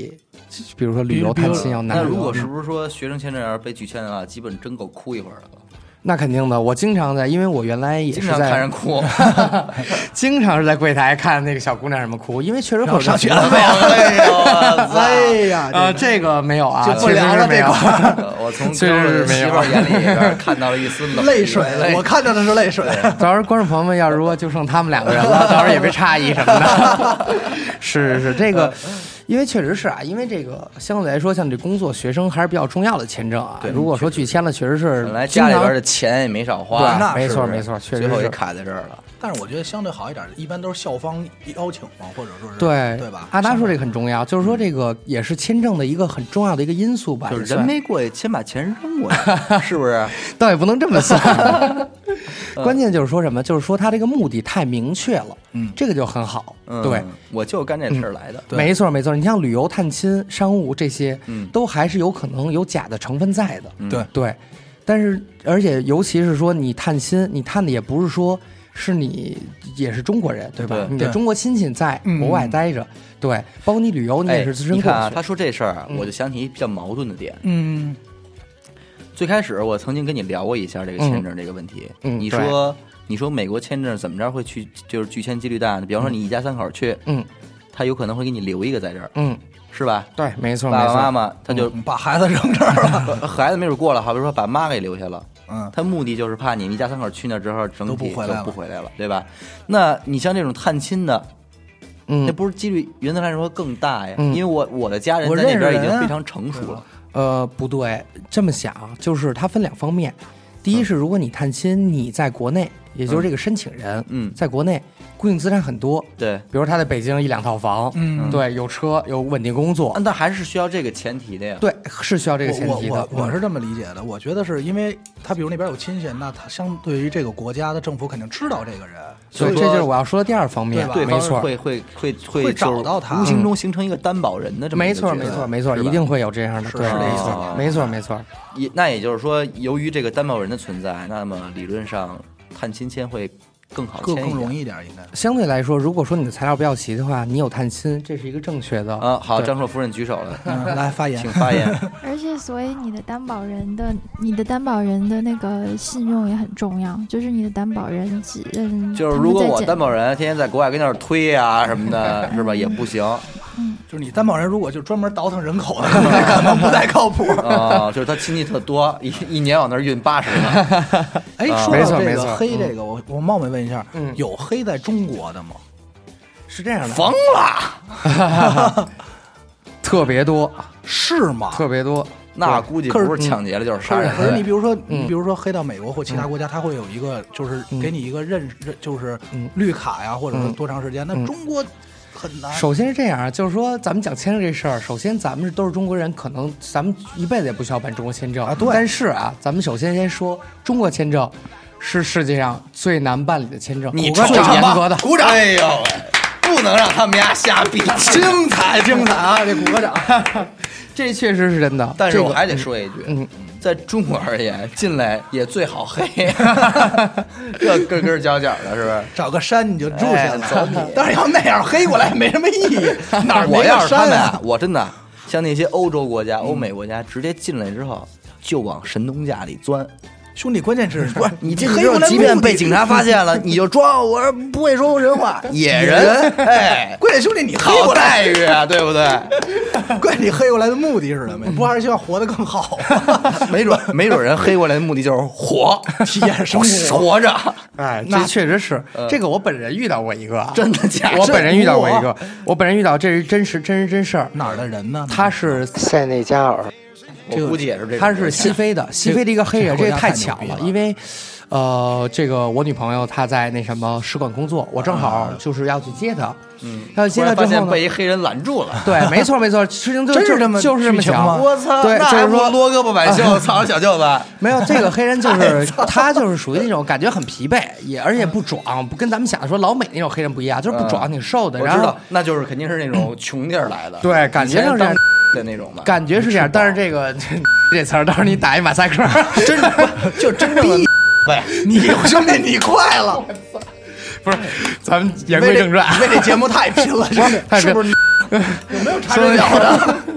比如说旅游探亲要难。 那如果是不是说学生签证要是被拒签了，基本真够哭一会儿的了。 那肯定的，我经常在，因为我原来也是在经常看人哭， 经常是在柜台看那个小姑娘什么哭，因为确实会有上学了没有？哎呦， 哎呀， 呃，这个没有啊， 就不聊了这块儿。我从确实是没有媳妇眼里看到了一丝泪水，我看到的是泪水。 到时候观众朋友们要如果就剩他们两个人了，到时候也别诧异什么的。是是是，这个。因为确实是啊，因为这个相对来说，像这工作学生还是比较重要的签证啊。 对， 如果说拒签了，确实是本来家里边的钱也没少花， 对，没错没错，确实最后也卡在这儿了。 但是我觉得相对好一点，一般都是校方邀请嘛，或者说是对对吧？ 阿达说这个很重要，就是说这个也是签证的一个很重要的一个因素吧。 就是人没过去，先把钱扔过去，是不是？ 倒也不能这么算。关键就是说什么？就是说他这个目的太明确了，嗯，这个就很好。 嗯、 对， 我就干这事儿来的。 嗯、没错没错，你像旅游、探亲、商务这些，嗯，都还是有可能有假的成分在的。 嗯、 对对，但是而且尤其是说你探亲，你探的也不是说。是你也是中国人，对吧？ 对你的中国亲戚在国外待着，嗯、对，包括你旅游，你也是自身过去。 你看啊，他说这事儿啊，我就想起一比较矛盾的点。 嗯， 最开始我曾经跟你聊过一下这个签证这个问题。 嗯， 你说你说美国签证怎么着会去就是拒签几率大呢？比方说你一家三口去，嗯，他有可能会给你留一个在这儿， 嗯， 是吧？ 对，没错， 爸爸妈妈他就把孩子扔这儿了， 孩子没准过了，好比说把妈给留下了。 嗯， 他目的就是怕你们一家三口去那之后整体就不回来了， 回来了对吧？那你像这种探亲的， 嗯， 那不是几率原则来说更大呀？ 嗯、 因为我我的家人在那边已经非常成熟了。 呃，不对，这么想就是它分两方面。第一是如果你探亲，你在国内，也就是这个申请人，嗯，在国内固定资产很多， 对， 比如他在北京一两套房，嗯，对，有车，有稳定工作， 但还是需要这个前提的呀。 对，是需要这个前提的。 我我我是这么理解的，我觉得是因为他比如那边有亲戚，那他相对于这个国家的政府肯定知道这个人， 所以这就是我要说的第二方面， 对， 没错， 会会会会会找到他， 无形中形成一个担保人的这么一个角色。 没错，没错，没错，一定会有这样的，对，没错，没错，没错。 也那也就是说，由于这个担保人的存在，那么理论上探亲签会更好签， 更更容易一点，应该相对来说，如果说你的材料不要齐的话，你有探亲，这是一个正确的啊。好，张硕夫人举手了， 嗯、来发言， 请发言。 而且，所以你的担保人的你的担保人的那个信用也很重要，就是你的担保人几任， 就是如果我担保人天天在国外跟那儿推啊什么的，是吧？也不行。 嗯， 就是你担保人如果就专门倒腾人口的，可能不太靠谱啊。就是他亲戚特多，一一年往那儿运八十个。 哎，说到这个黑这个，我我冒昧问一下， 嗯， 有黑在中国的吗？ 是这样的， 疯了， 特别多， 是吗？ 特别多。 那估计不是抢劫了就是杀人。 可是你比如说，你比如说黑到美国或其他国家，他会有一个就是给你一个认识，就是绿卡呀，或者说多长时间。那中国。很难。 首先是这样，就是说咱们讲签证这事儿，首先咱们都是中国人，可能咱们一辈子也不需要办中国签证啊。对。 但是啊，咱们首先先说，中国签证是世界上最难办理的签证， 你最严格的。 鼓掌！哎呦喂，不能让他们家瞎比， 精彩精彩啊！这鼓个掌， 这确实是真的。 但是我还得说一句， 嗯， 在中国而言，进来也最好黑，这根根角角的，是不是？ 找个山你就住下了， 走你。 但是要那样黑过来也没什么意义。哪儿我要是他们啊？ 我真的像那些欧洲国家、欧美国家，直接进来之后就往神农架里钻。 兄弟，关键是不是你进去之后，即便被警察发现了，你就装我不会说人话，野人。哎， 关键兄弟，你黑过来待遇啊，对不对？ 关键你黑过来的目的是什么？不还是希望活得更好？ 没准没准人黑过来的目的就是活， 体验生活， 活着。 哎，这确实是这个，我本人遇到过一个， 真的假的？ 我本人遇到过一个，我本人遇到这是真实真实真事儿。 哪儿的人呢？ 他是塞内加尔。 我估计也是这个， 他是西非的，西非的一个黑人，这个太巧了，因为，呃，这个我女朋友她在那什么使馆工作，我正好就是要去接她， 嗯， 要接她之后呢， 被一黑人拦住了， 对，没错没错，事情就真是这么就是这么巧， 我操， 对，就是说罗胳膊挽袖，操小舅子， 没有这个黑人就是他就是属于那种感觉很疲惫，也而且不壮，不跟咱们想的说老美那种黑人不一样，就是不壮，挺瘦的，然后那就是肯定是那种穷地儿来的， 对，感觉上是。 的那种的感觉是这样，但是这个这词儿，到时候你打一马赛克， 真就真正的对，你兄弟你快了， 不是，咱们言归正传， 为这节目太拼了， 是不是？ 有没有插嘴脚的？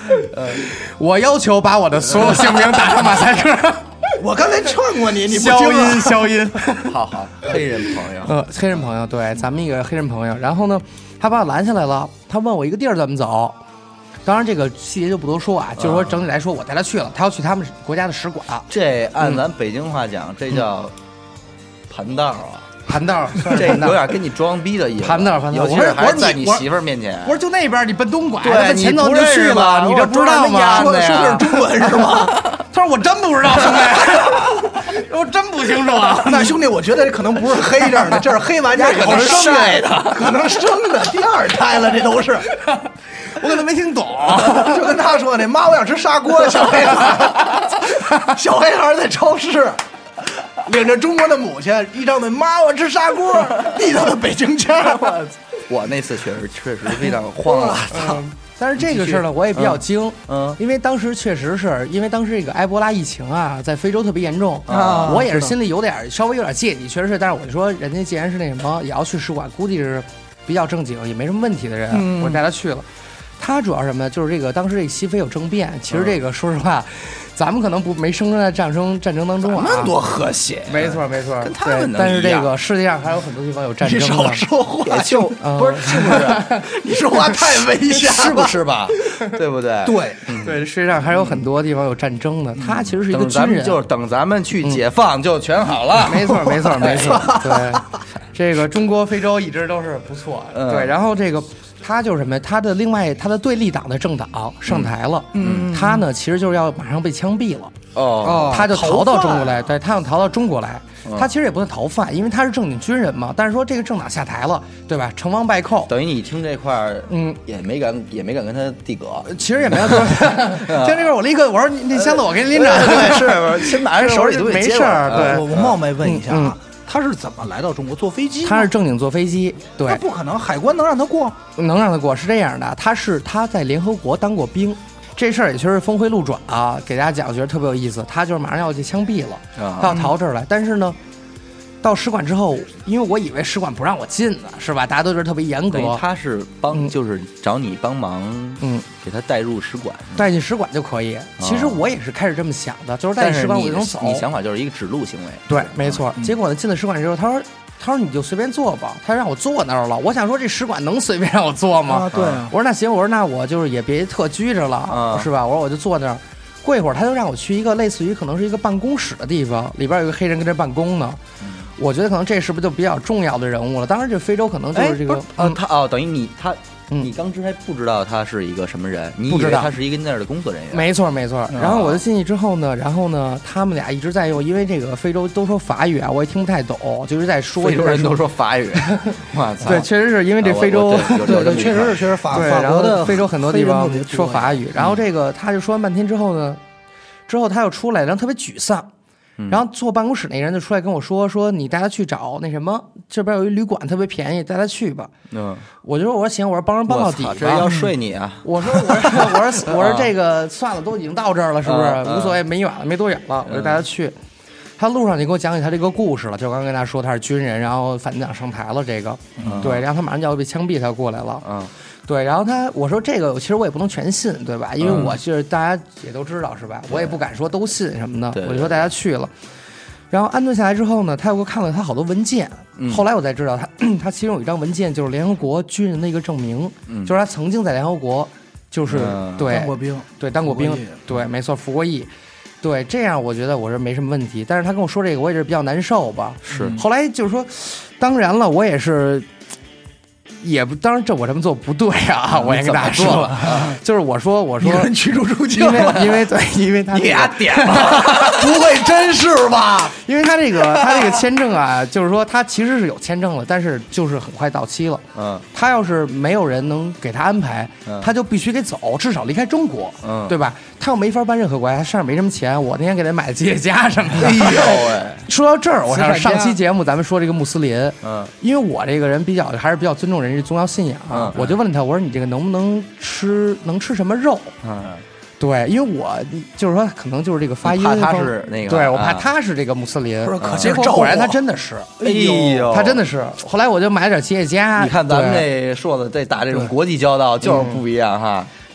我要求把我的所有姓名打上马赛克。 我刚才劝过你，你不消听啊音消音。 好好，黑人朋友， 呃，黑人朋友，对，咱们一个黑人朋友。然后呢，他把我拦下来了，他问我一个地儿怎么走。当然，这个细节就不多说啊，就是说整体来说，我带他去了，他要去他们国家的使馆。 这按咱北京话讲，这叫盘道啊。 盘道， 这有点跟你装逼的意思。 盘道，盘道。 尤其是还是在你媳妇儿面前。 我说就那边，你奔东拐， 对， 前头就去了，你这不知道吗？ 说的说的是中文是吗？ 他说我真不知道，兄弟，我真不清楚啊。 那兄弟，我觉得这可能不是黑这儿的，这是黑完这可能生的，可能生的第二胎了，这都是。 我可能没听懂， 就跟他说那妈，我想吃砂锅，小黑孩，小黑孩在超市。领着中国的母亲，一张嘴妈，我吃砂锅，递到了北京家。我我那次确实确实非常慌了， 嗯。但是这个事儿呢，我也比较惊， 嗯， 因为当时确实是因为当时这个埃博拉疫情啊，在非洲特别严重啊， 我也是心里有点稍微有点芥蒂，确实是。但是我就说，人家既然是那什么，也要去使馆，估计是比较正经，也没什么问题的人， 嗯、 我带他去了。他主要什么呢？就是这个当时这个西非有政变，其实这个、嗯、说实话。咱们可能不没生在战争战争当中啊， 咱们多和谐， 没错没错， 跟他们但是这个世界上还有很多地方有战争的。 你少说话， 就、嗯、不是是不是？ 你说话太危险了， 是不是吧？对不对？ 对、 嗯、对，世界上还有很多地方有战争的。嗯、他其实是一个军人， 就是等咱们去解放就全好了。 嗯、没错没错没错，对，这个中国非洲一直都是不错， 嗯、 对，然后这个。他就是什么？他的另外，他的对立党的政党上台了。 嗯， 他呢，其实就是要马上被枪毙了。 哦， 他就逃到中国来，对他想逃到中国来。 哦、 他其实也不算逃犯，因为他是正经军人嘛。但是说这个政党下台了，对吧？成王败寇。 等于你听这块儿， 嗯， 也没敢，也没敢跟他递葛。 其实也没有。听这个，我立刻我说你那箱子我给你拎着。 对，是先拿着手里没事儿。对， 我我冒昧问一下啊。 嗯他是怎么来到中国？坐飞机？ 他是正经坐飞机，对， 那不可能，海关能让他过？ 能让他过是这样的，他是他在联合国当过兵，这事儿也确实峰回路转啊。给大家讲，我觉得特别有意思。他就是马上要去枪毙了， 啊、 他要逃这儿来，但是呢，到使馆之后，因为我以为使馆不让我进呢，是吧？大家都觉得特别严格。 他是帮， 嗯、 就是找你帮忙， 嗯， 给他带入使馆， 带进使馆就可以。其实我也是开始这么想的，就是带进使馆我就能走。 你想法就是一个指路行为。 对，没错。 嗯、 结果呢，进了使馆之后，他说。他说你就随便坐吧，他让我坐那儿了。我想说这使馆能随便让我坐吗？ 啊，对啊。 我说那行，我说那我就是也别特拘着了， 啊、 是吧？我说我就坐那儿。过一会儿他就让我去一个类似于可能是一个办公室的地方，里边有一个黑人跟这办公呢。 嗯、 我觉得可能这是不是就比较重要的人物了？当然，这非洲可能就是这个， 呃，他哦，等于你他。 嗯、 你当时还不知道他是一个什么人，你以为他是一个那儿的工作人员？ 没错没错。然后我就进去之后呢，然后呢，他们俩一直在用，因为这个非洲都说法语啊，我也听不太懂，就是在说。 非洲人都说法语，我操！ 对，确实是因为这非洲， 对对，确实是确实法对，然后非洲很多地方说法语，然后这个他就说完半天之后呢，之后他又出来，然后特别沮丧。然后坐办公室那人就出来跟我说说你带他去找那什么，这边有一旅馆特别便宜，带他去吧。 嗯， 我就说我说行，我说帮人帮到底吧。 这要睡你啊！ 我说我说我说我说这个算了，都已经到这儿了，是不是？ 嗯、 无所谓，没远了，没多远了，我就带他去。他路上就给我讲起他这个故事了，就刚刚跟他说他是军人，然后反正上台了，这个、 嗯、 对，然后他马上就要被枪毙，他过来了。 嗯。 对，然后他我说这个其实我也不能全信，对吧？因为我是大家也都知道是吧？我也不敢说都信什么的， 对对对， 我就说大家去了。然后安顿下来之后呢，他又给我看了他好多文件。 嗯、 后来我才知道他，他其中有一张文件就是联合国军人的一个证明， 嗯、 就是他曾经在联合国，就是、 嗯、 对当过兵， 对当过兵，对，没错，服过役。对，这样我觉得我是没什么问题。但是他跟我说这个，我也是比较难受吧。 是。 后来就是说，当然了，我也是。也不，当然这我这么做不对啊！我也跟大家说了，就是我说我说驱逐出境， 因为因为对，因为他你俩点了，不会真是吧？ 因为他这个他这个签证啊，就是说他其实是有签证了，但是就是很快到期了。 嗯， 他要是没有人能给他安排， 嗯、 他就必须得走，至少离开中国， 嗯， 对吧？他又没法办任何国家，他身上没什么钱。我那天给他买吉野家什么的。 哎呦喂！ 说到这儿，我想上期节目咱们说这个穆斯林， 嗯， 因为我这个人比较还是比较尊重人家宗教信仰。 嗯， 我就问他，我说你这个能不能吃，能吃什么肉？ 嗯， 对，因为我就是说，可能就是这个发音， 怕他是那个， 对我怕他是这个穆斯林。 不是，可结果果然他真的是， 哎呦， 他真的是。后来我就买了点吉野家。 你看咱们这说的这打这种国际交道就是不一样哈。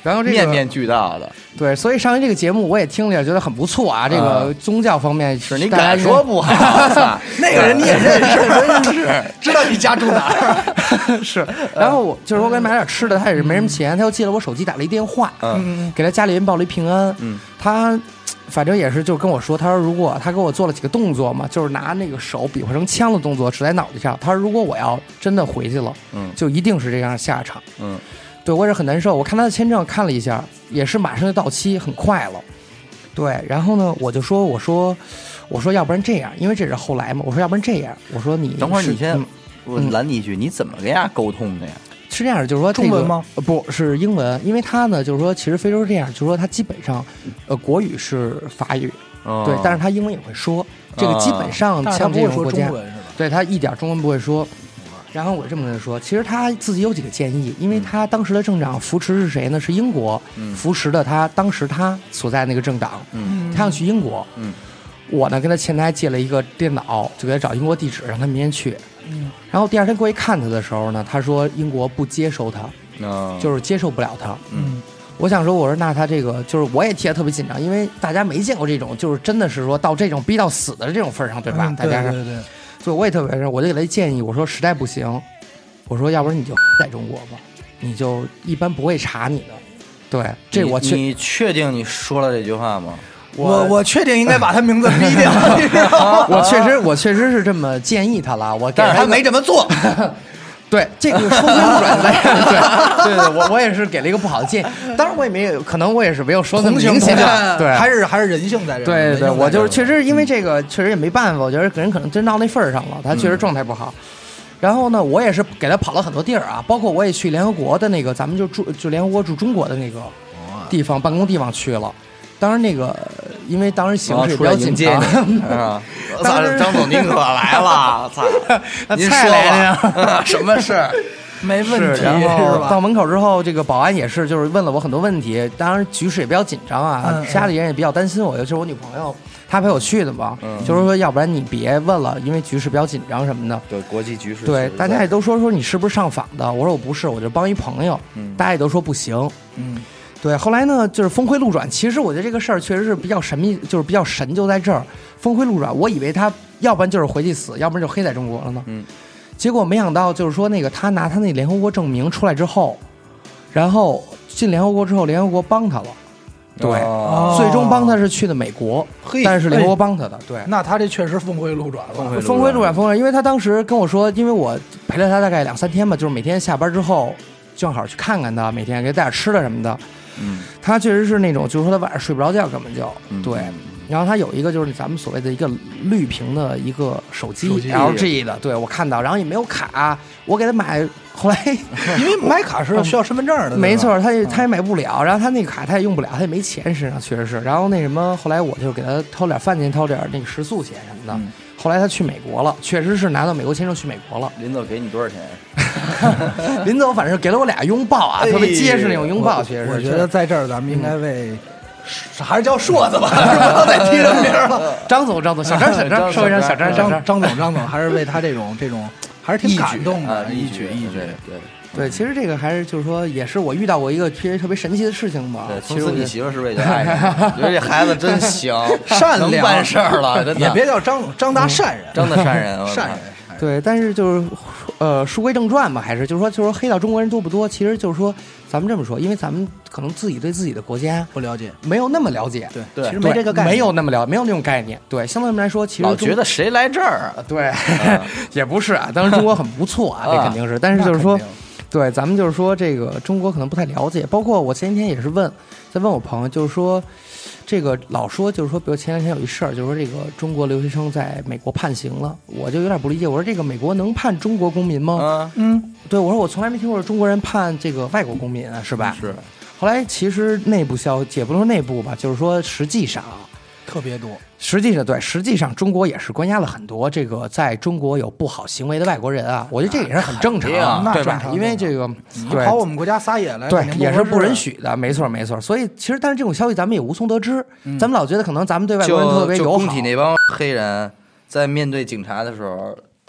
然后这个面面俱到的， 对，所以上回这个节目我也听了，觉得很不错啊。这个宗教方面是你敢说不好？ 那个人你也认识，真是知道你家住哪儿。 是，然后我就是我给他买点吃的，他也是没什么钱，他又借了我手机打了一电话， 嗯， 给他家里人报了一平安。 嗯， 他反正也是就跟我说，他说如果他给我做了几个动作嘛，就是拿那个手比划成枪的动作指在脑袋上，他说如果我要真的回去了， 嗯， 就一定是这样下场。 嗯。 对，我也是很难受。我看他的签证看了一下，也是马上就到期，很快了。对，然后呢，我就说，我说，我说，要不然这样，因为这是后来嘛。我说，要不然这样，我说你等会儿你先， 嗯、 我拦你一句，你怎么跟人家沟通的呀？ 是这样，就是说、这个、 中文吗？ 呃，不是英文，因为他呢，就是说，其实非洲是这样，就是说他基本上，呃，国语是法语， 哦、 对，但是他英文也会说。这个基本上像这种国家， 中文是吧？ 对他一点中文不会说。然后我这么跟他说，其实他自己有几个建议，因为他当时的政党扶持是谁呢？是英国扶持的他，当时他所在那个政党， 嗯， 他想去英国， 嗯， 我呢跟他前台借了一个电脑，就给他找英国地址，让他明天去，嗯，然后第二天过去看他的时候呢，他说英国不接收他， 嗯， 就是接受不了他， 嗯， 我想说，我说那他这个就是我也替他特别紧张，因为大家没见过这种，就是真的是说到这种逼到死的这种份上，对吧？ 嗯、 大家是， 对对对， 所以我也特别是，我就给他建议，我说实在不行。我说，要不然你就在中国吧，你就一般不会查你的。对，这我确你确定你说了这句话吗？ 我我确定应该把他名字逼掉。 我确实我确实是这么建议他了，我但是他没这么做。 对，这个说回路转来，对对对，我我也是给了一个不好的建议，当然我也没有，可能我也是没有说那么明显，对， 还是还是人性在这。 对对对，我就是确实因为这个，确实也没办法，我觉得人可能真到那份儿上了，他确实状态不好。然后呢，我也是给他跑了很多地儿啊，包括我也去联合国的那个，咱们就住就联合国驻中国的那个地方办公地方去了。当然那个，因为当时形势也比较紧张啊。当时张总您可来了，操！您说吧，什么事？ 没问题。 然后到门口之后，这个保安也是就是问了我很多问题，当然局势也比较紧张啊， 嗯、 家里人也比较担心我，尤其是我女朋友。他陪我去的嘛， 嗯、 就是说，要不然你别问了，因为局势比较紧张什么的。 对，国际局势。 对，大家也都说说你是不是上访的？我说我不是，我就帮一朋友。 嗯， 大家也都说不行。 嗯， 对。后来呢，就是峰回路转。其实我觉得这个事儿确实是比较神秘，就是比较神，就在这儿峰回路转。我以为他要不然就是回去死，要不然就黑在中国了呢。 嗯， 结果没想到，就是说那个他拿他那联合国证明出来之后，然后进联合国之后，联合国帮他了。对、哦，最终帮他是去的美国，但是联合国帮他的。对， 那他这确实峰回路转了， 峰回峰回路转，峰回。因为他当时跟我说，因为我陪了他大概两三天吧，就是每天下班之后正好去看看他，每天给他带点吃的什么的。 嗯， 他确实是那种，就是说他晚上睡不着觉，根本就、嗯、对。然后他有一个就是咱们所谓的一个绿屏的一个手机 L G 的，对我看到，然后也没有卡，我给他买。后来， 因为买卡是需要身份证的， 没错，他也他也买不了，然后他那个卡他也用不了，他也没钱身上，确实是。然后那什么，后来我就给他掏点饭钱，掏点那个食宿钱什么的。嗯、后来他去美国了，确实是拿到美国签证去美国了。 临走给你多少钱？ 临走反正给了我俩拥抱啊，哎、特别结实那种拥抱，确实是。 我觉得在这儿咱们应该为。嗯还是叫硕子吧，是不要再提人名了。 张总，张总，小张，小张，说一声小张， 张张总，张总，还是为他这种这种，还是挺感动的， 一举一举， 对对。其实这个还是就是说，也是我遇到过一个特别特别神奇的事情吧。 对，其实你媳妇是不是也就爱上？觉得这孩子真行， 善良， 能办事儿了，真的。 也别叫张张大善人， 张大善人， 善人。 对，但是就是，呃，书归正传嘛，还是就是说，就是说黑到中国人多不多？其实就是说，咱们这么说，因为咱们可能自己对自己的国家不了解， 没有那么了解。 对对， 其实没这个概念， 没有那么了，没有那种概念。对，相对来说，其实老觉得谁来这儿啊？ 对，嗯、也不是啊。当然中国很不错啊，这肯定是。但是就是说，对，咱们就是说这个中国可能不太了解。包括我前几天也是问，在问我朋友，就是说。这个老说就是说，比如前两天有一事儿，就是说这个中国留学生在美国判刑了，我就有点不理解。我说这个美国能判中国公民吗？ 嗯， 对，我说我从来没听过中国人判这个外国公民啊，是吧？ 是。 后来其实内部消息也不能说内部吧，就是说实际上特别多。 实际上对，实际上中国也是关押了很多这个在中国有不好行为的外国人啊，我觉得这也是很正常， 啊、 对吧？因为这个跑我们国家撒野来， 对，也是不允许的，没错没错。所以其实，但是这种消息咱们也无从得知，嗯、咱们老觉得可能咱们对外国人特别友好。 工体那帮黑人在面对警察的时候，他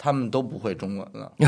他们都不会中文了。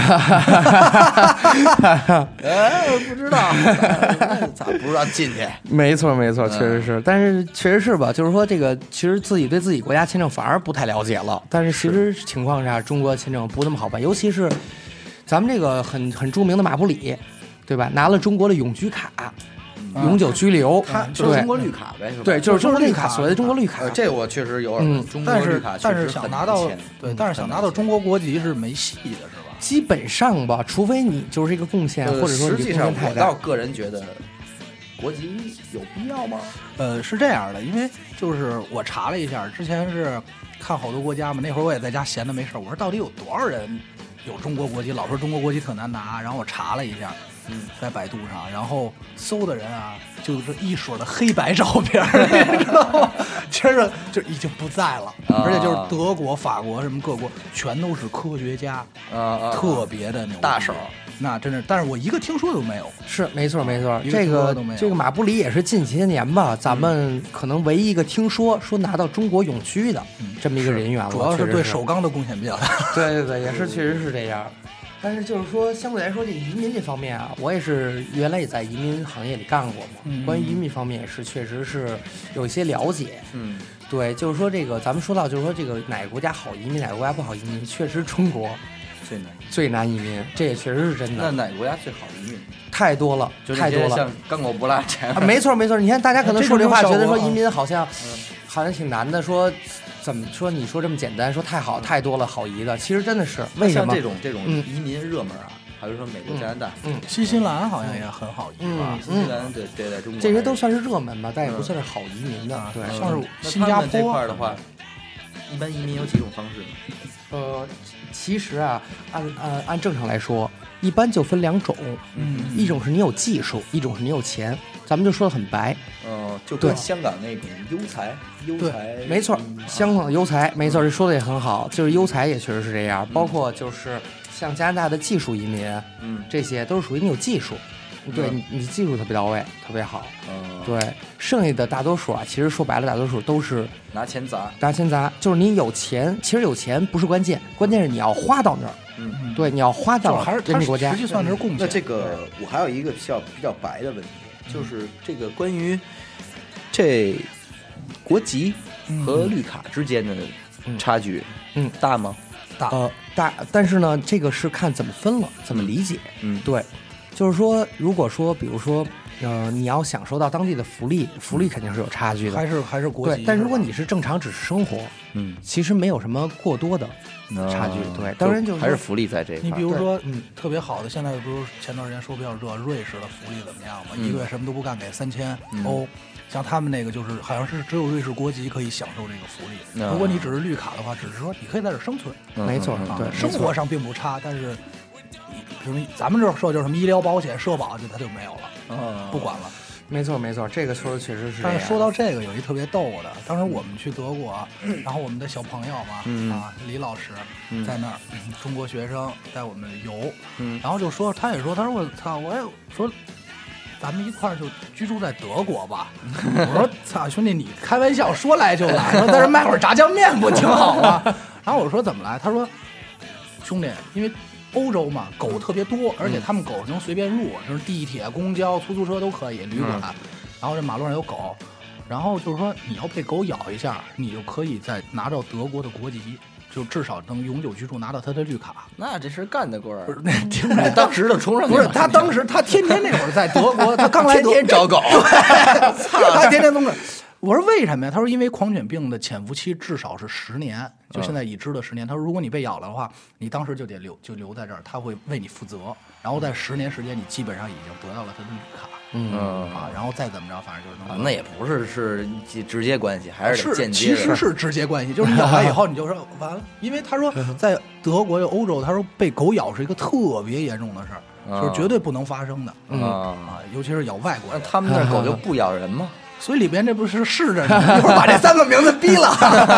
哎，不知道，咋不知道进去？ 没错，没错，确实是。但是确实是吧？就是说，这个其实自己对自己国家签证反而不太了解了。但是其实情况下，中国签证不那么好办，尤其是咱们这个很很著名的马布里，对吧？拿了中国的永居卡。永久居留， 他就是中国绿卡呗，是吧？ 对，就是中国绿卡，所谓的中国绿卡。 呃，这我确实有点。中国绿卡但是想拿到对，但是想拿到中国国籍是没戏的，是吧？ 基本上吧，除非你就是一个贡献，或者说实际上我倒个人觉得，国籍有必要吗？ 呃，是这样的，因为就是我查了一下，之前是看好多国家嘛，那会儿我也在家闲的没事，我说到底有多少人有中国国籍？老说中国国籍特难拿，然后我查了一下。嗯，在百度上，然后搜的人啊，就是一水的黑白照片，你知道吗？其实就已经不在了，啊、而且就是德国、法国什么各国，全都是科学家，啊，特别的牛大手， 那真是，但是我一个听说都没有。 是，没错，没错，这个这个马布里也是近些年吧，咱们可能唯一一个听说说拿到中国永居的、嗯、这么一个人员了， 主要是对首钢的贡献比较大。 对对对，也是，确实是这样。但是就是说，相对来说，这移民这方面啊，我也是原来也在移民行业里干过嘛。嗯、关于移民方面也是，确实是有一些了解。嗯，对，就是说这个，咱们说到就是说这个哪个国家好移民，哪个国家不好移民，确实中国最难最难移民，这也确实是真的。 那哪个国家最好移民？ 太多了，太多了， 像刚果不拉钱、 啊。没错没错，你看大家可能说这话，觉得说移民好像、嗯、好像挺难的，说。怎么说？你说这么简单，说太好太多了好移的，其实真的是为什么？ 像这种这种移民热门啊，还是说美国、加拿大， 嗯，新西兰好像也很好移吧？ 新西兰对对，在中国这些都算是热门吧，但也不算是好移民的。对， 像是新加坡这块的话，一般移民有几种方式？ 呃，其实啊，按按按正常来说，一般就分两种，嗯，一种是你有技术，一种是你有钱。咱们就说的很白， 嗯，就跟香港那种优才，优才， 没错，香港的优才，没错，这说的也很好，就是优才也确实是这样，包括就是像加拿大的技术移民，嗯，这些都是属于你有技术，对你你技术特别到位，特别好，嗯，对，剩下的大多数啊，其实说白了，大多数都是拿钱砸， 拿钱砸，就是你有钱，其实有钱不是关键，关键是你要花到那儿。嗯，对，你要花到还是人家国家， 实际算是贡献。 那这个我还有一个比较比较白的问题。就是这个关于这国籍和绿卡之间的差距，嗯，大吗？ 大，呃，大。但是呢，这个是看怎么分了，怎么理解。嗯，对，就是说，如果说，比如说，呃，你要享受到当地的福利，福利肯定是有差距的， 还是还是国籍。 对，但如果你是正常只是生活，嗯，其实没有什么过多的差距。对，当然就是还是福利在这一块。 你比如说，嗯，特别好的，现在不是前段时间说比较热，瑞士的福利怎么样嘛？一个月什么都不干给三千欧，像他们那个就是好像是只有瑞士国籍可以享受这个福利。如果你只是绿卡的话，只是说你可以在这生存， 没错，对， 生活上并不差，但是比如咱们这说就是什么医疗保险、社保，就它就没有了，不管了。 没错没错，这个说的确实是。 但是说到这个，有一特别逗的，当时我们去德国，嗯、然后我们的小朋友嘛，嗯、啊，李老师、嗯、在那儿，中国学生带我们游，嗯、然后就说，他也说，他说我操，我也说，咱们一块儿就居住在德国吧。我说操，兄弟，你开玩笑说来就来，说在这卖会儿炸酱面不挺好吗？然后我说怎么来？他说，兄弟，因为。欧洲嘛，狗特别多，而且他们狗能随便入，就是地铁、公交、出租车都可以，旅馆，嗯、然后这马路上有狗，然后就是说你要被狗咬一下，你就可以再拿到德国的国籍，就至少能永久居住，拿到他的绿卡。 那这事干得过儿？ 不是，那听着当时就冲上去了。不是他当时他天天那会儿在德国，他刚来德天天找狗， 他天天从这。我说为什么呀？他说因为狂犬病的潜伏期至少是十年，就现在已知的十年。他说如果你被咬了的话，你当时就得留就留在这儿，他会为你负责。然后在十年时间，你基本上已经得到了他的绿卡。嗯啊，然后再怎么着，反正就是能、 啊。那也不是是直接关系，还是间接的。其实是直接关系，就是你咬完以后你就说完了，因为他说在德国、欧洲，他说被狗咬是一个特别严重的事儿，就是绝对不能发生的。嗯啊，尤其是咬外国人。 他们那狗就不咬人吗？ 所以里边这不是试着呢，一会儿把这三个名字逼了。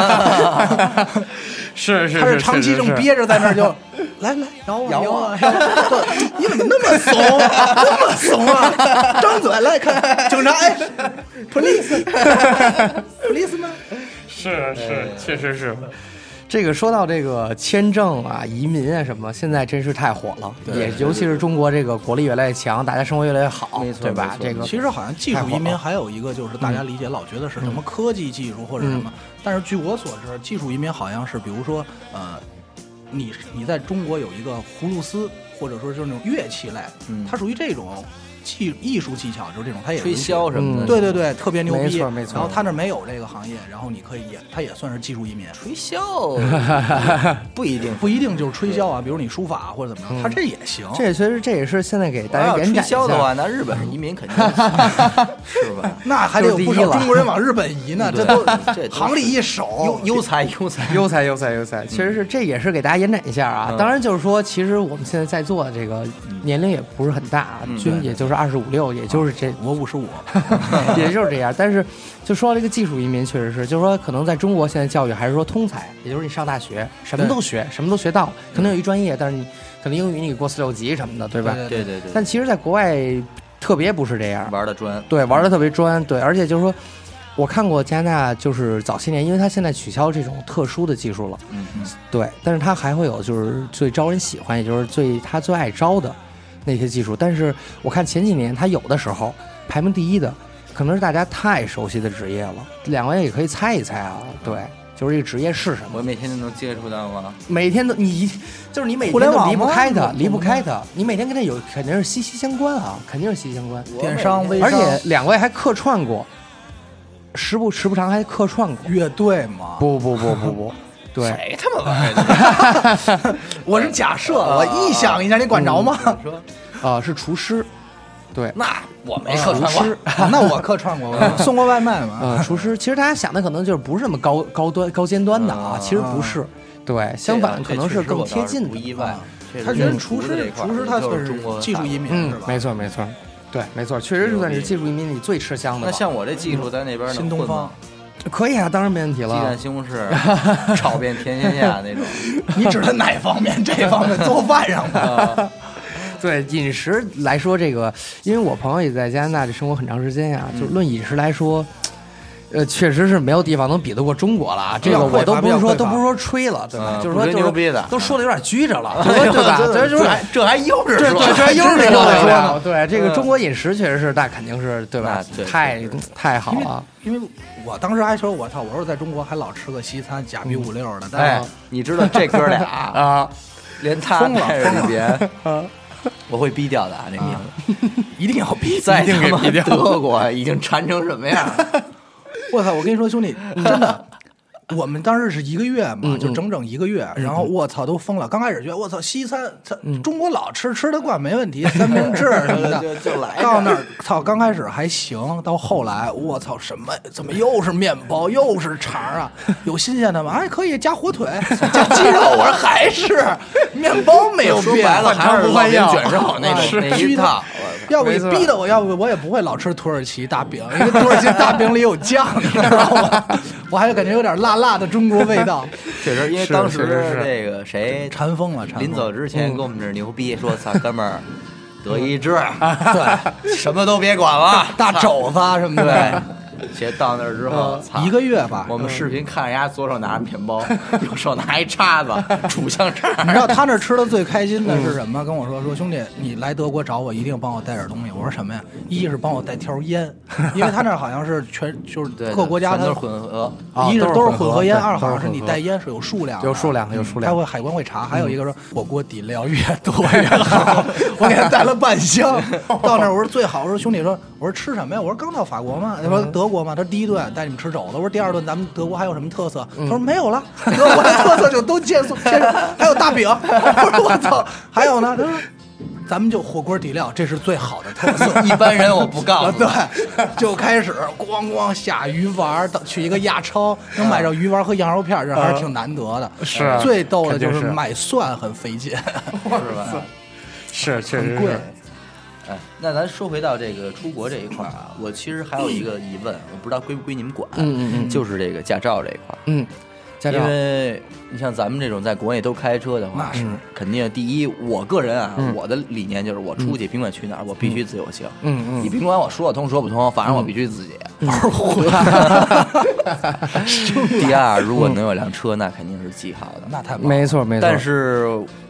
是是， 他是长期正憋着在那儿就来来咬我咬我，你怎么那么怂，那么怂啊？张嘴来看警察，哎 ，police，police 吗？ 是是，确实是。 这个说到这个签证啊、移民啊什么，现在真是太火了，也尤其是中国这个国力越来越强，大家生活越来越好，对吧？这个其实好像技术移民还有一个就是大家理解老觉得是什么科技技术或者什么，但是据我所知，技术移民好像是比如说呃，你你在中国有一个葫芦丝，或者说就是那种乐器类，它属于这种。技艺术技巧就是这种，它也吹箫什么的， 对对对，特别牛逼， 没错没错。 然后他那没有这个行业，然后你可以也，他也算是技术移民。 吹箫不一定， 不一定就是吹箫啊，比如你书法或者怎么样，他这也行。 这也确实，这也是现在给大家延展一下。 吹箫的话，那日本移民肯定是吧？ 那还得有不少中国人往日本移呢，这都行里一手， 优才优才优才优才优才，确实是，这也是给大家延展一下啊。当然就是说，其实我们现在在座的这个年龄也不是很大，均也就是二十五六，也就是这我五十五， 也就是这样。但是就说到这个技术移民，确实是，就是说可能在中国现在教育还是说通才，也就是你上大学什么都学，什么都学到，可能有一专业，但是你可能英语你过四六级什么的，对吧？ 对对对对。 但其实，在国外特别不是这样， 玩的专， 对，玩的特别专，对，而且就是说。我看过加拿大，就是早些年，因为他现在取消这种特殊的技术了， 嗯嗯， 对，但是他还会有就是最招人喜欢，也就是最他最爱招的那些技术。但是我看前几年他有的时候排名第一的，可能是大家太熟悉的职业了。两位也可以猜一猜啊，对，就是这个职业是什么？ 我每天都能接触到吗？ 每天都你就是你每天都离不开它，离不开它，你每天跟它有肯定是息息相关啊，肯定是息息相关。 电商、微商， 而且两位还客串过。时不时不常还客串过乐队吗？ 不不不不不，对， 谁他妈玩的？ 我是假设，我臆想一下，你管着吗？ 说，啊，是厨师，对， 那我没客串过， 那我客串过，送过外卖嘛。 呃，厨师，其实大家想的可能就是不是那么高高端高尖端的啊，其实不是，对，相反可能是更贴近的。 不意外， 他觉得厨师，厨师他算是技术移民，是吧？ 没错没错。对，没错，确实是算是技术移民里最吃香的。 那像我这技术在那边新东方， 可以啊，当然没问题了。 鸡蛋西红柿炒遍天下那种。 你指的哪方面？这方面做饭上吗？ 对饮食来说，这个因为我朋友也在加拿大这生活很长时间呀、啊，就论饮食来说。呃，确实是没有地方能比得过中国了啊！这个我都不是说，都不是说吹了，对吧？就是说， 牛逼的， 都说的有点拘着了，对吧？这就是这还悠着说， 对， 这还悠着说呢。对，这个中国饮食确实是，那肯定是对吧？太太好了。 因为我当时还说，我操，我说在中国还老吃个西餐，假逼五六的。 哎，你知道这哥俩啊，连他疯了，疯了别。我会逼掉的啊，这名字一定要逼， 在他妈德国已经馋成什么样？ 我操！我跟你说，兄弟，真的，我们当时是一个月嘛，嗯、就整整一个月，嗯、然后我操都疯了。刚开始觉得我操西餐，嗯、中国老吃吃得惯没问题，三明治什么的， 就就来。 到那儿操，刚开始还行，到后来我操什么？怎么又是面包又是肠啊？有新鲜的吗？哎，可以加火腿，加鸡肉。我说还是面包没有变， 说白了还是不换药卷上那个那一套。 要不你逼的我，要不我也不会老吃土耳其大饼，因为土耳其大饼里有酱，你知道吗？我还感觉有点辣辣的中国味道。 确实，因为当时这个谁馋疯了， 临走之前跟我们这牛逼说：“操，哥们儿，德意志，对，什么都别管了， 大肘子什么的。” 其实到那儿之后， 一个月吧， 我们视频看人家左手拿着面包，右手拿一叉子煮香肠。 你知道他那吃的最开心的是什么？跟我说说兄弟，你来德国找我，一定帮我带点东西。我说什么呀？一是帮我带条烟，因为他那好像是全就是各国家都是混合， 一是都是混合烟，二好像是你带烟是有数量， 有数量有数量， 他会海关会查。还有一个说火锅底料越多越好，我给他带了半箱。到那儿我说最好，我说兄弟说我说吃什么呀？我说刚到法国嘛，他说德国嘛，他第一顿带你们吃肘子，我说第二顿咱们德国还有什么特色？他说没有了，德国的特色就都结束，还有大饼。我说我操，还有呢？他说咱们就火锅底料，这是最好的特色。 一般人我不告诉。 对，就开始咣咣下鱼丸，去一个亚超能买着鱼丸和羊肉片，这还是挺难得的。 是最逗的就是买蒜很费劲， 是吧？ 是，确实贵。 哎，那咱说回到这个出国这一块啊，我其实还有一个疑问，我不知道归不归你们管， 嗯嗯嗯， 就是这个驾照这一块， 嗯， 驾照因为你像咱们这种在国内都开车的话， 那是肯定第一，我个人啊， 嗯我的理念就是我出去甭管去哪儿，我必须自由行。 嗯嗯你甭管我说得通说不通，反正我必须自己。第二，如果能有辆车，那肯定是极好的。 那太棒了没错没错。 但是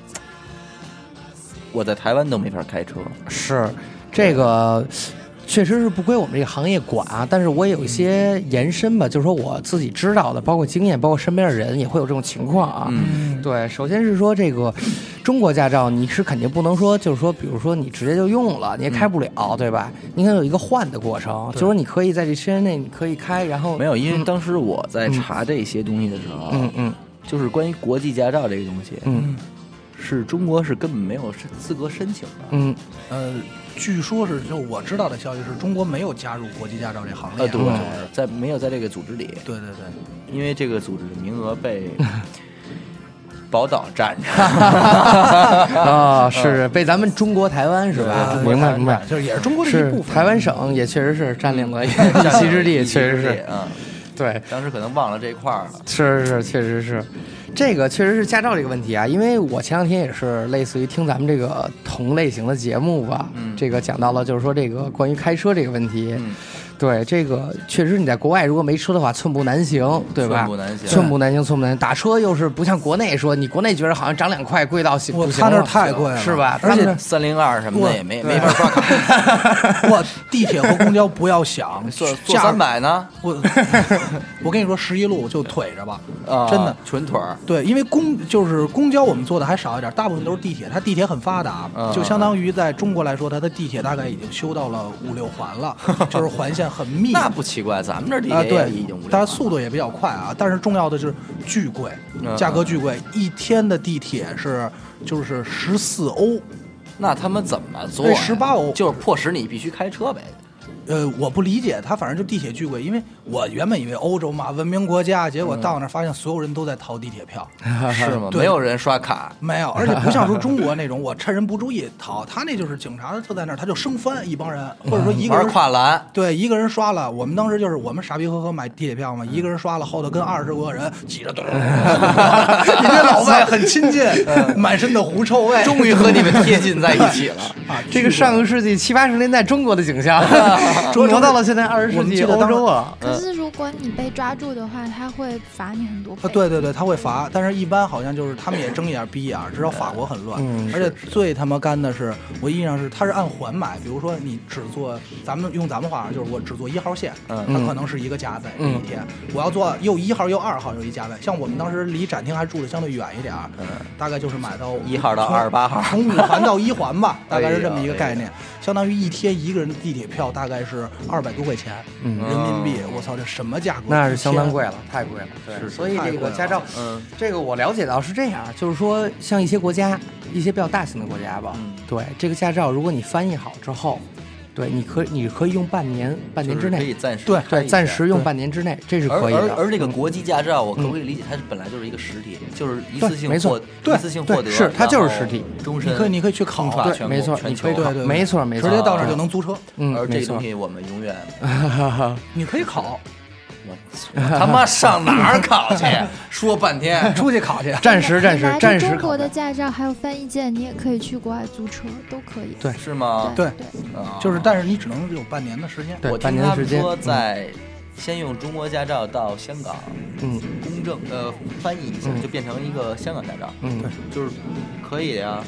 我在台湾都没法开车。 是这个。确实是不归我们这个行业管啊，但是我也有一些延伸吧，就是说我自己知道的，包括经验，包括身边的人也会有这种情况啊。 嗯， 对，首先是说这个中国驾照，你是肯定不能说，就是说，比如说你直接就用了，你也开不了，嗯、对吧？你可能有一个换的过程，就是说你可以在这时间内你可以开，然后没有，因为当时我在查这些东西的时候， 嗯嗯， 就是关于国际驾照这个东西， 嗯， 是中国是根本没有资格申请的， 嗯， 呃。据说是，就我知道的消息是中国没有加入国际驾照这行列， 呃，对，在没有在这个组织里， 对对对， 因为这个组织的名额被宝岛占着啊，是被咱们中国台湾是吧？明白明白， 就是也是中国的一部分。 台湾省也确实是占领了一席之地，确实是啊。 对， 当时可能忘了这块儿了。 是是，确实是，这个确实是驾照这个问题啊。因为我前两天也是类似于听咱们这个同类型的节目吧， 嗯， 这个讲到了就是说这个关于开车这个问题。 嗯， 对，这个确实你在国外如果没车的话，寸步难行，对吧？ 寸步难行， 寸步难行，寸步难行。打车又是不像国内说，你国内觉得好像涨两块贵到行， 我他那太贵了， 是吧？ 而且三零二什么的也没没法刷卡。 我地铁和公交不要想， 坐坐三百呢。 我我跟你说，十一路就腿着吧， 啊， 真的纯腿儿。 对，因为公就是公交我们坐的还少一点，大部分都是地铁。它地铁很发达， 嗯、 就相当于在中国来说，它的地铁大概已经修到了五六环了，就是环线很密。 那不奇怪，咱们这地啊， 铁对， 已经五六环了， 当然速度也比较快啊。但是重要的是巨贵，价格巨贵，一天的地铁是就是十四欧。 那他们怎么做？ 十八欧， 就是迫使你必须开车呗。 呃，我不理解，他反正就地铁巨贵，因为我原本以为欧洲嘛文明国家，结果到那儿发现所有人都在掏地铁票， 是吗？没有人刷卡， 没有，而且不像说中国那种，我趁人不注意掏，他那就是警察就在那儿，他就生翻一帮人，或者说一个人玩跨栏， 对，一个人刷了，我们当时就是我们傻逼呵呵买地铁票嘛，一个人刷了，后头跟二十多个人挤着，你这老外很亲近，满身的狐臭味， 终于和你们贴近在一起了啊！ 这个上个世纪七八十年代中国的景象。中国到了现在二十世纪欧洲了。 可是如果你被抓住的话，他会罚你很多倍。 对对对，他会罚，但是一般好像就是他们也睁眼闭眼，知道法国很乱。 嗯， 而且最他妈干的是，我印象是他是按环买，比如说你只坐，咱们用咱们话就是我只坐一号线， 嗯， 它可能是一个加倍一天。我要坐又一号又二号又一加倍，像我们当时离展厅还住的相对远一点，嗯，大概就是买到一号到二十八号， 从五环到一环吧，大概是这么一个概念，相当于一天一个人的地铁票大概是二百多块钱。人民币，我操，这什么价格？ 那是相当贵了，太贵了。对， 是， 所以这个驾照， 嗯， 这个我了解到是这样，就是说，像一些国家，一些比较大型的国家吧， 嗯， 对，这个驾照，如果你翻译好之后，对，你可以，你可以用半年，半年之内， 可以暂时， 对对，暂时用半年之内，这是可以的。 而而这个国际驾照，我可不可以理解，它本来就是一个实体，就是一次性获，一次性获得， 是它就是实体， 终身， 你可以你可以去考， 对，没错， 你可以，对对， 没错没错， 直接到那儿就能租车。 嗯， 而这东西我们永远， 你可以考。 我他妈上哪儿考去？说半天， 出去考去。 暂时，暂时，暂时。 中国的驾照还有翻译件，你也可以去国外租车，都可以。 对， 是吗？ 对，就是，但是你只能有半年的时间。 对， 我听他们说，在先用中国驾照到香港， 嗯， 公证呃翻译一下，就变成一个香港驾照。 嗯， 对，就是可以的呀。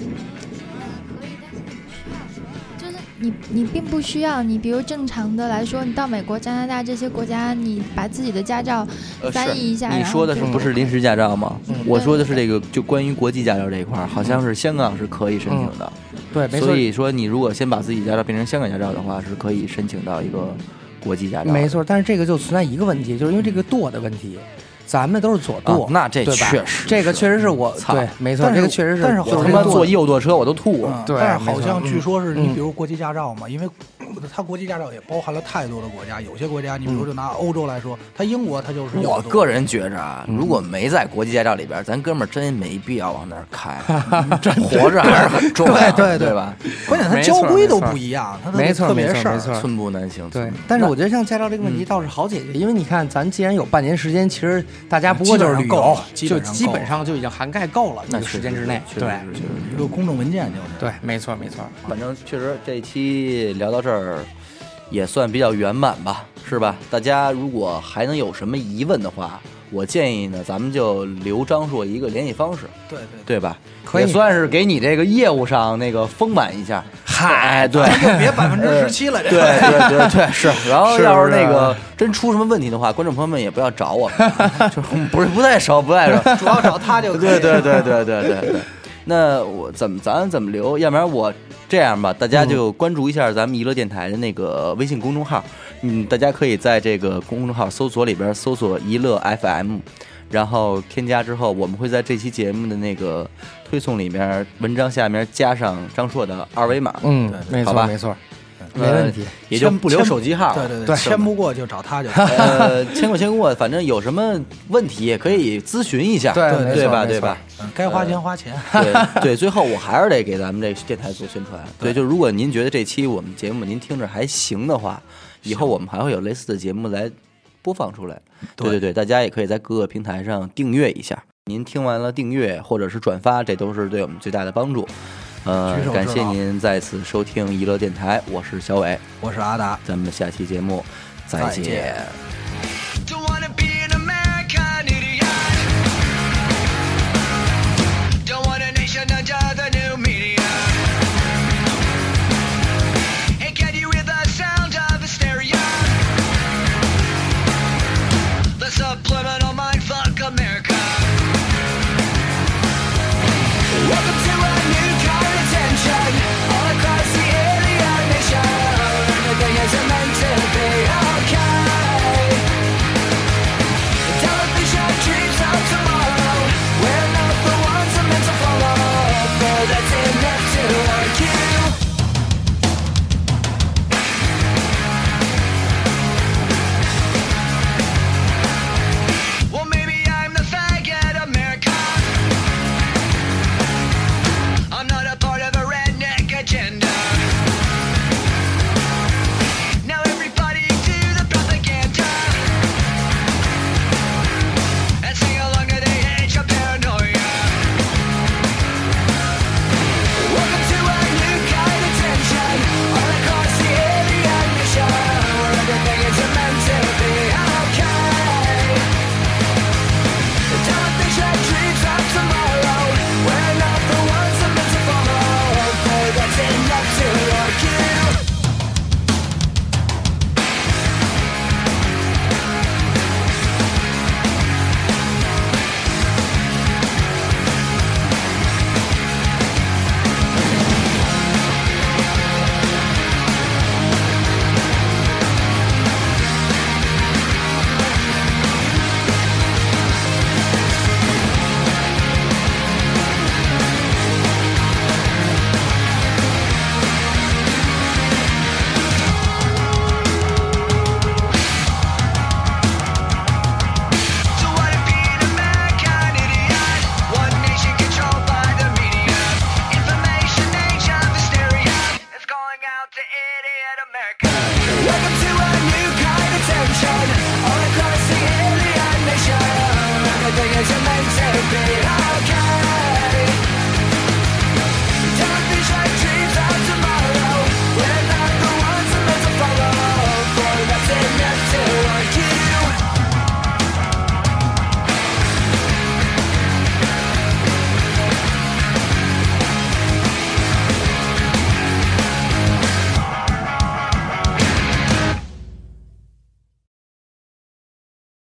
你你并不需要，你比如正常的来说，你到美国、加拿大这些国家，你把自己的驾照翻译一下。 呃、你说的是不是临时驾照吗？ 嗯、 我说的是这个，就关于国际驾照这一块，好像是香港是可以申请的。 嗯、对，没错。 所以说，你如果先把自己驾照变成香港驾照的话，是可以申请到一个国际驾照。 没错，但是这个就存在一个问题，就是因为这个舵的问题。咱们都是左舵， 啊、那这确实， 这个确实是我对，没错，这个确实是。 但是我他妈坐右舵车我都吐了。 嗯、对，但是好像据说是你比如国际驾照嘛，嗯、因为它国际驾照也包含了太多的国家，有些国家你比如就拿欧洲来说，它英国它就是右舵。 我个人觉着啊，如果没在国际驾照里边，咱哥们儿真没必要往那儿开，真活着还是很重要， 对对对吧？ 关键它交规都不一样，它没错特别事儿， 寸步难行。 对，但是我觉得像驾照这个问题倒是好解决，因为你看咱既然有半年时间，其实。 大家不过就是旅游， 基就基本上够了本上就已经涵盖够了那个时间之内。对， 一个公证文件就是。 对，没错没错。 反正确实这一期聊到这儿也算比较圆满吧，是吧？大家如果还能有什么疑问的话，我建议呢，咱们就留张硕一个联系方式， 对对对吧？ 可以也算是给你这个业务上那个丰满一下。嗨，对， 别百分之十七了，这对对对对是。然后是要是那个真出什么问题的话，观众朋友们也不要找我们，就是我们不是不太熟，不太熟， 主要找他就可以。 对对对对对对对。那我怎么咱怎么留？要不然我这样吧，大家就关注一下咱们娱乐电台的那个微信公众号，嗯，大家可以在这个公众号搜索里边搜索娱乐 F M， 然后添加之后，我们会在这期节目的那个推送里面文章下面加上张硕的二维码， 嗯，没好吧错没错，没问题， 也就不留手机号。 对对对，签不过就找他就。 呃，签过签过，反正有什么问题也可以咨询一下， 对对吧？对吧？ 该花钱花钱。 对对，最后我还是得给咱们这电台做宣传。对，就如果您觉得这期我们节目您听着还行的话，以后我们还会有类似的节目来播放出来。对对对，大家也可以在各个平台上订阅一下。您听完了订阅或者是转发，这都是对我们最大的帮助。呃，感谢您再次收听娱乐电台，我是小伟， 我是阿达， 咱们下期节目再见。 再见。